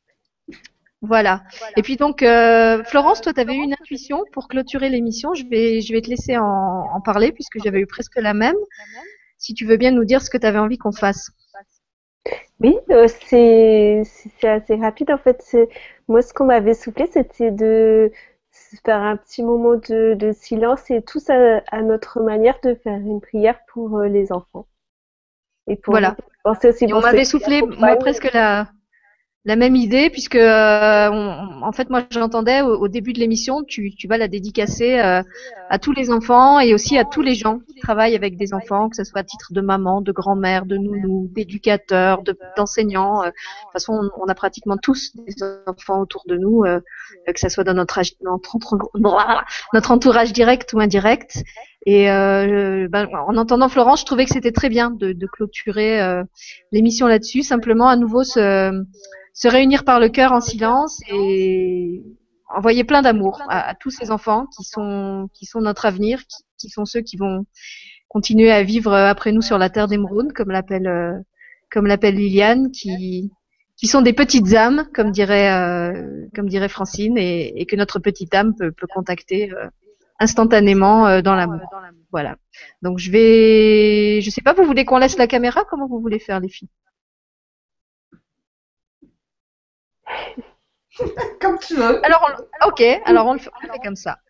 Voilà. Et puis donc, euh, Florence, toi, tu avais eu une intuition pour clôturer l'émission. Je vais, je vais te laisser en, en parler puisque j'avais eu presque la même. Si tu veux bien nous dire ce que tu avais envie qu'on fasse. Oui, euh, c'est c'est assez rapide en fait. Moi, ce qu'on m'avait soufflé, c'était de faire un petit moment de, de silence et tous à, à notre manière de faire une prière pour euh, les enfants. Et pour voilà. Penser aussi et on m'avait soufflé, moi, presque la... La même idée, puisque euh, on, en fait moi j'entendais au, au début de l'émission, tu, tu vas la dédicacer euh, à tous les enfants et aussi à tous les gens qui travaillent avec des enfants, que ce soit à titre de maman, de grand-mère, de nounou, d'éducateur, de, d'enseignants. Euh, de toute façon, on, on a pratiquement tous des enfants autour de nous, euh, que ce soit dans notre, notre, notre entourage direct ou indirect. Et euh, ben, en entendant Florence, je trouvais que c'était très bien de, de clôturer euh, l'émission là-dessus, simplement à nouveau se se réunir par le cœur en silence et envoyer plein d'amour à, à tous ces enfants qui sont qui sont notre avenir, qui, qui sont ceux qui vont continuer à vivre après nous sur la terre d'émeraude, comme l'appelle euh, comme l'appelle Liliane, qui qui sont des petites âmes, comme dirait euh, comme dirait Francine, et, et que notre petite âme peut, peut contacter euh, instantanément euh, dans l'amour. Voilà. Donc je vais, je sais pas, vous voulez qu'on laisse la caméra? Comment vous voulez faire, les filles? Comme tu veux. Alors, on, ok. Alors on le fait, on le fait comme ça.